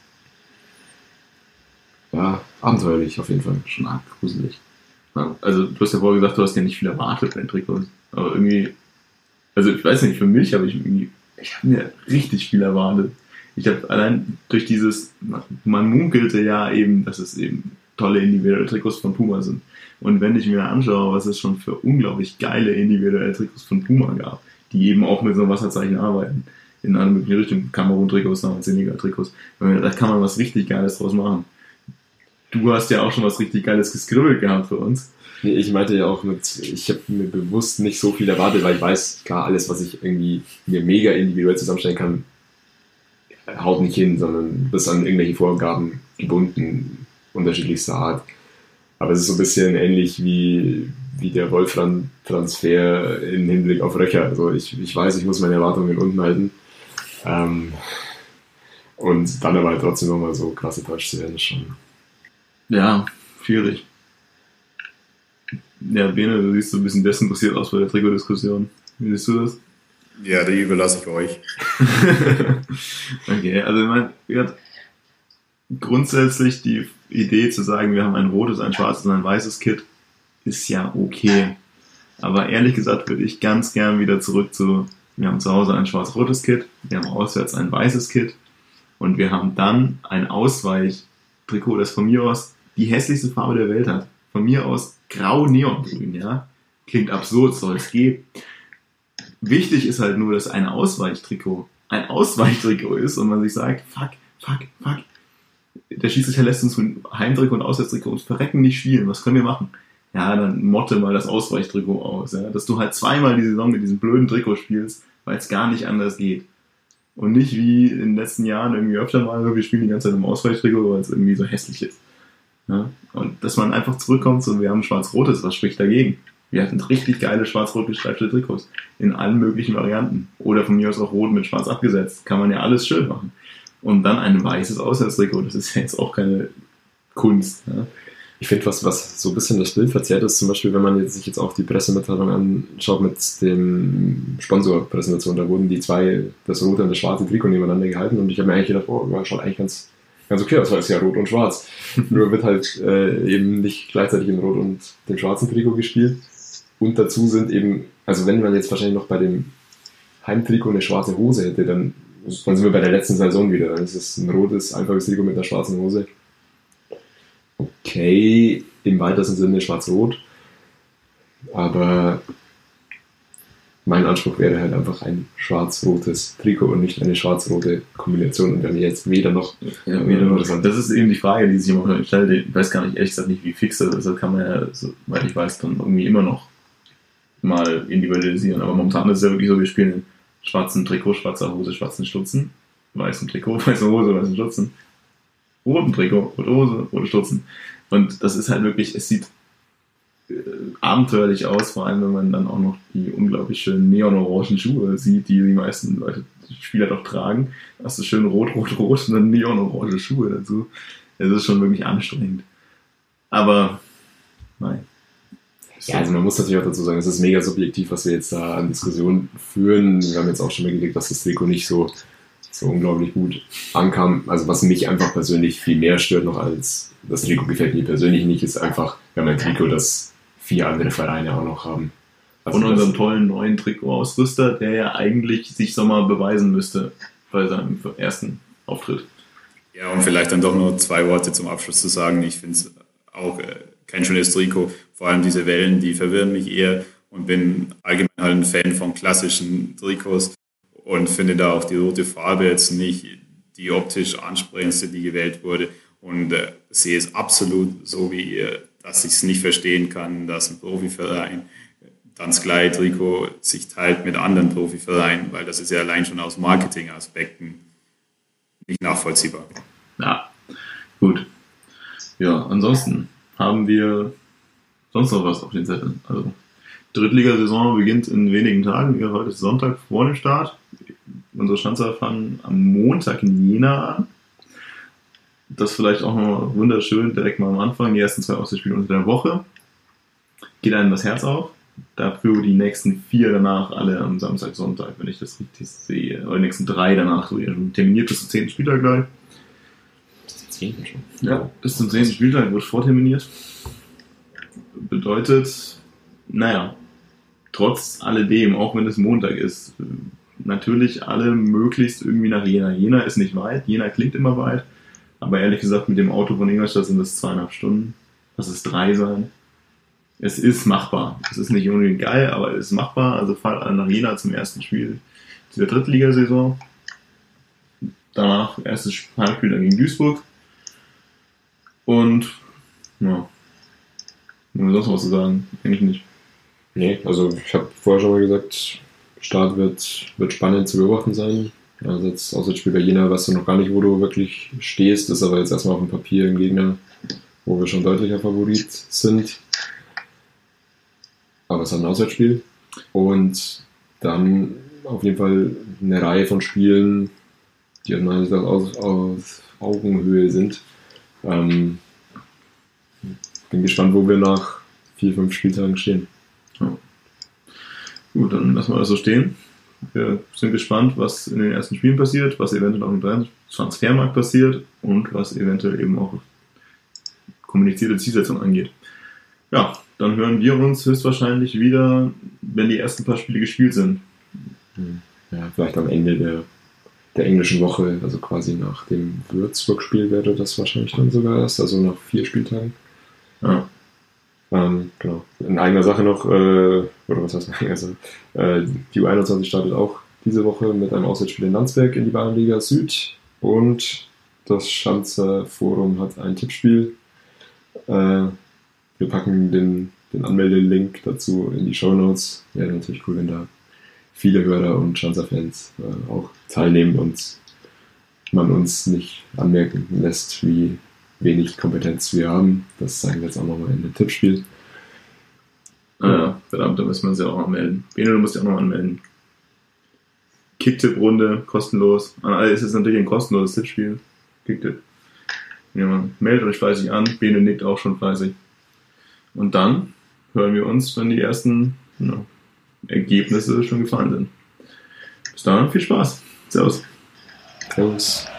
Speaker 3: ja, abenteuerlich auf jeden Fall.
Speaker 2: Schon arg gruselig. Ja, also du hast ja vorher gesagt, du hast ja nicht viel erwartet bei den Trikots. Aber irgendwie, also ich weiß nicht, für mich habe ich irgendwie, ich habe mir richtig viel erwartet. Ich habe allein durch dieses, man munkelte ja eben, dass es eben tolle individuelle Trikots von Puma sind. Und wenn ich mir anschaue, was es schon für unglaublich geile individuelle Trikots von Puma gab, die eben auch mit so einem Wasserzeichen arbeiten, in einer möglichen Richtung, Kamerun-Trikots, Senegal-Trikots, da kann man was richtig Geiles draus machen. Du hast ja auch schon was richtig Geiles geskribbelt gehabt für uns.
Speaker 3: Nee, ich meinte ja auch mit, ich habe mir bewusst nicht so viel erwartet, weil ich weiß, klar, alles, was ich irgendwie mir mega individuell zusammenstellen kann, haut nicht hin, sondern bist an irgendwelche Vorgaben gebunden, unterschiedlichster Art. Aber es ist so ein bisschen ähnlich wie, wie der Wolfram-Transfer im Hinblick auf Röcher. Also ich, ich weiß, ich muss meine Erwartungen unten halten. Ähm, und dann aber halt trotzdem nochmal so krass enttäuscht zu werden, ist schon.
Speaker 2: Ja, schwierig. Ja, Bene, du siehst so ein bisschen desinteressiert aus bei der Trikotdiskussion. Wie siehst du das?
Speaker 4: Ja, die überlasse ich euch.
Speaker 2: Okay, also ich meine, ja, grundsätzlich die Idee zu sagen, wir haben ein rotes, ein schwarzes und ein weißes Kit, ist ja okay. Aber ehrlich gesagt würde ich ganz gern wieder zurück zu, wir haben zu Hause ein schwarz-rotes Kit, wir haben auswärts ein weißes Kit und wir haben dann ein Ausweichtrikot, das von mir aus die hässlichste Farbe der Welt hat. Von mir aus grau-neongrün, ja. Klingt absurd, soll es geben. Wichtig ist halt nur, dass ein Ausweichtrikot ein Ausweichtrikot ist und man sich sagt, fuck, fuck, fuck. Der Schiedsrichter lässt uns mit Heimtrikot und Auswärtstrikot uns verrecken nicht spielen. Was können wir machen? Ja, dann motte mal das Ausweichtrikot aus. Ja? Dass du halt zweimal die Saison mit diesem blöden Trikot spielst, weil es gar nicht anders geht. Und nicht wie in den letzten Jahren irgendwie öfter mal, wir spielen die ganze Zeit im Ausweichtrikot, weil es irgendwie so hässlich ist. Ja? Und dass man einfach zurückkommt und wir haben schwarz-rotes, was spricht dagegen? Wir hatten richtig geile schwarz-rot gestreifte Trikots in allen möglichen Varianten. Oder von mir aus auch rot mit schwarz abgesetzt. Kann man ja alles schön machen. Und dann ein weißes Auswärtstrikot, das ist ja jetzt auch keine Kunst. Ja?
Speaker 3: Ich finde, was, was so ein bisschen das Bild verzerrt ist, zum Beispiel, wenn man jetzt, sich jetzt auch die Pressemitteilung anschaut mit dem Sponsorpräsentation, da wurden die zwei, das rote und das schwarze Trikot nebeneinander gehalten und ich habe mir eigentlich gedacht, oh, das schaut eigentlich ganz, ganz okay aus, weil es ja rot und schwarz. Nur wird halt äh, eben nicht gleichzeitig in rot und dem schwarzen Trikot gespielt. Und dazu sind eben, also wenn man jetzt wahrscheinlich noch bei dem Heimtrikot eine schwarze Hose hätte, dann, dann sind wir bei der letzten Saison wieder. Dann ist es ein rotes, einfaches Trikot mit einer schwarzen Hose. Okay, im weitesten Sinne schwarz-rot, aber mein Anspruch wäre halt einfach ein schwarz-rotes Trikot und nicht eine schwarz-rote Kombination und dann jetzt weder noch,
Speaker 2: ja, weder noch das. Das ist eben die Frage, die sich immer stellt. Ich weiß gar nicht, ehrlich gesagt nicht, wie fix das ist. Das kann man ja, soweit ich weiß, dann irgendwie immer noch mal individualisieren. Aber momentan ist es ja wirklich so, wir spielen in schwarzen Trikot, schwarzer Hose, schwarzen Stutzen, weißen Trikot, weiße Hose, weißen Stutzen, roten Trikot, rote Hose, rote Stutzen. Und das ist halt wirklich, es sieht äh, abenteuerlich aus, vor allem wenn man dann auch noch die unglaublich schönen neonorangen Schuhe sieht, die die meisten Leute, die Spieler doch tragen. Da hast du schön rot, rot, rot und dann neonorange Schuhe dazu. Das ist schon wirklich anstrengend. Aber, nein.
Speaker 3: Ja, also man muss natürlich auch dazu sagen, es ist mega subjektiv, was wir jetzt da an Diskussionen führen. Wir haben jetzt auch schon mal gelegt, dass das Trikot nicht so so unglaublich gut ankam. Also was mich einfach persönlich viel mehr stört noch als das Trikot gefällt mir persönlich nicht, ist einfach, wir haben ein Trikot, das vier andere Vereine auch noch haben.
Speaker 2: Also von unserem tollen neuen Trikotausrüster, der ja eigentlich sich so mal beweisen müsste bei seinem ersten Auftritt.
Speaker 4: Ja, und vielleicht dann doch nur zwei Worte zum Abschluss zu sagen. Ich finde es auch äh, kein schönes Trikot. Vor allem diese Wellen, die verwirren mich eher und bin allgemein halt ein Fan von klassischen Trikots. Und finde da auch die rote Farbe jetzt nicht die optisch ansprechendste, die gewählt wurde. Und äh, sehe es absolut so wie ihr, dass ich es nicht verstehen kann, dass ein Profiverein dann das gleiche Trikot sich teilt mit anderen Profivereinen, weil das ist ja allein schon aus Marketingaspekten nicht nachvollziehbar.
Speaker 2: Ja, gut. Ja, ansonsten haben wir sonst noch was auf den Zetteln. Also Drittligasaison beginnt in wenigen Tagen. Heute ist Sonntag vor dem Start. Unsere Schanzer fangen am Montag in Jena an. Das vielleicht auch noch wunderschön direkt mal am Anfang. Die ersten zwei Auswärtsspiele unter der Woche. Geht einem das Herz auf. Dafür die nächsten vier danach alle am Samstag, Sonntag, wenn ich das richtig sehe. Oder die nächsten drei danach, so schon terminiert bis zum zehnten Spieltag gleich.
Speaker 3: Bis zum zehnten schon?
Speaker 2: Ja, bis zum zehnten Spieltag wird vorterminiert. Bedeutet, naja, trotz alledem, auch wenn es Montag ist, natürlich alle möglichst irgendwie nach Jena. Jena ist nicht weit, Jena klingt immer weit, aber ehrlich gesagt mit dem Auto von Ingolstadt sind das zweieinhalb Stunden, lass es drei sein. Es ist machbar. Es ist nicht unbedingt geil, aber es ist machbar. Also fahrt alle nach Jena zum ersten Spiel dieser Drittligasaison. Danach erstes Heimspiel dann gegen Duisburg. Und, ja, haben wir sonst noch was zu sagen? Eigentlich nicht.
Speaker 3: Nee, also ich habe vorher schon mal gesagt, Start wird, wird spannend zu beobachten sein. Also jetzt außer das Spiel bei Jena weißt du noch gar nicht, wo du wirklich stehst. Das ist aber jetzt erstmal auf dem Papier ein Gegner, wo wir schon deutlicher Favorit sind. Aber es ist ein Auswärtsspiel. Und dann auf jeden Fall eine Reihe von Spielen, die aus meiner Sicht aus, aus Augenhöhe sind. Ähm, bin gespannt, wo wir nach vier, fünf Spieltagen stehen.
Speaker 2: Ja. Gut, dann lassen wir das so stehen. Wir sind gespannt, was in den ersten Spielen passiert, was eventuell auch im Transfermarkt passiert und was eventuell eben auch kommunizierte Zielsetzung angeht. Ja, dann hören wir uns höchstwahrscheinlich wieder, wenn die ersten paar Spiele gespielt sind.
Speaker 3: Ja, vielleicht am Ende der, der englischen Woche, also quasi nach dem Würzburg-Spiel wäre das wahrscheinlich dann sogar erst, also nach vier Spieltagen.
Speaker 2: Ja.
Speaker 3: Ähm, genau. In eigener Sache noch, äh, oder was heißt in eigener Sache, äh, die U einundzwanzig startet auch diese Woche mit einem Auswärtsspiel in Landsberg in die Bayernliga Süd und das Schanzer Forum hat ein Tippspiel. Äh, wir packen den, den Anmeldelink dazu in die Shownotes. Wäre natürlich cool, wenn da viele Hörer und Schanzer-Fans äh, auch teilnehmen und man uns nicht anmerken lässt, wie wenig Kompetenz wir haben. Das zeigen wir jetzt auch nochmal in dem Tippspiel.
Speaker 2: Ah ja, verdammt, da müssen wir uns ja auch noch anmelden. Bene, du musst dich auch noch anmelden. Kicktipp-Runde, kostenlos. An alle ist es natürlich ein kostenloses Tippspiel. Kicktipp. Ja, meldet euch fleißig an. Bene nickt auch schon fleißig. Und dann hören wir uns, wenn die ersten ja, Ergebnisse schon gefallen sind. Bis dahin, viel Spaß. Servus.
Speaker 3: Servus.